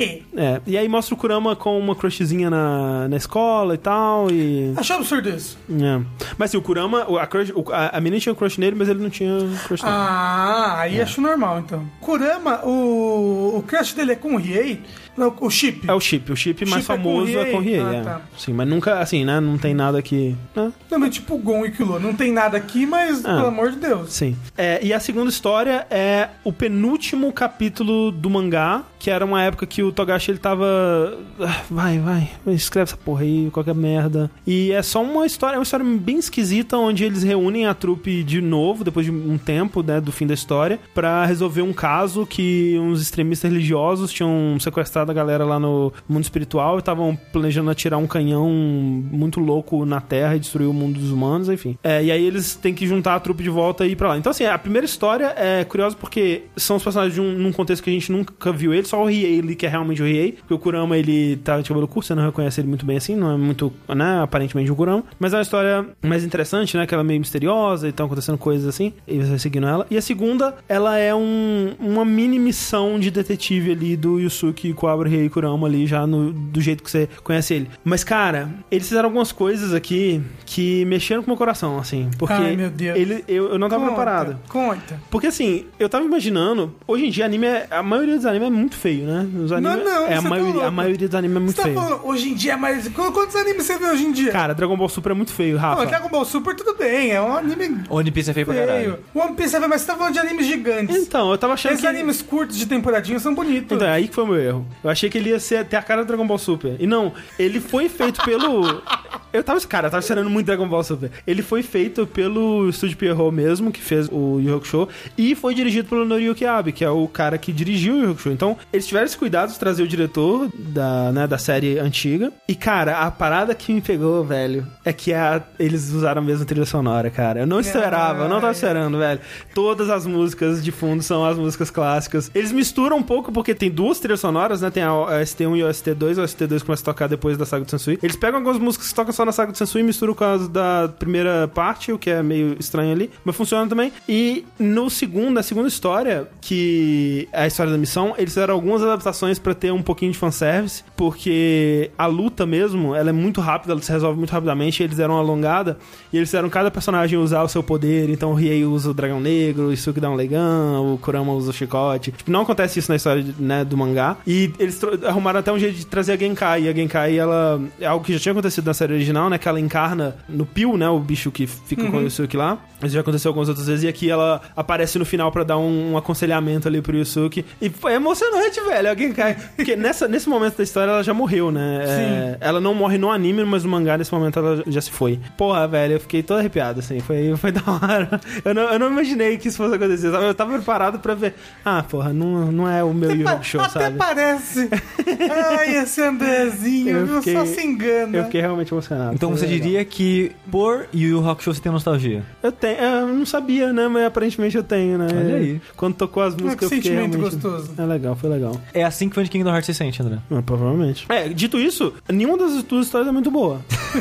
É, e aí mostra o Kurama com uma crushzinha na, na escola e tal, e... Achei absurdo isso. É. Mas assim, o Kurama, a, crush, a, a menina tinha crush nele, mas ele não tinha crush nele. Ah, aí É. acho normal, então. Kurama, o, o crush dele é com o Riei? Não, o chip. É o chip, o chip mais Chip é com famoso é Riei? com o Riei, Ah, é. tá. Sim, mas nunca, assim, né, não tem nada que... Né? Também tipo o Gon e o Killua. Não tem nada aqui, mas Ah. pelo amor de Deus. Sim. É, e a segunda história é o penúltimo capítulo do mangá, que era uma época que o Togashi, ele tava... ah, Vai, vai, escreve essa porra aí, qualquer merda. E é só uma história, é uma história bem esquisita, onde eles reúnem a trupe de novo, depois de um tempo, né, do fim da história, pra resolver um caso que uns extremistas religiosos tinham sequestrado a galera lá no mundo espiritual e estavam planejando atirar um canhão muito louco na Terra e destruir o mundo dos humanos, enfim. É, e aí eles têm que juntar a trupe de volta e ir pra lá. Então, assim, a primeira história é curiosa porque são os personagens de um, num contexto que a gente nunca viu eles, só o Riei ali, que é realmente o Riei, porque o Kurama, ele tá de cabelo curto, você não reconhece ele muito bem assim, não é muito, né, aparentemente um Kurama, mas é uma história mais interessante, né, que ela é meio misteriosa e estão acontecendo coisas assim, e você vai seguindo ela. E a segunda, ela é um, uma mini missão de detetive ali do Yusuke Kuwabara Riei Kurama ali, já no, do jeito que você conhece ele. Mas, cara, eles fizeram algumas coisas aqui que mexeram com o meu coração, assim, porque Ai, meu Deus. Ele, eu, eu não tava Conta, preparado. Conta. Porque assim, eu tava imaginando, hoje em dia anime é, a maioria dos animes é muito feio, né? Os anime, Não, não, é a você tá maioria, louco. a maioria dos animes é muito Você tá feio. falando, hoje em dia é mais... Qu- Quantos animes você vê hoje em dia? Cara, Dragon Ball Super é muito feio, Rafa. Não, Dragon Ball Super tudo bem, é um anime One Piece é feio pra caralho. feio. One Piece é feio, mas você tá falando de animes gigantes. Então, eu tava achando Esses que... animes curtos de temporadinha são bonitos. Então, é aí que foi o meu erro. Eu achei que ele ia ser até a cara do Dragon Ball Super. E não, ele foi feito pelo... Eu tava, cara, eu tava esperando muito Dragon Ball Super. Ele foi feito pelo estúdio Pierrot mesmo, que fez o Yu Yu Hakusho, e foi dirigido pelo Noriyuki Abe, que é o cara que dirigiu o Yu Yu Hakusho. Então, eles tiveram esse cuidado de trazer o diretor da, né, da série antiga. E, cara, a parada que me pegou, velho, é que a, eles usaram a mesma trilha sonora, cara. Eu não esperava, eu não tava esperando, velho. Todas as músicas de fundo são as músicas clássicas. Eles misturam um pouco, porque tem duas trilhas sonoras, né? Tem a O S T um e a O S T dois. A O S T dois começa a tocar depois da Saga do Sensui. Eles pegam algumas músicas que tocam só na Saga do Sensui e misturam com as da primeira parte, o que é meio estranho ali, mas funciona também. E no segundo, na segunda história, que é a história da missão, eles fizeram algumas adaptações pra ter um pouquinho de fanservice, porque a luta mesmo, ela é muito rápida, ela se resolve muito rapidamente, e eles deram uma alongada, e eles fizeram cada personagem usar o seu poder. Então o Riei usa o dragão negro, o Isuke dá um legan, o Kurama usa o chicote. Tipo, não acontece isso na história, né, do mangá. E eles arrumaram até um jeito de trazer a Genkai, e a Genkai, ela é algo que já tinha acontecido na série original, né, que ela encarna no Pio, né, o bicho que fica uhum. com o Yusuke lá. Isso já aconteceu algumas outras vezes, e aqui ela aparece no final pra dar um, um aconselhamento ali pro Yusuke. E foi emocionante, velho, a Genkai. Porque nessa, nesse momento da história ela já morreu, né? É, ela não morre no anime, mas no mangá, nesse momento, ela já se foi. Porra, velho, eu fiquei todo arrepiado, assim. Foi, foi da hora. Eu não, eu não imaginei que isso fosse acontecer, sabe? Eu tava preparado pra ver. Ah, porra, não, não é o meu Yu Yu Hakusho, Até sabe? parece. Ai, esse Andrezinho, Eu viu? fiquei- Só se engana. Eu fiquei realmente emocionado. Então Foi você legal. diria que por Yu Yu Hakusho você tem nostalgia? Eu tenho, eu não sabia, né? Mas aparentemente eu tenho, né? Olha aí. Quando tocou as músicas, que eu fiquei sentimento realmente... gostoso. É legal, foi legal. É assim que o fã de Kingdom Hearts se sente, André. Ah, provavelmente. É, dito isso, nenhuma das duas histórias é muito boa.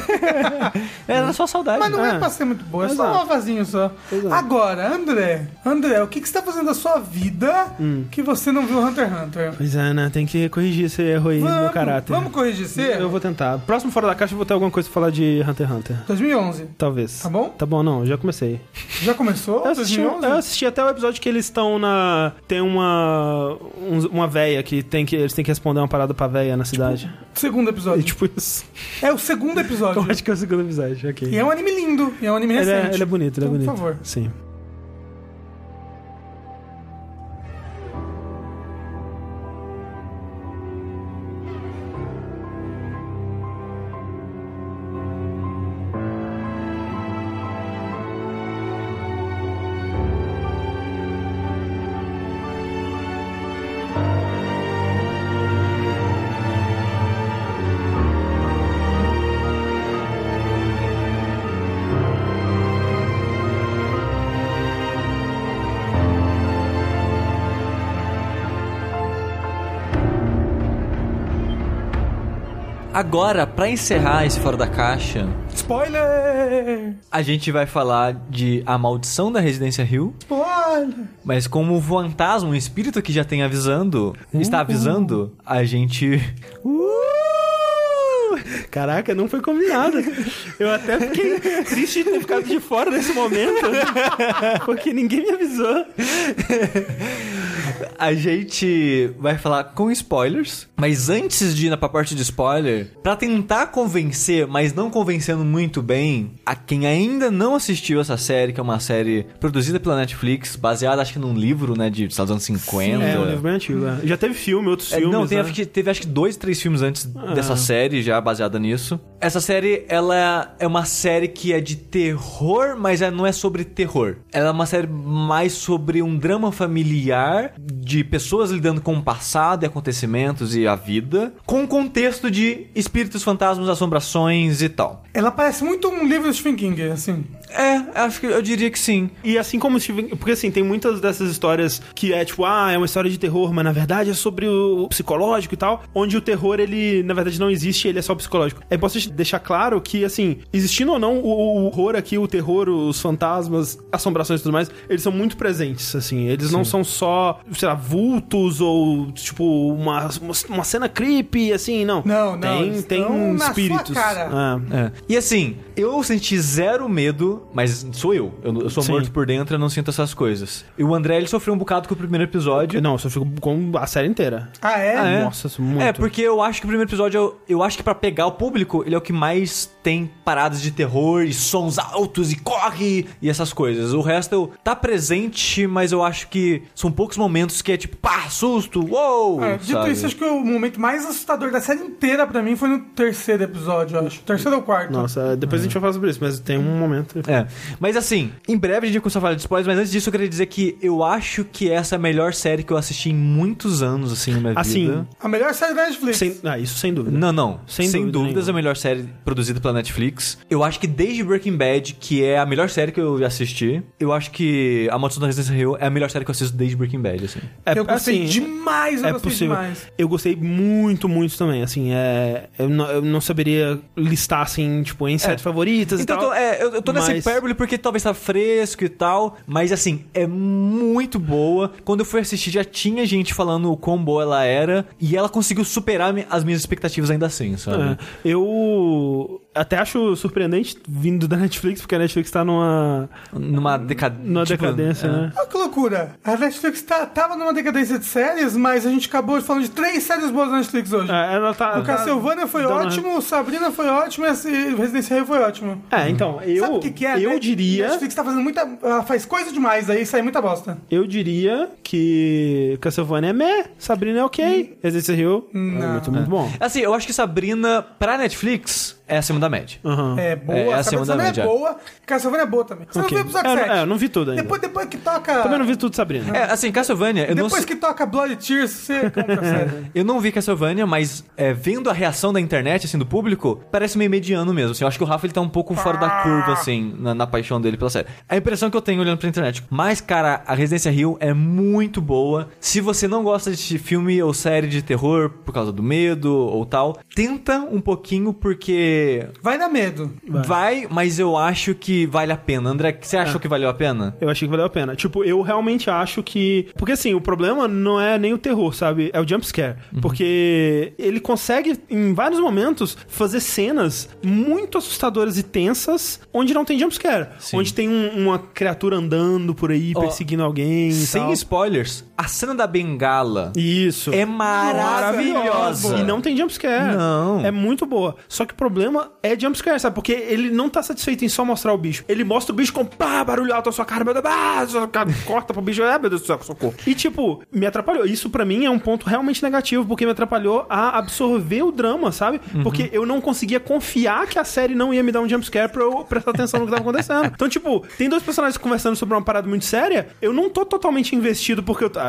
É, era só saudade. Mas não é É. pra ser muito boa, é só Exato. um lavazinho só. Exato. Agora, André, André, o que, que você tá fazendo da sua vida Hum. que você não viu Hunter x Hunter? Pois é, né? Tem que corrigir esse erro aí no meu caráter. vamos corrigir esse erro? Eu vou tentar. Próximo Fora da Caixa eu vou ter alguma coisa pra falar de Hunter x Hunter. dois mil e onze. Talvez. Tá bom? Tá bom, não. Já comecei. Já começou? Eu assisti, dois mil e onze? eu assisti até o episódio que eles estão na... Tem uma... uns- uma véia que tem que... Eles têm que responder uma parada pra véia na cidade. Segundo episódio. É tipo isso. É o segundo episódio. Eu acho que é o segundo episódio, ok. E é um anime lindo. E é um anime Ele é, recente. ele é bonito, ele é Então, bonito. por favor. Sim. Agora, pra encerrar esse Fora da Caixa, Spoiler! a gente vai falar de A Maldição da Residência Hill. Spoiler! Mas como o fantasma, um espírito que já tem avisando, está avisando, a gente... Uh! Caraca, não foi combinado. Eu até fiquei triste de ter ficado de fora nesse momento, porque ninguém me avisou. A gente vai falar com spoilers, mas antes de ir pra parte de spoiler, pra tentar convencer, mas não convencendo muito bem, a quem ainda não assistiu essa série, que é uma série produzida pela Netflix, baseada acho que num livro, né, de dos anos cinquenta. É, um livro bem antigo. É. Já teve filme, outros É, filmes. não, teve, né? acho que, teve acho que dois, três filmes antes Ah. dessa série, já baseada nisso. Essa série, ela é uma série que é de terror, mas ela não é sobre terror. Ela é uma série mais sobre um drama familiar de pessoas lidando com o passado e acontecimentos e a vida, com um contexto de espíritos, fantasmas, assombrações e tal. Ela parece muito um livro do Stephen King, assim. É, acho que eu diria que sim. E assim como o Stephen... Porque assim, tem muitas dessas histórias que é tipo, ah, é uma história de terror, mas na verdade é sobre o psicológico e tal, onde o terror, ele, na verdade, não existe, ele é só psicológico. É importante deixar claro que, assim, existindo ou não o, o horror aqui, o terror, os fantasmas, assombrações e tudo mais, eles são muito presentes, assim. Eles não são só, sei lá, vultos ou, tipo, uma, uma cena creepy, assim, não. Não, não, Tem, eles tem estão na espíritos. sua cara. É. É. E assim, eu senti zero medo, mas sou eu. Eu, eu sou Sim. morto por dentro, eu não sinto essas coisas. E o André, ele sofreu um bocado com o primeiro episódio. Não, eu só fico com a série inteira. Ah, é? Ah, é? Nossa, muito. É, porque eu acho que o primeiro episódio, eu, eu acho que pra pegar o público, ele é o que mais tem paradas de terror e sons altos e corre e essas coisas. O resto eu, tá presente, mas eu acho que são poucos momentos que é tipo, pá, susto, uou! É, dito sabe? isso, acho que o momento mais assustador da série inteira pra mim foi no terceiro episódio, eu acho. Terceiro ou quarto. Nossa, depois a gente vai falar sobre isso, mas tem um momento... É, mas assim, em breve a gente vai começar a falar de spoilers, mas antes disso eu queria dizer que eu acho que essa é a melhor série que eu assisti em muitos anos, assim, na minha Assim, vida. A melhor série da Netflix. Sem, ah, isso sem dúvida. Não, não. Sem Sem, dúvida dúvidas nenhuma. a melhor série produzida pela Netflix. Eu acho que desde Breaking Bad, que é a melhor série que eu já assisti, eu acho que A Maldição da Residência Hill é a melhor série que eu assisto desde Breaking Bad, assim. É, eu gostei assim, demais, eu é gostei possível. demais. Eu gostei muito, muito também. Assim, é, eu, não, eu não saberia listar, assim, tipo, em séries favoritas Então, e eu tal. tô, é, eu, eu tô nessa mas- hipérbole porque talvez tá fresco e tal, mas assim, é muito boa. Quando eu fui assistir, já tinha gente falando o quão boa ela era, e ela conseguiu superar mi- as minhas expectativas ainda assim, sabe? É, eu até acho surpreendente vindo da Netflix, porque a Netflix tá numa, Numa, deca... numa tipo, decadência, é. né? Olha que loucura. A Netflix tá, tava numa decadência de séries, mas a gente acabou falando de três séries boas da Netflix hoje. É, ela tá, O Castlevania foi dando uma- ótimo, o Sabrina foi ótimo e esse Resident Evil foi ótimo. É, então, eu, Sabe o que, que é? eu né? diria... Netflix tá fazendo muita... Ela faz coisa demais aí, sai muita bosta. Eu diria que Castlevania é meh, Sabrina é ok, Resident Evil é Não. muito, muito bom. Assim, eu acho que Sabrina, pra Netflix, é acima da média. Aham. É boa, É, é a acima Sabrina da é média. boa, Castlevania é boa também. Você Ok. não viu o episódio É, sete? é, eu não vi tudo ainda. Depois, depois que toca... Também não vi tudo, Sabrina. É, assim, Castlevania, eu não Depois que toca Blood Tears, você compra a série. Eu não vi Castlevania, mas é, vendo a reação da internet, assim, do público, parece meio mediano mesmo. Assim, eu acho que o Rafa, ele tá um pouco fora da curva, assim, na, na paixão dele pela série. A impressão que eu tenho olhando pra internet. Mas, cara, a Residência Hill é muito boa. Se você não gosta de filme ou série de terror por causa do medo ou tal, tenta um pouquinho, porque Vai dar medo. vai, mas eu acho que vale a pena. André, você achou que valeu a pena? Eu achei que valeu a pena. Tipo, eu realmente acho que... Porque, assim, o problema não é nem o terror, sabe? É o jumpscare. Uhum. Porque ele consegue, em vários momentos, fazer cenas muito assustadoras e tensas onde não tem jumpscare. Sim. Onde tem um- uma criatura andando por aí, Ó, perseguindo alguém e Sem tal. spoilers, a cena da bengala Isso. é maravilhosa. E não tem jumpscare. Não. É muito boa. Só que o problema é jumpscare, sabe? Porque ele não tá satisfeito em só mostrar o bicho. Ele mostra o bicho com pá, barulho alto na sua cara, meu Deus, ah, sua cara corta pro bicho, ah, meu Deus do céu, socorro. E tipo, me atrapalhou. Isso pra mim é um ponto realmente negativo, porque me atrapalhou a absorver o drama, sabe? Porque eu não conseguia confiar que a série não ia me dar um jumpscare pra eu prestar atenção no que tava acontecendo. Então, tipo, tem dois personagens conversando sobre uma parada muito séria, eu não tô totalmente investido, porque eu,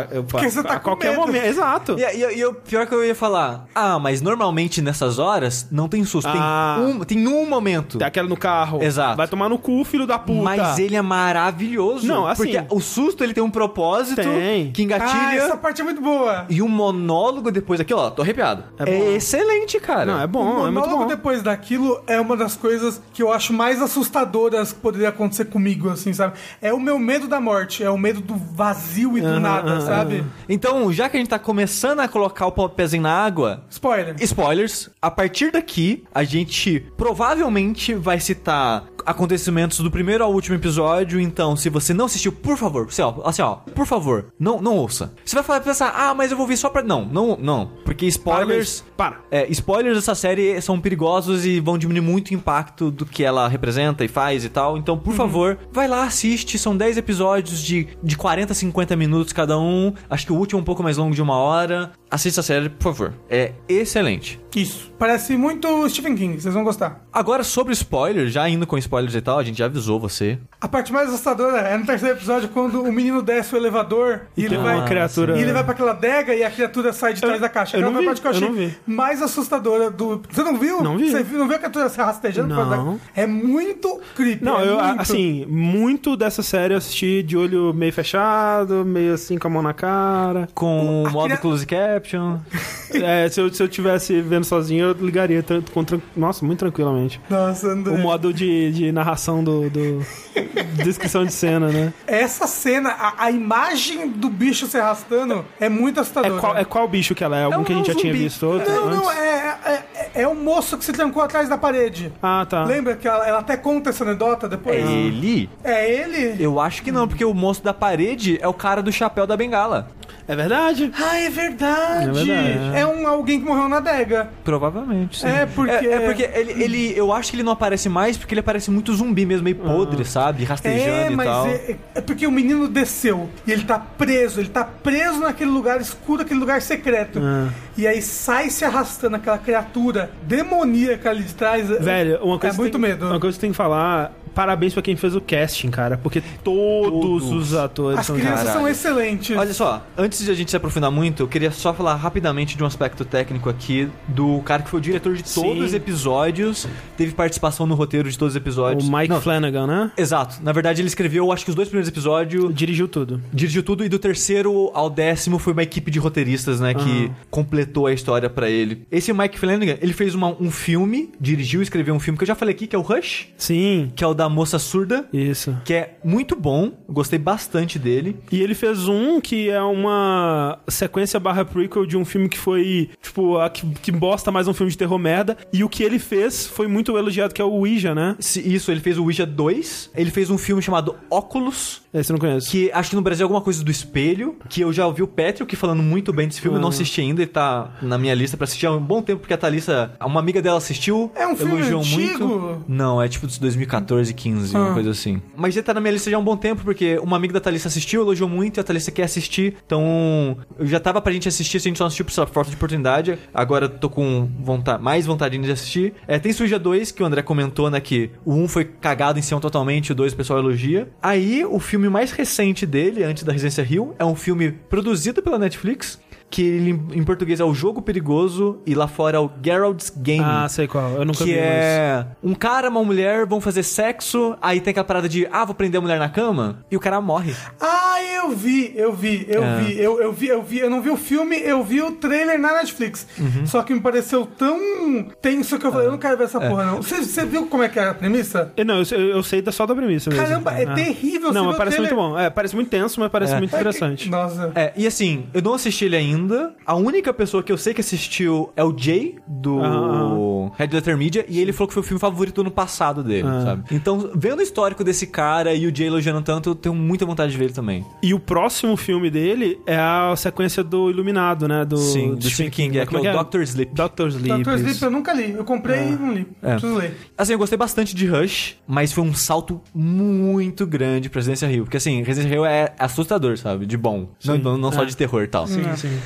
a, eu, Porque você tá a com qualquer medo. momento. Exato. E, e, e o pior que eu ia falar, ah, mas normalmente nessas horas não tem susto. Tem, Ah. um, tem um momento. Tem aquela no carro. Exato. Vai tomar no cu, filho da puta. Mas ele é maravilhoso. Não, assim- Porque o susto ele tem um propósito Tem. que Ah, engatilha. essa parte é muito boa. E o monólogo depois aqui, ó, tô arrepiado. É É, bom. excelente, cara. Não, é bom, o é muito monólogo bom. depois daquilo é uma das coisas que eu acho mais assustadoras que poderia acontecer comigo, assim, sabe? É o meu medo da morte, é o medo do vazio e do Aham, nada, aham, sabe? Então, já que a gente tá começando a colocar o pezinho na água, Spoiler. spoilers, a partir daqui, a gente provavelmente vai citar acontecimentos do primeiro ao último episódio. Então, se você não assistiu, por favor, assim, ó, assim, ó por favor, não, não ouça. Você vai falar, pensar, ah, mas eu vou ver só pra... Não, não, não. Porque spoilers... Para. É, spoilers dessa série são perigosos e vão diminuir muito o impacto do que ela representa e faz e tal. Então, por favor, vai lá, assiste. São dez episódios de, de quarenta, cinquenta minutos cada um. Acho que o último é um pouco mais longo, de uma hora. Assista a série, por favor. É excelente. Isso. Parece muito Stephen King, vocês vão gostar. Agora, sobre spoilers, já indo com spoilers e tal, a gente já avisou você. A parte mais assustadora é no terceiro episódio, quando o menino desce o elevador e, E ele tem vai... uma criatura... E ele vai pra aquela adega e a criatura sai de trás Eu- da caixa. eu Aquela não foi a vi, parte que eu eu achei não vi. mais assustadora do... Você não viu? Não vi. Você viu, não viu a criatura se rastejando? Não. por trás da- É muito creepy. Não, é eu, muito... assim, muito dessa série eu assisti de olho meio fechado, meio assim com a mão na cara. Com o modo cria- close caption. É, se eu, se eu tivesse vendo sozinho, eu ligaria tanto com tran- nossa, muito tranquilamente. Nossa, André. O modo de, de narração do, do- descrição de cena, né? Essa cena, a, a imagem do bicho se arrastando é muito É assustadora. qual, é qual bicho que ela é? Algum um- que a gente é um já tinha zumbi. visto outro Não, antes? não, é, é, é, é o moço que se trancou atrás da parede. Ah, tá. Lembra que ela, ela até conta essa anedota depois? Ele? É ele? Eu acho que não, porque o moço da parede é o cara do chapéu da bengala. É verdade. Ah, é verdade. É verdade. É um alguém que morreu na adega. Provavelmente, sim. É, porque- É, é porque ele, ele... Eu acho que ele não aparece mais porque ele aparece muito zumbi mesmo, meio podre, sabe? Rastejando É, e mas tal. é, é porque o menino desceu e ele tá preso, ele tá preso naquele lugar escuro, aquele lugar secreto. Ah. E aí sai se arrastando aquela criatura demoníaca ali de trás. Velho, uma coisa é que muito tem, medo. Uma coisa que tem que falar, parabéns pra quem fez o casting, cara, porque todos, Todos. os atores As são crianças Caralho. são excelentes. Olha só, antes de a gente se aprofundar muito, eu queria só falar rapidamente de um aspecto técnico aqui do cara que foi o diretor de Sim. todos os episódios, teve participação no roteiro de todos os o episódios. Mike Não, Flanagan, né? exato. Na verdade, ele escreveu, acho que os dois primeiros episódios, Dirigiu tudo. dirigiu tudo, e do terceiro ao décimo foi uma equipe de roteiristas, né, que Aham. completou a história pra ele. Esse Mike Flanagan, ele fez uma- um filme, dirigiu e escreveu um filme que eu já falei aqui, que é o Rush, Sim, que é o da moça surda, isso. que é muito bom, eu gostei bastante dele. E ele fez um que é uma sequência barra prequel de um filme que foi, tipo, a que, que bosta mais um filme de terror merda. E o que ele fez foi muito elogiado, que é o Ouija, né? Se- Isso, ele fez o Ouija dois, ele fez um filme chamado Óculos, Esse eu não conheço. que acho que no Brasil é alguma coisa do espelho, que eu já ouvi o Patrick falando muito bem desse filme, eu não assisti ainda, ele tá na minha lista pra assistir há um bom tempo, porque a Thalissa, uma amiga dela assistiu, É um filme elogiou antigo? muito. Não, é tipo de dois mil e quatorze, quinze, uma Ah. coisa assim. Mas ele tá na minha lista já há um bom tempo, porque uma amiga da Thalissa assistiu, elogiou muito, e a Thalissa quer assistir, então eu já tava pra gente assistir, se a gente só assistiu por essa falta de oportunidade, agora eu tô com vontade, mais vontade de assistir. É, tem Suja dois, que o André comentou, né, que o um foi cagado em cima totalmente, o dois o pessoal elogia. Aí, o filme mais recente dele, antes da Residência Hill, é um filme produzido pela Netflix, que ele, em português é O Jogo Perigoso, e lá fora é o Geralt's Game. Ah, sei qual. Eu nunca Que vi, mas... é um cara, uma mulher vão fazer sexo, aí tem aquela parada de, ah, vou prender a mulher na cama, e o cara morre. Ah, eu vi, eu vi, eu É. vi, eu, eu vi, eu vi, eu não vi o filme, eu vi o trailer na Netflix. Uhum. Só que me pareceu tão tenso que eu falei, eu não quero ver essa porra, não. Você, você viu como é que é a premissa? Eu, não, eu, sei- eu sei da, só da premissa mesmo. Caramba, é terrível, você Não, viu mas o parece trailer? muito bom. É, parece muito tenso, mas parece É. muito interessante. Nossa. É, e assim, eu não assisti ele ainda. A única pessoa que eu sei que assistiu é o Jay, do Ah. Red Letter Media, e ele falou que foi o filme favorito do ano passado dele, Ah. sabe? Então, vendo o histórico desse cara e o Jay elogiando tanto, eu tenho muita vontade de ver ele também. E o próximo filme dele é a sequência do Iluminado, né? Do, Sim, do Stephen King, é, Como que é o é? doutor Sleep. doutor Sleep. doutor isso. Sleep eu nunca li. Eu comprei e não li. É. Preciso ler. Assim, eu gostei bastante de Rush, mas foi um salto muito grande pra Residência Hill. Porque assim, Residência Hill é assustador, sabe? De bom. Não, Sim. não, não só É. de terror e tal. Sim, sim.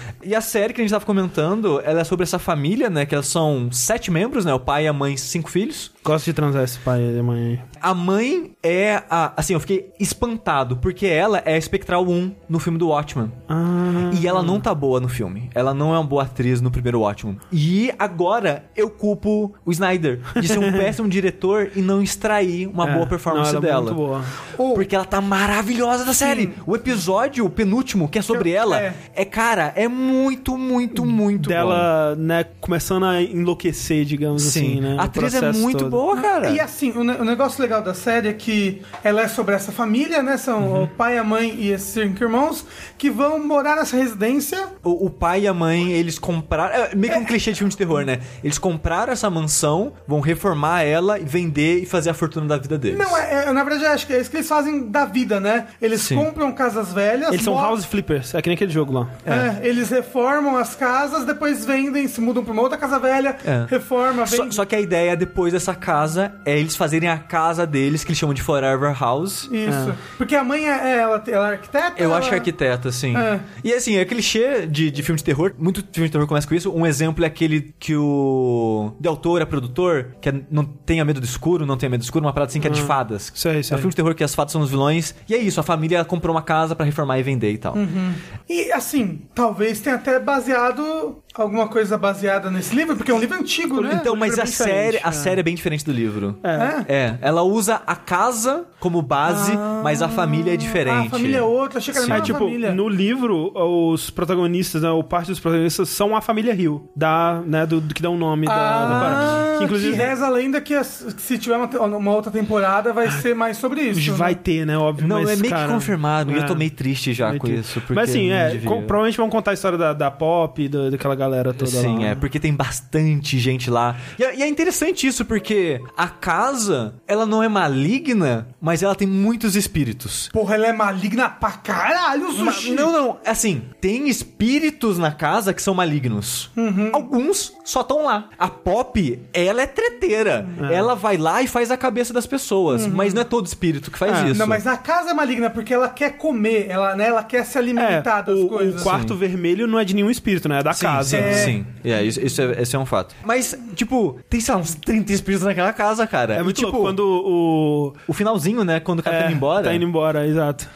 E a série que a gente tava comentando, ela é sobre essa família, né? Que elas são sete membros, né? O pai, a mãe e cinco filhos. Gosto de transar esse pai e a mãe. A mãe é a... Assim, eu fiquei espantado, porque ela é a Espectral um no filme do Watchmen. Ah. E ela não tá boa no filme. Ela não é uma boa atriz no primeiro Watchmen. E agora eu culpo o Snyder de ser um péssimo diretor e não extrair uma É, boa performance não, ela é dela. muito boa. Porque ela tá maravilhosa da série. O episódio, o penúltimo, que é sobre Eu- ela, é. é, cara, é muito, muito, muito Dela, né, começando a enlouquecer, digamos bom. assim, Sim. né? A o atriz é processo muito todo. boa, cara. E assim, o, ne- o negócio legal da série é que ela é sobre essa família, né? São Uhum. o pai, a mãe e esses cinco irmãos que vão morar nessa residência. O, o pai e a mãe, eles compraram... É meio que um clichê de filme de terror, né? Eles compraram essa mansão, vão reformar ela, e vender e fazer a fortuna da vida deles. Não, é, é- na verdade, eu acho que é isso que eles fazem da vida, né? Eles Sim. compram casas velhas. Eles são mo- house flippers, é que nem aquele jogo lá. É, eles reformam as casas, depois vendem, se mudam pra uma outra casa velha, É. reforma, Só, vende. só que a ideia depois dessa casa é eles fazerem a casa deles, que eles chamam de Forever House. Isso. Porque a mãe é, é- ela, ela é arquiteta? Eu ela... acho que é arquiteta, sim. É. E assim, é clichê de, de filme de terror. Muito filme de terror começa com isso. Um exemplo é aquele que o Del Toro é produtor, que é Não Tenha Medo do Escuro, Não Tenha Medo do Escuro, uma parada assim que é de fadas. Isso aí, isso É um aí. filme de terror que as fadas são os vilões. E é isso, a família comprou uma casa pra reformar e vender e tal. E assim, talvez tenha até baseado alguma coisa baseada nesse livro, porque é um livro antigo, né? Então, o mas livro é a bem série, diferente, a é. série é bem diferente do livro. É? É, ela usa a casa como base, mas a família é diferente. Ah, a família é outra, achei que era a É, mesma tipo, família. no livro, os protagonistas, né, ou parte dos protagonistas são a família Hill, da, né, do, do que dá o nome da, da parada. Ah, Que inclusive que reza a lenda que, as- que se tiver uma, te- uma outra temporada vai ser mais sobre isso. vai né? ter, né, óbvio, Não, mas, é meio cara, que confirmado. E é. eu tô meio triste já Meio com triste. isso. Porque Mas assim, não é, devia. com- provavelmente vão contar a história da, da Pop, da, daquela galera toda Sim, lá. é, porque tem bastante gente lá. E é, e é interessante isso, porque a casa, ela não é maligna, mas ela tem muitos espíritos. Porra, ela é maligna pra caralho, Ma- Sushi. Não, não, assim, tem espíritos na casa que são malignos. Uhum. Alguns só estão lá. A Pop, ela é treteira. Ela vai lá e faz a cabeça das pessoas, mas não é todo espírito que faz Ah, isso. Não, mas a casa é maligna porque ela quer comer, ela, né, ela quer se É, alimentar das o, coisas. o quarto vermelho não é de nenhum espírito, né? É da Sim, casa. sim, É. sim. É, isso, isso é, esse é um fato. Mas, tipo, tem, sei lá, uns trinta espíritos naquela casa, cara. É E, muito tipo, louco. Quando o... o finalzinho, né? Quando o cara é, tá indo embora. Tá indo embora, exato.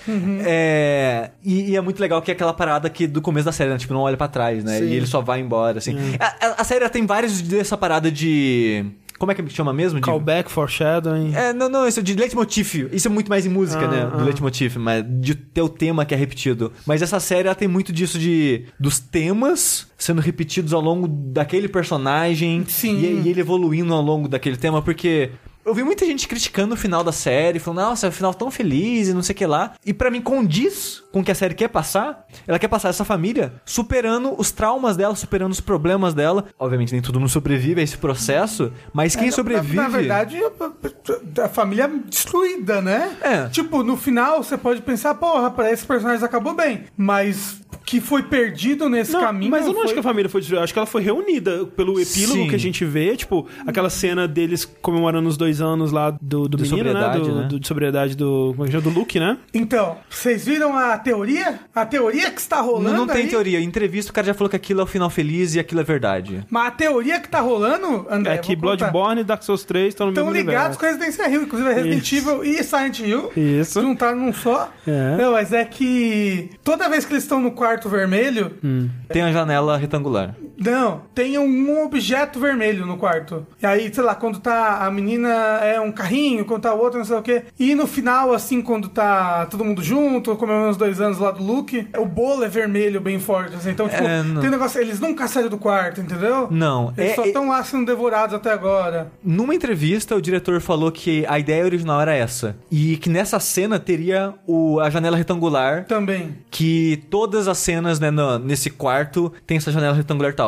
É. E, e é muito legal que é aquela parada que do começo da série, né? Tipo, não olha pra trás, né? Sim. E ele só vai embora, assim. A, a- a série ela tem vários dessa parada de. Como é que chama mesmo? De... Callback, foreshadowing. É, não, não, isso é de leitmotiv. Isso é muito mais em música, Ah, né? Do ah. leitmotiv, mas de ter o tema que é repetido. Mas essa série, ela tem muito disso de... Dos temas sendo repetidos ao longo daquele personagem. Sim. E, e ele evoluindo ao longo daquele tema, porque... Eu vi muita gente criticando o final da série, falando, nossa, é um final tão feliz e não sei o que lá. E pra mim condiz com o que a série quer passar. Ela quer passar essa família superando os traumas dela, superando os problemas dela. Obviamente nem todo mundo sobrevive a esse processo, mas quem É, sobrevive... Na, na verdade, a, a família é destruída, né? É. Tipo, no final você pode pensar, porra, pra esse personagem acabou bem. Mas o que foi perdido nesse Não, caminho. mas eu não foi... acho que a família foi destruída. Acho que ela foi reunida pelo epílogo Sim. que a gente vê. Tipo, aquela cena deles comemorando os dois anos lá do, do De menino, né? sobriedade, Do, né? do- de sobriedade do... Como é que chama? Do Luke, né? Então, vocês viram a teoria? A teoria que está rolando Não, não tem aí? teoria. Em entrevista, o cara já falou que aquilo é o final feliz e aquilo é verdade. Mas a teoria que tá rolando, André, É que vou contar. Bloodborne e Dark Souls três estão no Estão mesmo ligados com universo. Resident Evil, inclusive Resident Isso. Evil e Silent Hill. Isso. Juntaram num só. É. Não, mas é que toda vez que eles estão no quarto vermelho, Tem a janela retangular. não, tem um objeto vermelho no quarto. E aí, sei lá, quando tá a menina é um carrinho, quando tá o outro, não sei o quê. E no final, assim, quando tá todo mundo junto, comemorando os dois anos lá do Luke, o bolo é vermelho bem forte, assim. Então, tipo, É, não. tem um negócio, eles nunca saíram do quarto, entendeu? Não, Eles é- só é- estão lá sendo devorados até agora. Numa entrevista, o diretor falou que a ideia original era essa. E que nessa cena teria o, a janela retangular. Também. Que todas as cenas, né, no- nesse quarto tem essa janela retangular e tal.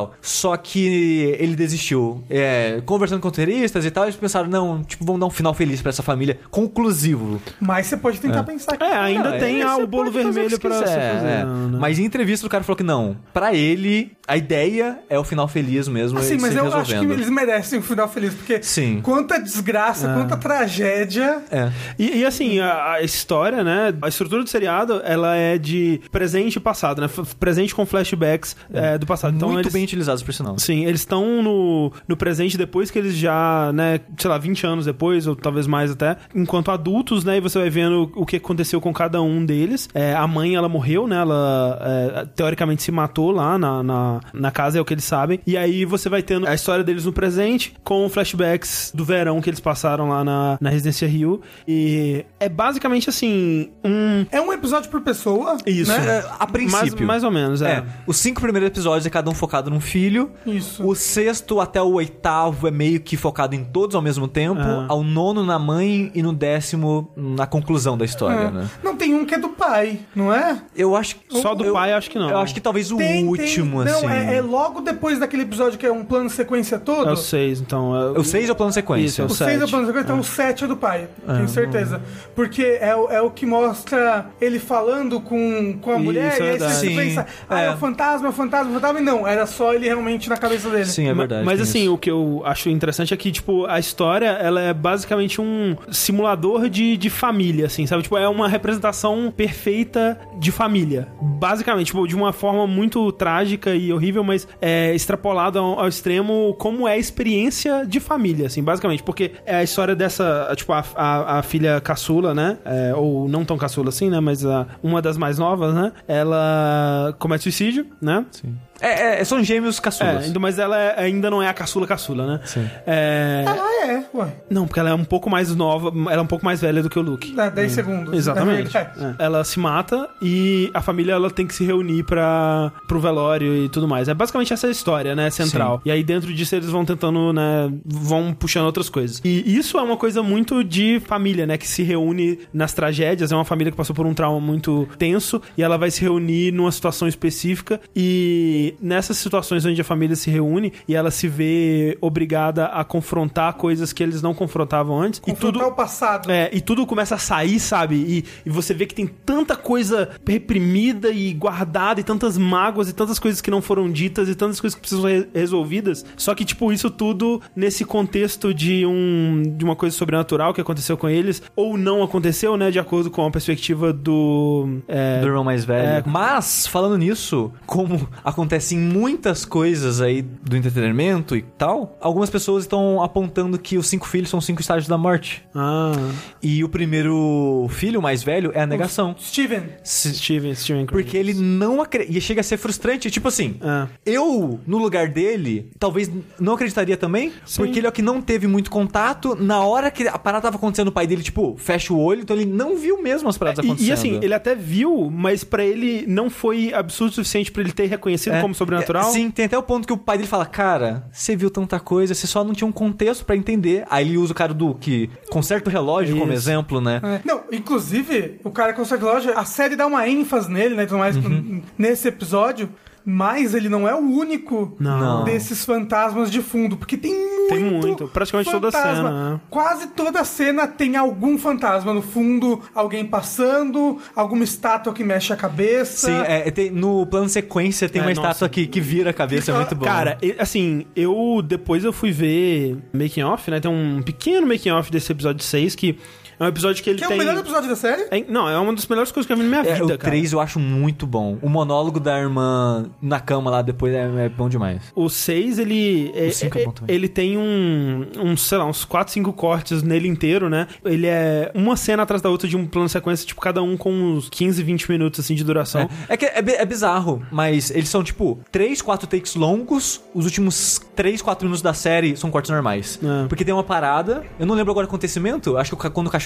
tal. Só que ele desistiu. É, conversando com roteiristas e tal, eles pensaram, não, tipo, vamos dar um final feliz pra essa família, conclusivo. Mas você pode tentar pensar que... É, ainda Não, tem é, ah, você o bolo pode fazer o vermelho que pra quiser, você fazer. é. né? Mas em entrevista o cara falou que não. Pra ele, a ideia é o final feliz mesmo. Assim, e mas se eu resolvendo. acho que eles merecem um final feliz, porque Sim. quanta desgraça, quanta tragédia... É. E, e, assim, a, a história, né? A estrutura do seriado, ela é de presente e passado, né? F- presente com flashbacks é, do passado. Então, Muito eles, bem utilizados, por sinal. Sim, eles estão no, no presente depois que eles já, né, sei lá, vinte anos depois, ou talvez mais até, enquanto adultos, né, e você vai vendo o que aconteceu com cada um deles. É, a mãe, ela morreu, né, ela é, teoricamente se matou lá na, na, na casa, é o que eles sabem. E aí você vai tendo a história deles no presente, com flashbacks do verão que eles passaram lá na, na Residência Rio. E é basicamente, assim, um... É um episódio por pessoa, Isso. né? É, a princípio. Mais, mais ou menos, é. É, os cinco primeiros episódios é cada um focado num filho. Isso. O sexto até o oitavo é meio que focado em todos ao mesmo tempo. É. Ao nono na mãe e no décimo na conclusão da história, É. né? Não, tem um que é do pai, não é? Eu acho que... Só do eu, pai, acho que não. Eu acho que talvez o Tem, último, tem. assim. Não, é, é logo depois daquele episódio que é um plano sequência todo. É o seis, então. É O seis é o plano sequência. Isso, é O seis é o sete. plano sequência, então o sete é do pai, tenho certeza. Porque é, o- é o que mostra ele falando com, com a Isso, mulher, é e aí verdade. você Sim, pensa, ah, é é. o fantasma, é o fantasma, é o fantasma, e não, era só ele realmente na cabeça dele. Sim, é verdade. Mas tem assim, isso. o que eu acho interessante é que, tipo, a história, ela é basicamente um simulador de, de família, assim, sabe? Tipo, é uma representação perfeita de família. Basicamente, tipo, de uma forma muito trágica e horrível, mas é extrapolado ao, ao extremo como é a experiência de família, assim, basicamente. Porque é a história dessa, tipo, a, a, a filha caçula, né? É, ou não tão caçula assim, né? Mas a, uma das mais novas, né? Ela comete suicídio, né? Sim. É, é, são gêmeos É, caçulas. ainda- mas ela é- ainda não é a caçula caçula, né? Sim. É... Ah, é, ué. Não, porque ela é um pouco mais nova, ela é um pouco mais velha do que o Luke. Dá dez segundos. Exatamente. É verdade. É. Ela se mata e a família ela tem que se reunir para pro velório e tudo mais. É basicamente essa história, né, central. E aí dentro disso eles vão tentando, né, vão puxando outras coisas. E isso é uma coisa muito de família, né, que se reúne nas tragédias. É uma família que passou por um trauma muito tenso e ela vai se reunir numa situação específica e nessas situações onde a família se reúne e ela se vê obrigada a confrontar coisas que eles não confrontavam antes. E Confrontar tudo o passado. é, e tudo começa a sair, sabe? E, e você vê que tem tanta coisa reprimida e guardada, e tantas mágoas, e tantas coisas que não foram ditas, e tantas coisas que precisam ser resolvidas. Só que, tipo, isso tudo nesse contexto de, um, de uma coisa sobrenatural que aconteceu com eles, ou não aconteceu, né? De acordo com a perspectiva do... é, Do irmão mais velho. É. Mas, falando nisso, como acontece em muitas coisas aí do entretenimento e tal, algumas pessoas estão apontando que os cinco filhos são cinco estágios da morte. Ah, E o primeiro filho, o mais velho, é a negação. Steven. Se- Steven, Steven Porque ele não acredita. E chega a ser frustrante. Tipo assim, É. eu, no lugar dele, talvez não acreditaria também. Porque ele é o que não teve muito contato. Na hora que a parada tava acontecendo, o pai dele, tipo, fecha o olho. Então ele não viu mesmo as paradas E, acontecendo. e assim, ele até viu, mas pra ele não foi absurdo o suficiente pra ele ter reconhecido É. como sobrenatural. É, sim, tem até o ponto que o pai dele fala: cara, você viu tanta coisa, você só não tinha um contexto pra entender. Aí ele usa o cara do que conserta o relógio como Isso. exemplo, né? É. Não, inclusive, o cara consegue loja, a série dá uma ênfase nele, né, tudo mais, Uhum. nesse episódio, mas ele não é o único Não. desses fantasmas de fundo, porque tem muito Tem muito, praticamente toda a fantasma. cena, né? Quase toda cena tem algum fantasma no fundo, alguém passando, alguma estátua que mexe a cabeça. Sim, é, tem- no plano sequência tem É, uma nossa. estátua que, que vira a cabeça, é muito bom. Cara, e- assim, eu depois eu fui ver making off, né? Tem um pequeno making off desse episódio seis que é um episódio que ele Que é tem o melhor episódio da série. É- não, é uma das melhores coisas que eu vi na minha É, vida, o cara. três eu acho muito bom. O monólogo da irmã na cama lá depois é, é bom demais. O seis, ele é, O cinco é bom também. ele tem um, um, sei lá, uns quatro, cinco cortes nele inteiro, né? Ele é uma cena atrás da outra de um plano de sequência, tipo, cada um com uns quinze, vinte minutos, assim, de duração. É, é que é, bi- é bizarro, mas eles são tipo três, quatro takes longos, os últimos três, quatro minutos da série são cortes normais. É. Porque tem uma parada, eu não lembro agora o acontecimento, acho que o ca- quando o caixão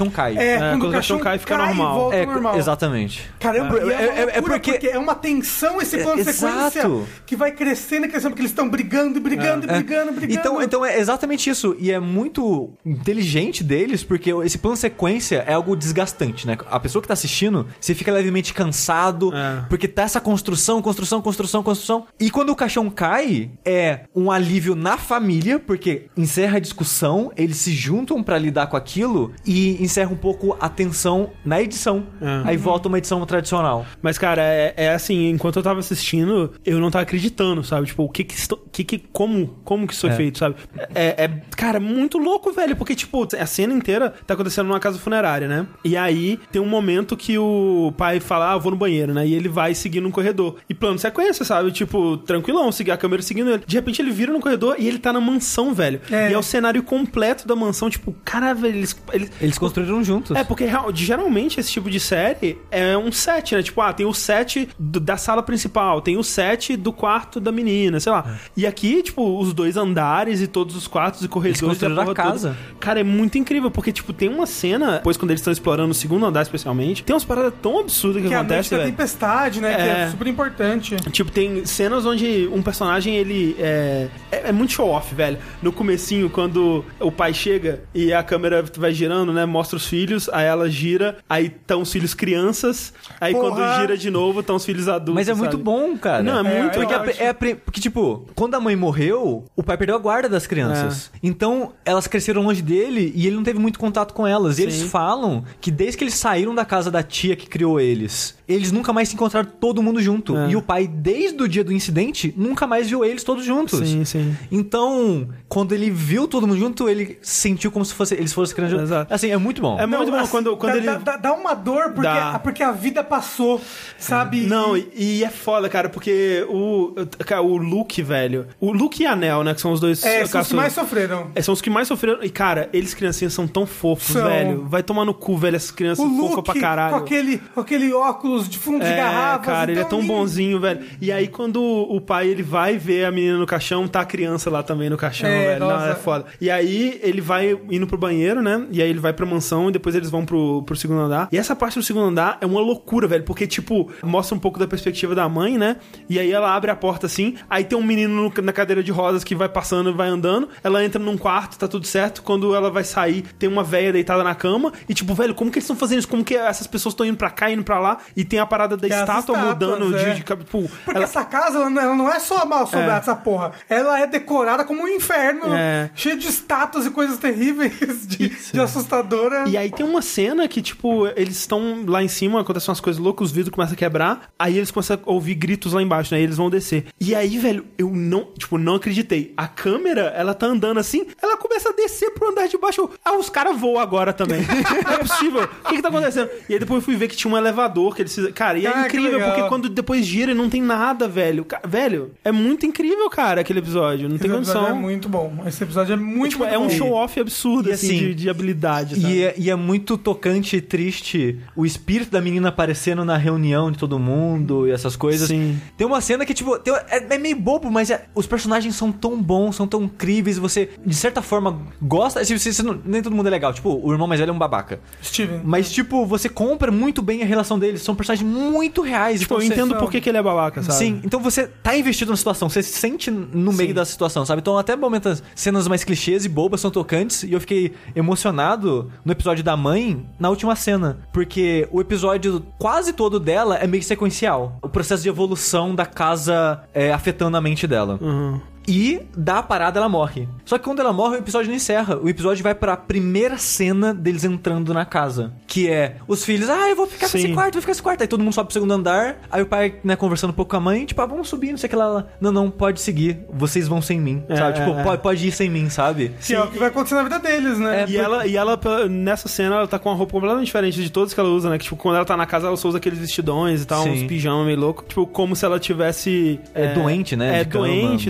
caixão cai. É, É, quando, quando o caixão cai, fica normal. volta É, ao normal. exatamente. Caramba, É, e é, uma é- é loucura, porque- porque... é uma tensão esse plano de É, sequência exato. que vai crescendo e crescendo, porque eles estão brigando e brigando e brigando e brigando. Então, então é exatamente isso. E é muito inteligente deles, porque esse plano sequência é algo desgastante, né? A pessoa que tá assistindo, você fica levemente cansado, É. porque tá essa construção, construção, construção, construção. E quando o caixão cai, é um alívio na família, porque encerra a discussão, eles se juntam pra lidar com aquilo e encerra um pouco a tensão na edição. É. Aí volta uma edição tradicional. Mas, cara, é, é assim, enquanto eu tava assistindo, eu não tava acreditando, sabe? Tipo, o que que... esto- que, que como, como que isso é. É. feito, sabe? É, é, cara, muito louco, velho, porque, tipo, a cena inteira tá acontecendo numa casa funerária, né? E aí, tem um momento que o pai fala, ah, eu vou no banheiro, né? E ele vai seguindo um corredor. E plano sequência, sabe? Tipo, tranquilão, seguir a câmera seguindo ele. De repente, ele vira no corredor e ele tá na mansão, velho. É. E é o cenário completo da mansão, tipo, cara, velho, eles... eles Eles construíram juntos. É, porque real- geralmente esse tipo de série é um set, né? Tipo, ah, tem o set do- da sala principal, tem o set do quarto da menina, sei lá. É. E aqui, tipo, os dois andares e todos os quartos e corredores Eles construíram e porra a casa. toda. Cara, é muito incrível, porque, tipo, tem uma cena, depois quando eles estão explorando o segundo andar especialmente, tem umas paradas tão absurdas que, Que é a noite acontecem, da velho. tempestade, né? Que É. é super importante. Tipo, tem cenas onde um personagem, ele é... É, é muito show-off, velho. No comecinho, quando o pai chega e a câmera vai girando, né? Mostra os filhos, aí ela gira, aí estão os filhos crianças, aí Porra. quando gira de novo, estão os filhos adultos, Mas é muito sabe? bom, cara. Não, é muito porque, a- ótimo. é a pre- porque, tipo, quando a mãe morreu, o pai perdeu a guarda das crianças. Então, elas cresceram longe dele e ele não teve muito contato com elas. E eles Sim. falam que desde que eles saíram da casa da tia que criou eles, eles nunca mais se encontraram todo mundo junto. É. E o pai, desde o dia do incidente, nunca mais viu eles todos juntos. Sim, sim. Então, quando ele viu todo mundo junto, ele sentiu como se fosse, eles fossem crianças juntos. Exato. Assim, é muito bom. É muito bom assim, quando, quando dá, ele... dá, dá- dá uma dor porque, Dá. porque a vida passou, sabe? Não, e, e é foda, cara, porque o, cara, o Luke, velho... O Luke e a Nell, né, que são os dois... É, são os que caçadores- mais sofreram. É, são os que mais sofreram. E, cara, eles criancinhas são tão fofos, São. velho. Vai tomar no cu, velho, essas crianças O fofas Luke pra caralho. com aquele, com aquele óculos de fundo de É, garrafa. cara, ele é tão bonzinho, velho. E aí, quando o pai, ele vai ver a menina no caixão, tá a criança lá também no caixão, É, velho. Não, nossa. é foda. E aí, ele vai indo pro banheiro, né? E aí, ele vai pra mansão e depois eles vão pro, pro segundo andar. E essa parte do segundo andar é uma loucura, velho. Porque, tipo, mostra um pouco da perspectiva da mãe, né? E aí, ela abre a porta assim. Aí tem um menino no- na cadeira de rosas que vai passando e vai andando. Ela entra num quarto, tá tudo certo. Quando ela vai sair, tem uma véia deitada na cama. E, tipo, velho, como que eles estão fazendo isso? Como que essas pessoas estão indo pra cá, indo pra lá? E tem a parada da Que as estátua estátuas, mudando é. de, de, tipo, Porque ela- essa casa, ela não- ela não é só mal assombrada, É. essa porra. Ela é decorada como um inferno, É. cheio de estátuas e coisas terríveis, de, de assustadora. E aí tem uma cena que, tipo, eles estão lá em cima, acontecem umas coisas loucas, os vidros começam a quebrar, aí eles começam a ouvir gritos lá embaixo, né? E eles vão descer. E aí, velho, eu não, tipo, não acreditei. A câmera, ela tá andando assim, ela começa a descer pro andar de baixo. Ah, os caras voam agora também. Não é possível. O que que tá acontecendo? E aí depois eu fui ver que tinha um elevador que eles fizeram. Cara, e é Ah, que incrível, legal. porque quando depois gira não tem nada, velho. Ca- Velho, é muito incrível, cara, aquele episódio. Não tem Esse episódio condição. é muito bom. Esse episódio é muito, Tipo, muito é um bom. show-off absurdo, E assim, assim, de, de habilidade, sabe? E é, e é muito tocante e triste o espírito da menina aparecendo na reunião de todo mundo e essas coisas. Sim. Tem uma cena que, tipo, tem- é, é meio bobo, mas é- os personagens são tão bons, são tão incríveis, você, de certa forma, gosta. Assim, você- você não- nem todo mundo é legal. Tipo, o irmão mais velho é um babaca. Steven. Mas, tipo, você compra muito bem a relação deles. São personagens muito reais. Tipo, eu então você- entendo por que, que ele é babaca, sabe? Sim, então você tá investido na situação, você se sente no meio Sim. da situação, sabe? Então até momentos, cenas mais clichês e bobas são tocantes, e eu fiquei emocionado no episódio da mãe, na última cena, porque o episódio quase todo dela é meio sequencial. O processo de evolução da casa é, afetando a mente dela. Uhum. E da parada ela morre. Só que quando ela morre, o episódio não encerra. O episódio vai pra primeira cena deles entrando na casa. Que é os filhos, ah, eu vou ficar Sim. nesse quarto, vou ficar nesse quarto. Aí todo mundo sobe pro segundo andar. Aí o pai, né, conversando um pouco com a mãe, tipo, ah, vamos subir, não sei o que lá. lá. Não, não, pode seguir. Vocês vão sem mim, É, sabe? é, Tipo, é. Pode, pode ir sem mim, sabe? Que é o que vai acontecer na vida deles, né? É, E ela, e ela, pela- nessa cena, ela tá com uma roupa completamente diferente de todas que ela usa, né? Que, tipo, quando ela tá na casa, ela só usa aqueles vestidões e tal, Sim. uns pijamas meio louco. Tipo, como se ela tivesse... É doente, né? É De cama, doente e mano. tal, uma coisa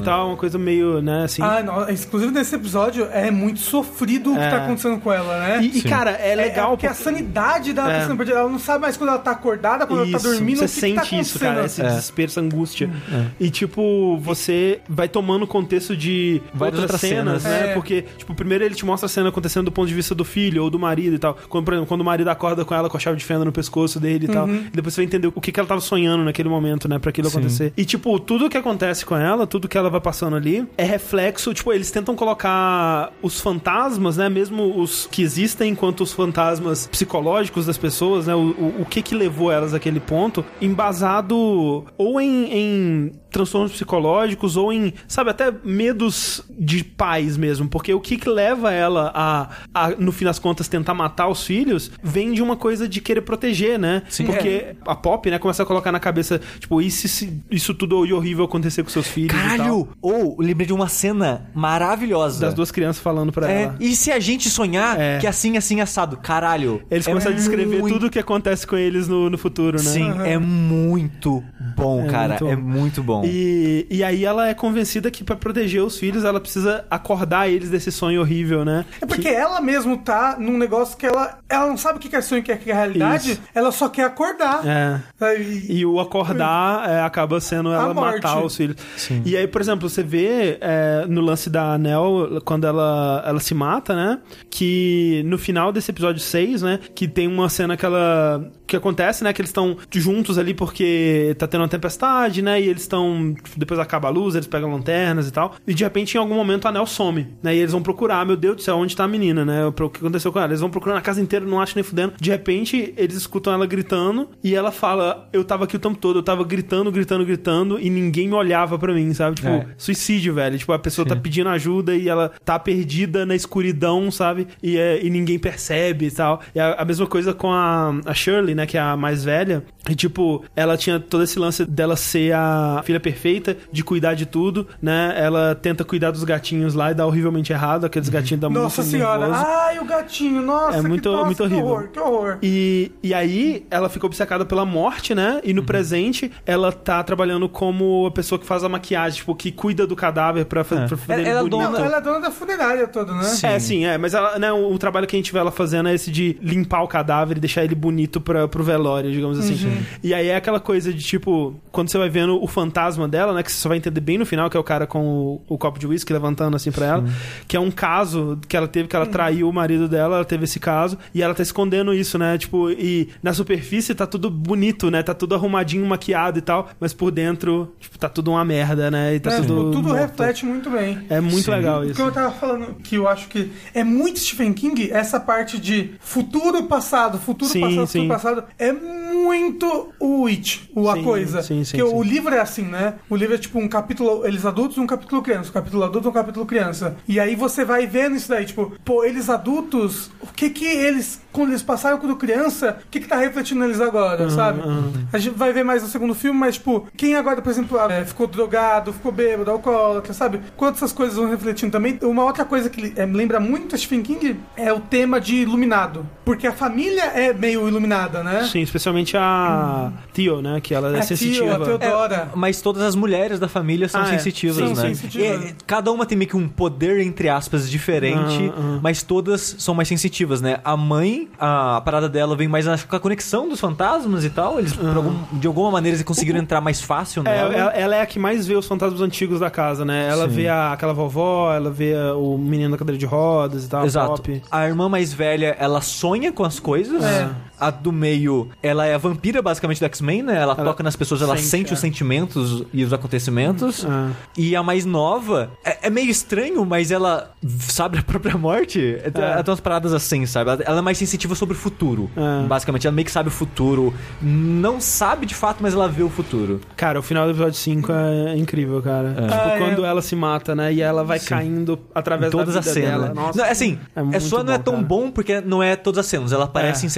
coisa meio, né, assim... Ah, não, inclusive nesse episódio é muito sofrido o que É. tá acontecendo com ela, né? E, e, cara, é legal... É, porque a sanidade dela É. tá sendo perdida. Ela não sabe mais quando ela tá acordada, quando ela tá Isso, dormindo. você o que que tá sente isso, cara, esse É. desespero, essa angústia. E, tipo, você vai tomando contexto de Várias outras outras cenas, cenas. né? É. Porque, tipo, primeiro ele te mostra a cena acontecendo do ponto de vista do filho ou do marido e tal. Quando, por exemplo, quando o marido acorda com ela com a chave de fenda no pescoço dele e tal. E depois você vai entender o que, que ela tava sonhando naquele momento, né? Pra aquilo Sim. acontecer. E, tipo, tudo que acontece com ela, tudo que ela vai passando ali, é reflexo. Tipo, eles tentam colocar os fantasmas, né? Mesmo os que existem, quanto os fantasmas psicológicos das pessoas, né? O, o, o que que levou elas àquele ponto, embasado ou em, em transtornos psicológicos ou em, sabe, até medos de pais mesmo, porque o que que leva ela a, a no fim das contas, tentar matar os filhos, vem de uma coisa de querer proteger, né? Sim. Porque a Pop, né, começa a colocar na cabeça, tipo, e se, se isso tudo horrível acontecer com seus filhos e tal. Caralho! Ou, lembrei de uma cena maravilhosa. Das duas crianças falando pra É, ela. e se a gente sonhar É. que assim, assim, assado? Caralho. Eles é começam a descrever muito- tudo o que acontece com eles no, no futuro, né? Sim, é muito bom, É cara. muito bom. É muito bom. E, e aí ela é convencida que pra proteger os filhos, ela precisa acordar eles desse sonho horrível, né? É porque ela mesmo tá num negócio que ela, ela não sabe o que é sonho e o que é realidade, Isso. ela só quer acordar. É. E- E o acordar é, acaba sendo ela morte. matar os filhos. Sim. E aí, por exemplo, você vê é, no lance da Anel, quando ela, ela se mata, né? Que no final desse episódio seis, né? Que tem uma cena que ela... Que acontece, né? Que eles estão juntos ali porque tá tendo uma tempestade, né? E eles estão... Depois acaba a luz, eles pegam lanternas e tal. E de repente, em algum momento, a Anel some, né? E eles vão procurar, meu Deus do céu, onde tá a menina, né? O que aconteceu com ela? Eles vão procurar na casa inteira, não acham nem fudendo. De repente, eles escutam ela gritando e ela fala, eu tava aqui o tempo todo, eu tava gritando, gritando, gritando e ninguém me olhava pra mim, sabe? Tipo, É. suicídio, velho. Tipo, a pessoa Sim. tá pedindo ajuda e ela tá perdida na escuridão, sabe? E, é, e ninguém percebe e tal. E a, a mesma coisa com a, a Shirley, né? Que é a mais velha. E, tipo, ela tinha todo esse lance dela ser a filha perfeita, de cuidar de tudo, né? Ela tenta cuidar dos gatinhos lá e dá horrivelmente errado, aqueles gatinhos da Nossa muito senhora, nervoso. ai, o gatinho, nossa, É que, muito- nossa, muito que horrível. horror, que horror. E, e aí, ela fica obcecada pela morte, né? E no presente, ela tá trabalhando como a pessoa que faz a maquiagem, tipo, que cuida do cadáver pra, fa- É. pra fazer Ela- ele ela bonito. Não, ela é dona da funerária toda, né? Sim. É, sim, é. Mas ela, né, o, o trabalho que a gente vê ela fazendo é esse de limpar o cadáver e deixar ele bonito pra, pro velório, digamos assim. E aí é aquela coisa de, tipo, quando você vai vendo o fantasma dela, né? Que você só vai entender bem no final, que é o cara com o, o copo de uísque levantando assim pra ela. Que é um caso que ela teve, que ela traiu o marido dela, ela teve esse caso. E ela tá escondendo isso, né? Tipo, e na superfície tá tudo bonito, né? Tá tudo arrumadinho, maquiado e tal. Mas por dentro, tipo, tá tudo uma merda, né? E tá É, tudo. tipo, tudo morto. reflete muito bem. É muito Sim. legal O isso. que eu tava falando, que eu acho que é muito Stephen King, essa parte de futuro, passado, futuro, Sim, passado, sim. futuro, passado, é muito o It, o A Sim, Coisa. sim, sim, Porque sim. o livro é assim, né? O livro é tipo um capítulo eles adultos e um capítulo criança. Um capítulo adulto e um capítulo criança. E aí você vai vendo isso daí, tipo, pô, eles adultos, o que que eles, quando eles passaram quando criança, o que que tá refletindo neles agora, sabe? A gente vai ver mais no segundo filme, mas, tipo, quem agora, por exemplo, é, ficou drogado, ficou bêbado, alcoólatra, sabe? Quantas essas coisas vão refletindo também. Uma outra coisa que é, lembra muito a Stephen King é o tema de iluminado. Porque a família é meio iluminada, né? Sim, especialmente a Theo, né? Que ela é A sensitiva. Theo, a Teodora. É, mas todas as mulheres da família são Ah, é. sensitivas, Sim, né? sensitivas. E, cada uma tem meio que um poder, entre aspas, diferente, Ah, ah. mas todas são mais sensitivas, né? A mãe, a parada dela vem mais na- com a conexão dos fantasmas e tal. Eles, por algum- de alguma maneira, eles conseguiram entrar mais fácil É, nela. ela, ela é a que mais vê os fantasmas antigos da casa, né? Ela Sim. vê a- aquela vovó, ela vê a- o menino da cadeira de rodas e tal, a Exato. Pop. A irmã mais velha, ela sonha com as coisas. É. A do meio, ela é a vampira, basicamente, do X-Men, né? Ela, toca nas pessoas, ela sente, sente é. os sentimentos e os acontecimentos. Ah. E a mais nova, é, é meio estranho, mas ela sabe a própria morte. É. Ela tem umas paradas assim, sabe? Ela, ela é mais sensitiva sobre o futuro. É. Basicamente, ela meio que sabe o futuro. Não sabe de fato, mas ela vê o futuro. Cara, o final do episódio cinco é incrível, cara. Tipo, Ah, é. quando ela se mata, né? E ela vai caindo através Em todas da as vida cenas. dela. Nossa, Não, é assim, é é, muito só não é bom, tão cara. bom porque não é todas as cenas. Ela aparece É. em cenas que ela não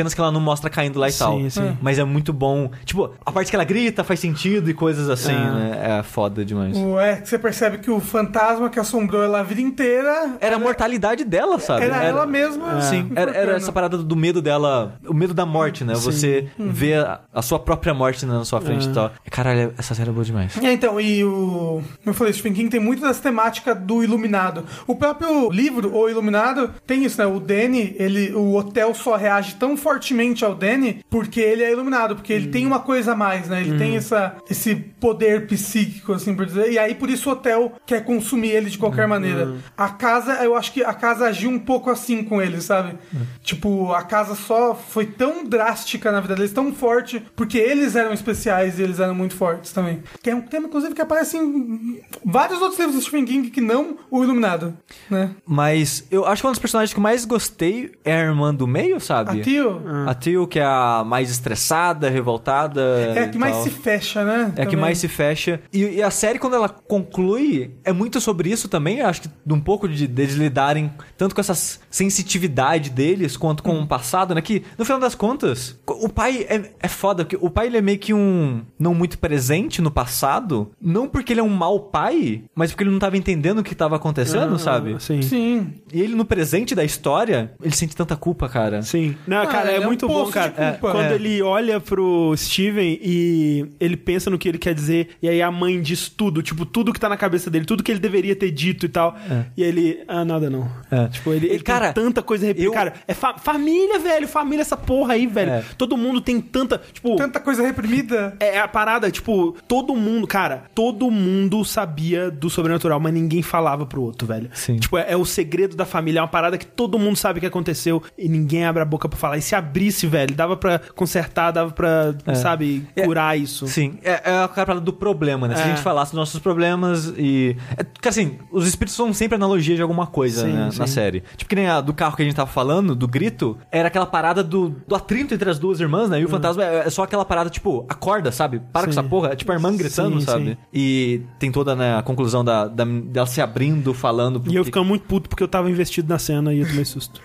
mostra caindo lá e Sim, tal. sim. Mas é muito bom. Tipo, a parte que ela grita faz sentido e coisas assim, É. né? É foda demais. O- É, que você percebe que o fantasma que assombrou ela a vida inteira Era a mortalidade dela, sabe? era ela mesma. Sim, era, era essa parada do medo dela, o medo da morte, né? Você vê a, a sua própria morte né, na sua frente e tal. Caralho, essa série é boa demais. É, então, e o... Como eu falei, Stephen King tem muito dessa temática do Iluminado. O próprio livro, O Iluminado, tem isso, né? O Danny, ele, o hotel só reage tão fortemente ao Danny porque ele é iluminado, porque ele tem uma coisa a mais, né? Ele tem essa, esse poder psíquico, assim por dizer. E aí, por isso, o hotel quer consumir ele de qualquer maneira. A casa, eu acho que a casa agiu um pouco assim com ele, sabe? Tipo, a casa só foi tão drástica na vida deles, tão forte, porque eles eram especiais e eles eram muito fortes também. Que é um tema, inclusive, que aparece em vários outros livros do Stephen King que não o Iluminado, né? Mas eu acho que uma dos personagens que eu mais gostei é a irmã do meio, sabe? A Tio A Tio, que é a mais estressada, revoltada. é a que e mais tal. se fecha, né? É a que Também. mais se fecha. E, e a série, quando ela conclui, é muito sobre isso também. Eu acho que de um pouco de, de eles lidarem tanto com essa sensitividade deles quanto com o passado, né? Que, no final das contas, o pai é, é foda. Porque o pai, ele é meio que um não muito presente no passado. Não porque ele é um mau pai, mas porque ele não tava entendendo o que tava acontecendo, Ah, sabe? Sim. Sim. E ele, no presente da história, ele sente tanta culpa, cara. Sim. Não, Ah, cara, é ele é um muito bom, poço de cara. culpa. Quando É. ele olha pro Steven e ele pensa no que ele quer dizer, e aí a mãe diz tudo, tipo, tudo que tá na cabeça dele, tudo que ele deveria ter dito e tal. E ele, ah, nada não. É. Tipo, ele, ele Cara, tem tanta coisa repetida. eu- Cara, é fa- família, velho, família, essa porra aí, velho. É. Todo mundo tem tanta, tipo... Tanta coisa reprimida. É a parada, tipo, todo mundo, cara, todo mundo sabia do sobrenatural, mas ninguém falava pro outro, velho. Sim. Tipo, é, é o segredo da família, é uma parada que todo mundo sabe o que aconteceu e ninguém abre a boca pra falar. E se abrisse, velho, dava pra consertar, dava pra, sabe, curar isso. Sim, é, é a parada do problema, né? Se É. a gente falasse dos nossos problemas e... É, porque assim, os espíritos são sempre analogia de alguma coisa, Sim, né, sim. na série. Tipo que nem a do carro que a gente tava falando, do grito, era aquela parada do, do atrito entre as duas irmãs, né? E o fantasma é, é só aquela parada, tipo, acorda, sabe? Para com Sim. essa porra. É tipo a irmã gritando, Sim, sabe? sim. E tem toda, né, a conclusão da, da, dela se abrindo, falando... E eu porque- ficando muito puto porque eu tava investido na cena e eu tomei susto.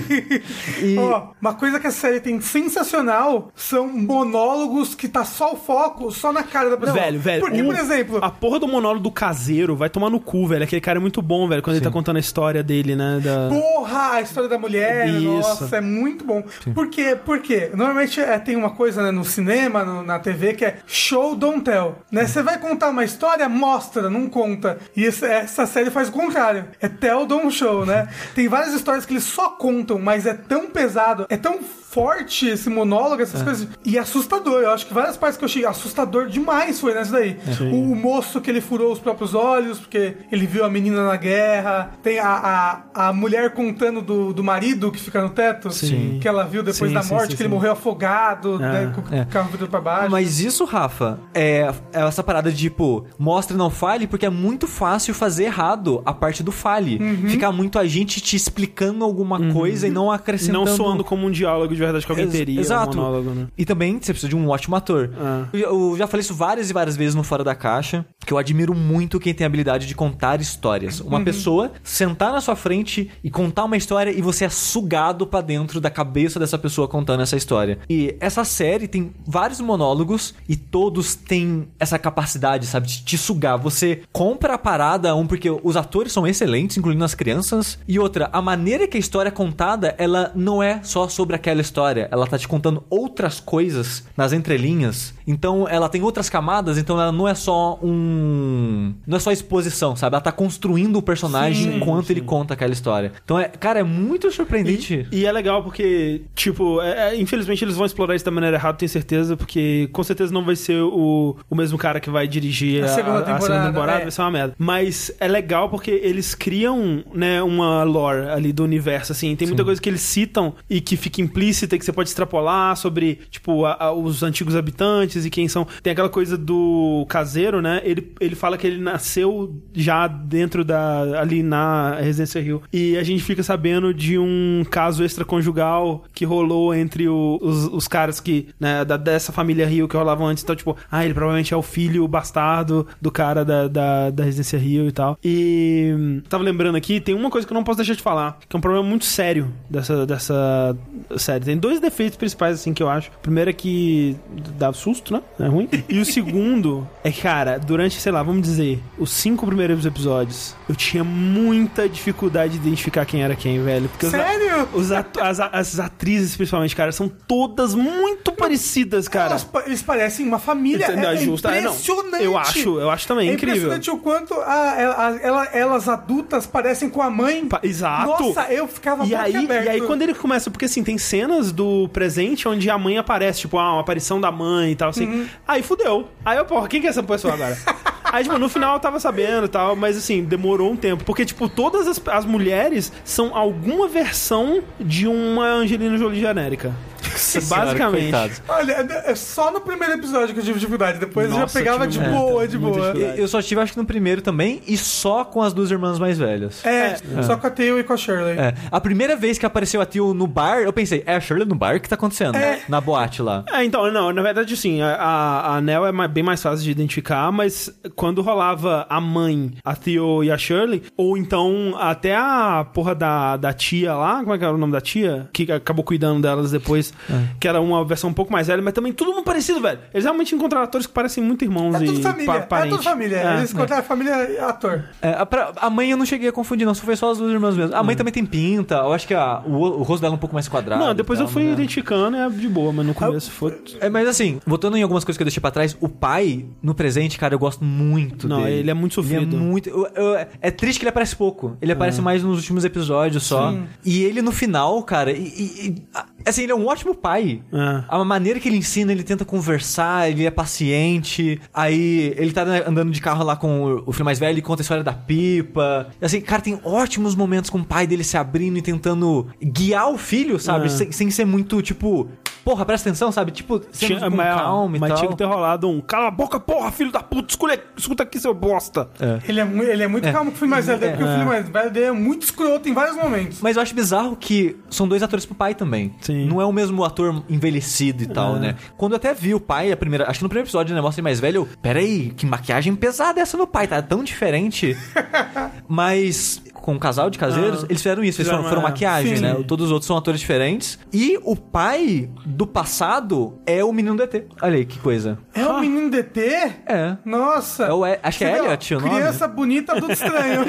E... Ó, uma coisa que a série tem sensacional são monólogos que tá só o foco, só na cara da pessoa. Velho, velho. Porque, o- por exemplo, A porra do monólogo do caseiro vai tomar no cu, velho. Aquele cara é muito bom, velho, quando ele tá contando a história dele, né? Da... porra, a história da mulher, Isso. nossa, é muito bom. Por quê? Porque normalmente é, tem uma coisa né, no cinema, no- na T V, que é show, don't tell. Né? Você vai contar uma história, mostra, não conta. E essa, essa série faz o contrário. É tell, don't show, né? Tem várias histórias que eles só contam, mas é tão pesado, é tão forte esse monólogo, essas coisas. E assustador. Eu acho que várias partes que eu achei assustador demais foi nessa daí. O, o moço que ele furou os próprios olhos, porque ele viu a menina na guerra. Tem a, a, a mulher contando do, do marido que fica no teto, Sim. que ela viu depois Sim, da sim, morte, sim, que ele sim. morreu afogado, Ah, né, com é. o carro vidro pra baixo. Mas isso, Rafa, é, é essa parada de, tipo, mostra e não fale, porque é muito fácil fazer errado a parte do fale. Uhum. Ficar muito a gente te explicando alguma coisa e não acrescentando... Não soando como um diálogo de verdade que alguém Ex- teria. Exato. Um monólogo, né? E também você precisa de um ótimo ator. Ah. Eu, eu já falei isso várias e várias vezes no Fora da Caixa, que eu admiro muito quem tem a habilidade de contar histórias. Uma pessoa sentar na sua frente e contar uma história e você é sugado pra dentro da cabeça dessa pessoa contando essa história. E essa série tem vários monólogos e todos têm essa capacidade, sabe, de te sugar. Você compra a parada, um, porque os atores são excelentes, incluindo as crianças, e outra, a maneira que a história é contada, ela não é só sobre aquela história, ela tá te contando outras coisas nas entrelinhas, então ela tem outras camadas, então ela não é só um... não é só exposição, sabe? Ela tá construindo o personagem Sim, enquanto ele conta aquela história. Então, é, cara, é muito surpreendente. E, e é legal porque, tipo, é- é- infelizmente eles vão explorar isso da maneira errada, tenho certeza, porque com certeza não vai ser o, o mesmo cara que vai dirigir A a, segunda a segunda temporada, temporada, é. vai ser uma merda. Mas é legal porque eles criam, né, uma lore ali do universo, assim. Tem muita coisa que eles citam e que fica implícita e que você pode extrapolar sobre, tipo, a- a- os antigos habitantes parentes e quem são... Tem aquela coisa do caseiro, né? Ele, ele fala que ele nasceu já dentro da... ali na Residência Hill. E a gente fica sabendo de um caso extraconjugal que rolou entre o, os, os caras que... né, da, dessa família Hill que rolavam antes. Então, tipo, ah, ele provavelmente é o filho bastardo do cara da, da, da Residência Hill e tal. E... tava lembrando aqui, tem uma coisa que eu não posso deixar de falar, que é um problema muito sério dessa, dessa série. Tem dois defeitos principais, assim, que eu acho. O primeiro é que dá susto, né? É ruim. E o segundo é que, cara, durante, sei lá, vamos dizer, os cinco primeiros episódios, eu tinha muita dificuldade de identificar quem era quem, velho. Porque Sério? Os, os atu- as, as atrizes, principalmente, cara, são todas muito parecidas, cara. Elas, pa- eles parecem uma família. Entendeu? É, é Justo. É, não. impressionante. Eu acho, eu acho também É incrível. impressionante o quanto a- a- a- ela- elas adultas parecem com a mãe. Pa- Exato. Nossa, eu ficava E aí, boquiaberto. e aí quando ele começa, porque assim, tem cenas do presente onde a mãe aparece, tipo, ah, uma aparição da mãe e tal, assim. Uhum. Aí fudeu. Aí eu, porra, quem que é essa pessoa agora? Aí, tipo, no final eu tava sabendo e tal, mas assim, demorou um tempo. Porque, tipo, todas as, as mulheres são alguma versão de uma Angelina Jolie genérica. Basicamente. Coitados. Olha, é só no primeiro episódio que eu tive dificuldade. Depois eu Nossa, já pegava eu de tive boa, muita- de muita boa. dificuldade. Eu só tive, acho que no primeiro também, e só com as duas irmãs mais velhas. É, só com a Theo e com a Shirley. É. A primeira vez que apareceu a Tio no bar, eu pensei, é a Shirley no bar? O que tá acontecendo? É. Na boate lá. É, então, não, na verdade, sim, a, a a Nell é ma- bem mais fácil de identificar, mas quando rolava a mãe, a Theo e a Shirley, ou então até a porra da, da tia lá, como é que era o nome da tia? Que acabou cuidando delas depois, que era uma versão um pouco mais velha, mas também tudo muito parecido, velho. Eles realmente encontraram atores que parecem muito irmãos É e tudo família, pa- é parentes. tudo família. É, Eles encontraram a família ator. É, a, pra- a mãe eu não cheguei a confundir, não. Só foi só as duas irmãs mesmo. A mãe também tem pinta. Eu acho que a- o, o rosto dela é um pouco mais quadrado. Não, depois e eu tal, fui né? identificando e é de boa, mas no começo foi... É, mas assim, voltando em algumas coisas que eu deixei pra trás, o pai, no presente, cara, eu gosto muito Não, dele. ele é muito sofrido. Ele é muito... eu- eu- é triste que ele aparece pouco. Ele aparece mais nos últimos episódios só. Sim. E ele no final, cara... E, e- e- a- assim, ele é um ótimo pai. É. A maneira que ele ensina, ele tenta conversar, ele é paciente. Aí ele tá né, andando de carro lá com o- o filho mais velho e conta a história da pipa. E, assim, cara, tem ótimos momentos com o pai dele se abrindo e tentando guiar o filho, sabe? É. Sem, sem ser muito, tipo... Porra, presta atenção, sabe? Tipo, sendo Tinha, com mas, calma e mas tal. tinha que ter rolado um cala a boca, porra, filho da puta, escuta, escuta aqui, seu bosta. Ele é, mu- ele é muito calmo com o filho mais velho dele, É. porque o filho mais velho dele é muito escroto em vários momentos. Mas eu acho bizarro que são dois atores pro pai também. Sim. Não é o mesmo ator envelhecido e tal, É. né? Quando eu até vi o pai, a primeira, acho que no primeiro episódio, né, mostra ele mais velho, eu, peraí, que maquiagem pesada essa no pai, tá tão diferente. Mas com um casal de caseiros, Ah. eles fizeram isso, eles Fizeram, foram, foram é. maquiagens, Sim. né? Todos os outros são atores diferentes. E o pai do passado é o menino do E T. Olha aí, que coisa. É o menino D T? É. Nossa. É o E- acho que é Você vê, ó, Elliot o nome. Criança bonita, adulto estranho.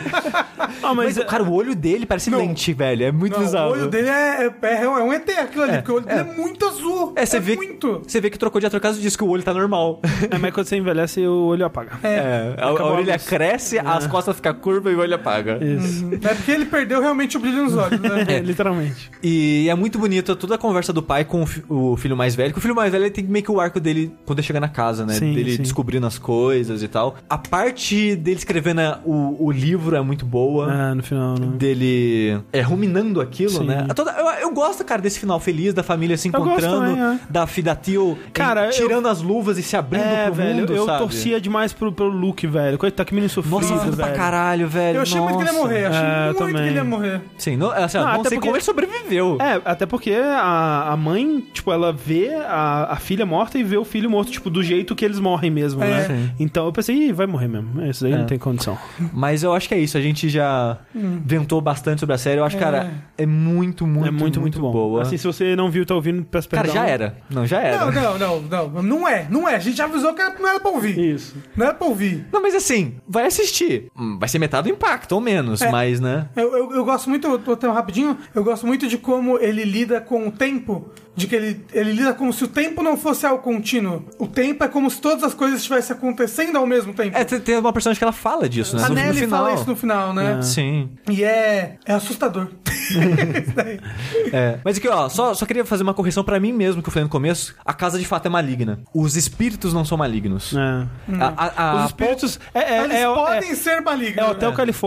Ah, Mas, mas, cara, o olho dele parece Não. lente, velho. É muito Não, bizarro. o olho dele é, é, é um E T aquilo ali, É, porque o olho dele é. é muito azul. É, você vê, muito. você vê que trocou de ator por causa disso, que o olho tá normal. é, mas quando você envelhece, o olho apaga. É, a, a Acabou a orelha luz. cresce, as costas ficam curvas e o olho apaga. Isso. É porque ele perdeu realmente o brilho nos olhos, né? É, literalmente. E é muito bonito toda a conversa do pai com o, fi- o filho mais velho. Que o filho mais velho ele tem meio que o arco dele quando ele chega na casa, né? Sim, dele sim. descobrindo as coisas e tal. A parte dele escrevendo a- o, o livro é muito boa. Ah, no final, né? Dele é, ruminando aquilo, Sim. né? A toda- eu, eu gosto, cara, desse final feliz da família se Eu gosto encontrando, também, é. da filha da tio Cara, em- tirando as luvas e se abrindo É, pro velho, mundo, eu sabe? torcia demais pro, pro Luke, velho. Coitado, que menino sofrido, Nossa, velho. pra caralho, velho. Eu achei muito que ele ia Nossa. morrer, achei É, eu muito também. que ele ia morrer. Sim, não, assim, ó, Não, não até sei porque- como ele sobreviveu. É, até porque a, a mãe, tipo, ela vê a, a filha morta e vê o filho morto, tipo, do jeito que eles morrem mesmo, É. né? Sim. Então eu pensei, ih, vai morrer mesmo. Isso daí É. não tem condição. Mas eu acho que é isso. A gente já ventou bastante sobre a série. Eu acho, É. cara, é muito, muito, é muito, muito, bom. boa. Assim, se você não viu, tá ouvindo, peço Cara, perdão. já era. Não, já era. Não, não, não, não. Não é, não é. A gente já avisou que era- não era pra ouvir. Isso. Não era pra ouvir. Não, mas assim, vai assistir. Hum, Vai ser metade do impacto, ou menos, É. mas, né? Eu, eu, eu gosto muito, tô tendo rapidinho, eu gosto muito de como ele lida com o tempo, de que ele, ele lida como se o tempo não fosse algo contínuo. O tempo é como se todas as coisas estivessem acontecendo ao mesmo tempo. É, tem tem uma personagem que ela fala disso, né? A No- no Nelly final. fala isso no final, né? Sim. E é, é assustador. Isso daí. É. Mas aqui, ó, só, só queria fazer uma correção pra mim mesmo, que eu falei no começo. A casa de fato é maligna. Os espíritos não são malignos. É. A- a- a- Os espíritos... É, é, Eles é, é, podem ser malignos. é Hotel né? Califórnia. É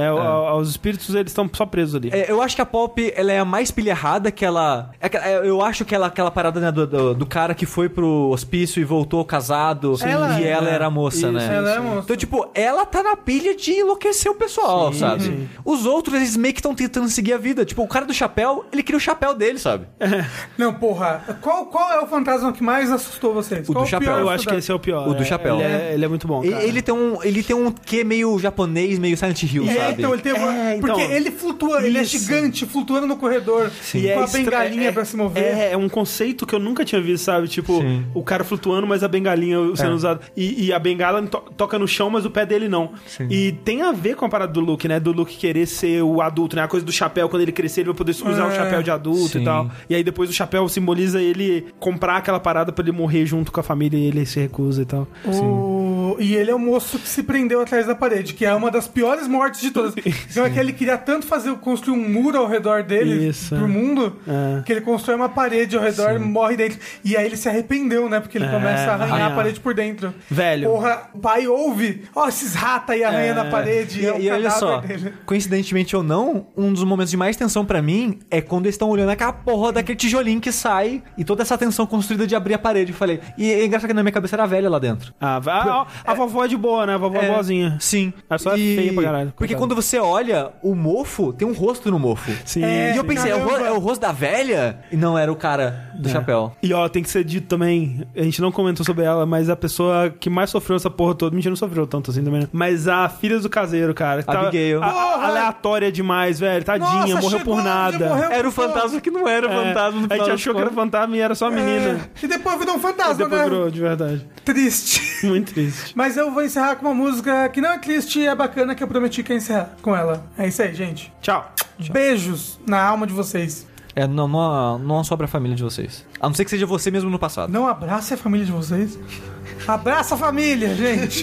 né? O- Os espíritos, eles estão só presos ali. É, eu acho que a Pop, ela é a mais pilha errada que ela... é que- é, Eu acho que ela, aquela parada, né, do, do, do cara que foi pro hospício e voltou casado, Ela e é. ela era a moça, Isso, né? Ela é monstro. Então, tipo, ela tá na pilha de enlouquecer o pessoal, Sim, sabe? sim. Os outros, eles meio que estão tentando seguir a vida. Tipo, o cara do chapéu, ele queria o chapéu dele, sabe? Não, porra. Qual, qual é o fantasma que mais assustou vocês? O Qual do chapéu. pior Eu acho que fantasma? esse é o pior. O do É, chapéu. Ele é, ele é muito bom, E- cara. Ele tem um, ele tem um quê meio japonês, meio Silent Hill, É, sabe? então ele tem uma- É, então, porque ele flutua, ele é isso. gigante, flutuando no corredor, E com a extra- bengalinha é- pra se mover. É, é um conceito que eu nunca tinha visto, sabe? Tipo, Sim. o cara flutuando, mas a bengalinha sendo É. usada. E, e a bengala to- toca no chão, mas o pé dele não. E tem a ver com a parada do Luke, né? Do Luke querer ser o adulto, né? A coisa do chapéu, quando ele crescer, ele vai poder usar É. o chapéu de adulto Sim. e tal. E aí depois o chapéu simboliza ele comprar aquela parada pra ele morrer junto com a família e ele se recusa e tal. O... E ele é o moço que se prendeu atrás da parede, que é uma das piores mortes de todas. Então é que ele queria tanto fazer, construir um muro ao redor dele, Isso, pro é. mundo, É. que ele constrói uma parede ao redor e morre dentro. E aí ele se arrependeu, né? Porque ele É, começa a arranhar arranhar. a parede por dentro. Velho. Porra, o pai ouve, ó, esses ratos aí arranhando É. a parede. E, é o e olha cadáver só, dele. coincidentemente ou não, um dos momentos de mais tensão pra mim é quando eles estão olhando aquela porra daquele tijolinho que sai e toda essa tensão construída de abrir a parede. Eu falei, e é engraçado que na minha cabeça era velha lá dentro. Ah, a, a, a vovó é de boa, né? A vovó é boazinha. Sim. Ela só é feia pra caralho. Porque Coitada. quando você olha, o mofo tem um rosto no mofo. Sim. É, E eu sim. pensei, é o, ro- Caramba. é o rosto da velha? E não, era o cara do É. chapéu. E ó, tem que ser dito também, a gente não comentou sobre ela, mas a pessoa que mais sofreu essa porra toda, mentira, não sofreu tanto assim também, né? Mas a filha do caseiro, cara. que tava- Abigail. a- a- Porra! aleatória demais, velho. Tadinha, Nossa, morreu chegou, por nada. morreu Era o por- fantasma que não era o É, fantasma no a final gente das achou que era contas. fantasma e era só a menina. É, e depois virou um E fantasma, depois né? virou, de verdade. Triste. Muito triste. Mas eu vou encerrar com uma música que não é triste e é bacana, que eu prometi que ia encerrar com ela. É isso aí, gente. Tchau. Beijos na alma de vocês. É, não, não, não sobra a família de vocês. A não ser que seja você mesmo no passado. Não abrace a família de vocês. Abraça a família, gente.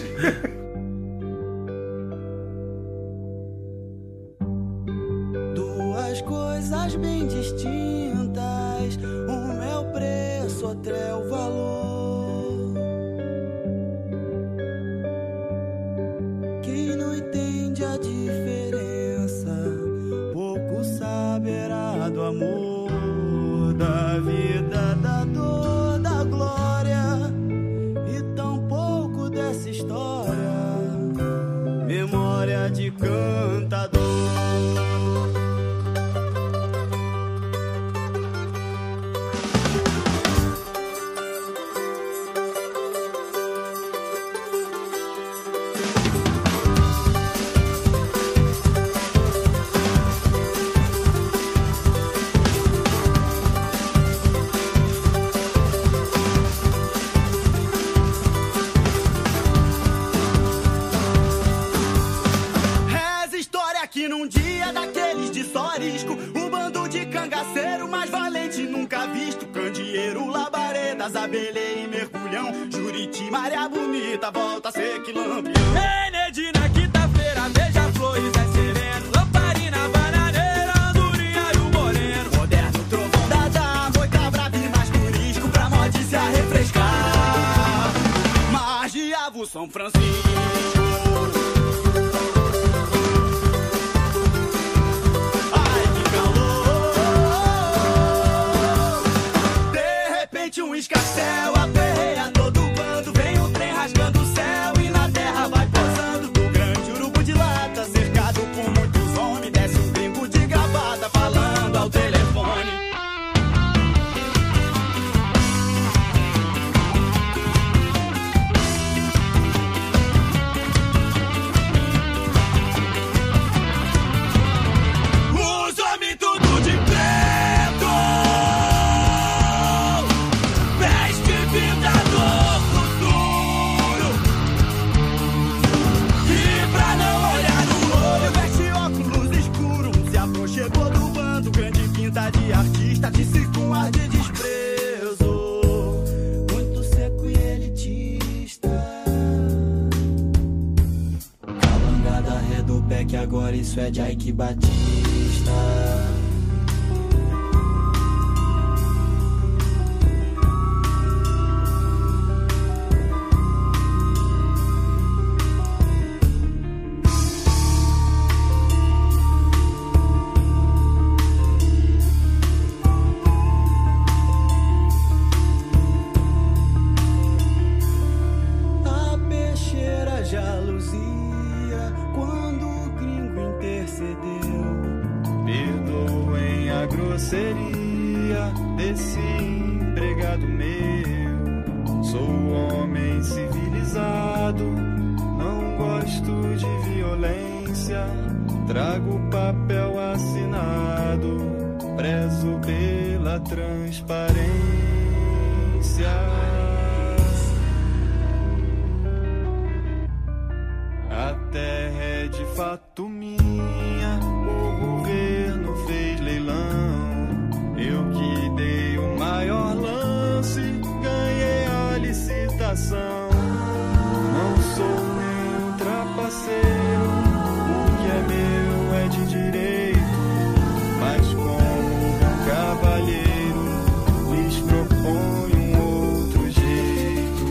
Duas coisas bem distintas, uma é o preço, outra é o valor. Quem não entende a diferença, pouco saberá do amor, da vida, da dor, da glória, e tão pouco dessa história, memória de cantador. Reza história que num dia daqueles de Sorisco, um bando de cangaceiro mais valente nunca visto. Candeeiro, labaredas, abelê e mergulhão, Juriti, Maria Bonita, volta a ser quilampião. Enedi na quinta-feira, beija-flores, é sereno, lamparina, bananeira, andorinha e o moreno. Moderno, trovão da Jambo, cabra, vi mais turisco pra mod se refrescar. Margiavo, São Francisco. Ai, que calor. De repente um escarcel aperreia todo bando. Vem um trem rasgando o céu e na terra vai posando. Do grande urubu de lata, cercado por muitos homens, desce um gringo de gravata falando ao telefone. Os homens tudo de preto, veste pintador futuro, e pra não olhar no olho, veste óculos escuros. Se aproximou do bando, grande pinta de artista, disse com ar de desprezo, muito seco e elitista. Calangada ré do pé que agora isso é de Ike Batista. eu seria desse empregado meu? Sou homem civilizado, não gosto de violência. Trago papel assinado, prezo pela transparência. A terra é de fato minha, o governo fez leilão. Eu que dei o maior lance, ganhei a licitação. Não sou nem um trapaceiro, o que é meu é de direito. Mas como um cavalheiro, lhes proponho um outro jeito.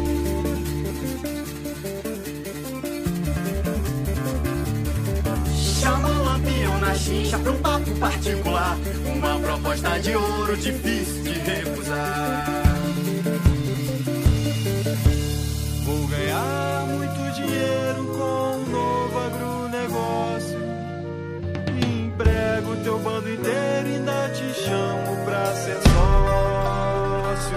Chama o lampião na xincha pra um papo particular. Uma proposta de ouro difícil de recusar. Vou ganhar muito dinheiro com um novo agronegócio. Emprego teu bando inteiro e ainda te chamo pra ser sócio.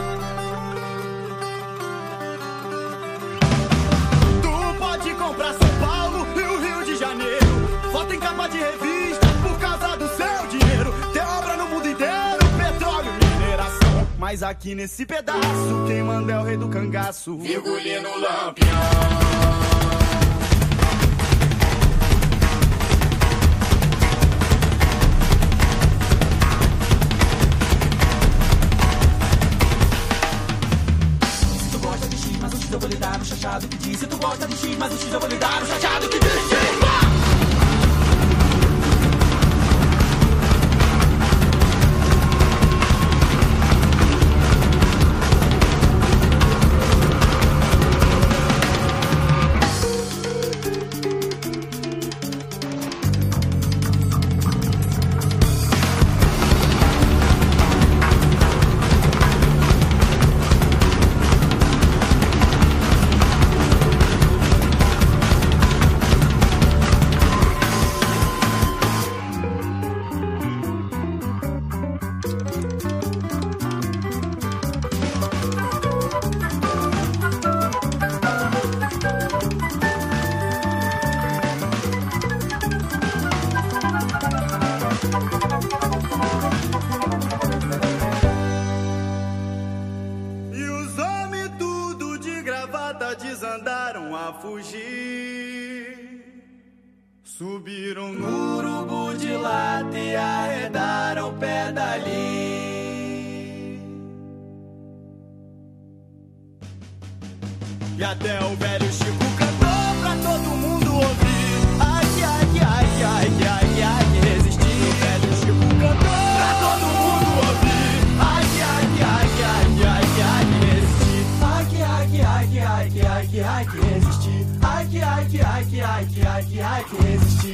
Tu pode comprar São Paulo e o Rio de Janeiro. Foto em capa de revista por causa do seu dinheiro. Tem obra no mundo inteiro, petróleo e mineração. Mas aqui nesse pedaço, quem manda é o rei do cangaço, Virgulino Lampião. Eu vou lhe dar um chachado que diz. Se tu gosta de X, mas o X eu vou lhe dar um chachado que diz. Desandaram a fugir, subiram no urubu de lata e arredaram o pé dali. E até o velho Chico cantou pra todo mundo ouvir. Ai, ai, ai, ai, ai, ai, que resistir. O velho Chico cantou pra todo mundo ouvir. Ai, ai, ai, ai, ai, ai, que resistir. Ai, que ai, que ai, que ai, que ai, que ai, que resistir. Ai, que ai, que ai, que ai, que ai, que ai, que resistir.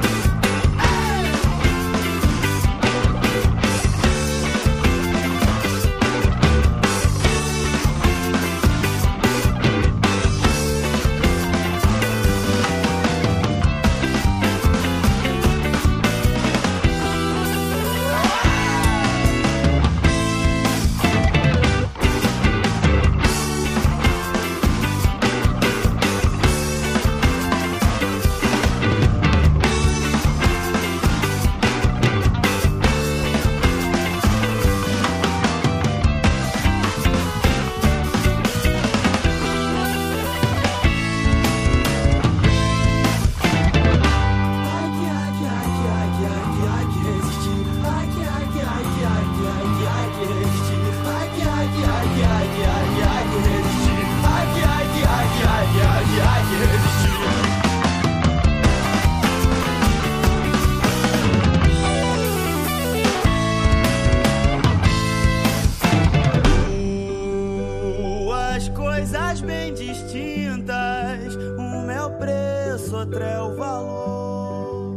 Bem distintas, um é o preço, outro é o valor.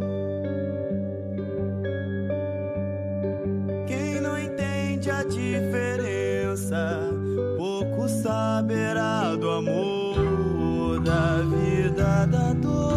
Quem não entende a diferença, pouco saberá do amor, da vida, da dor.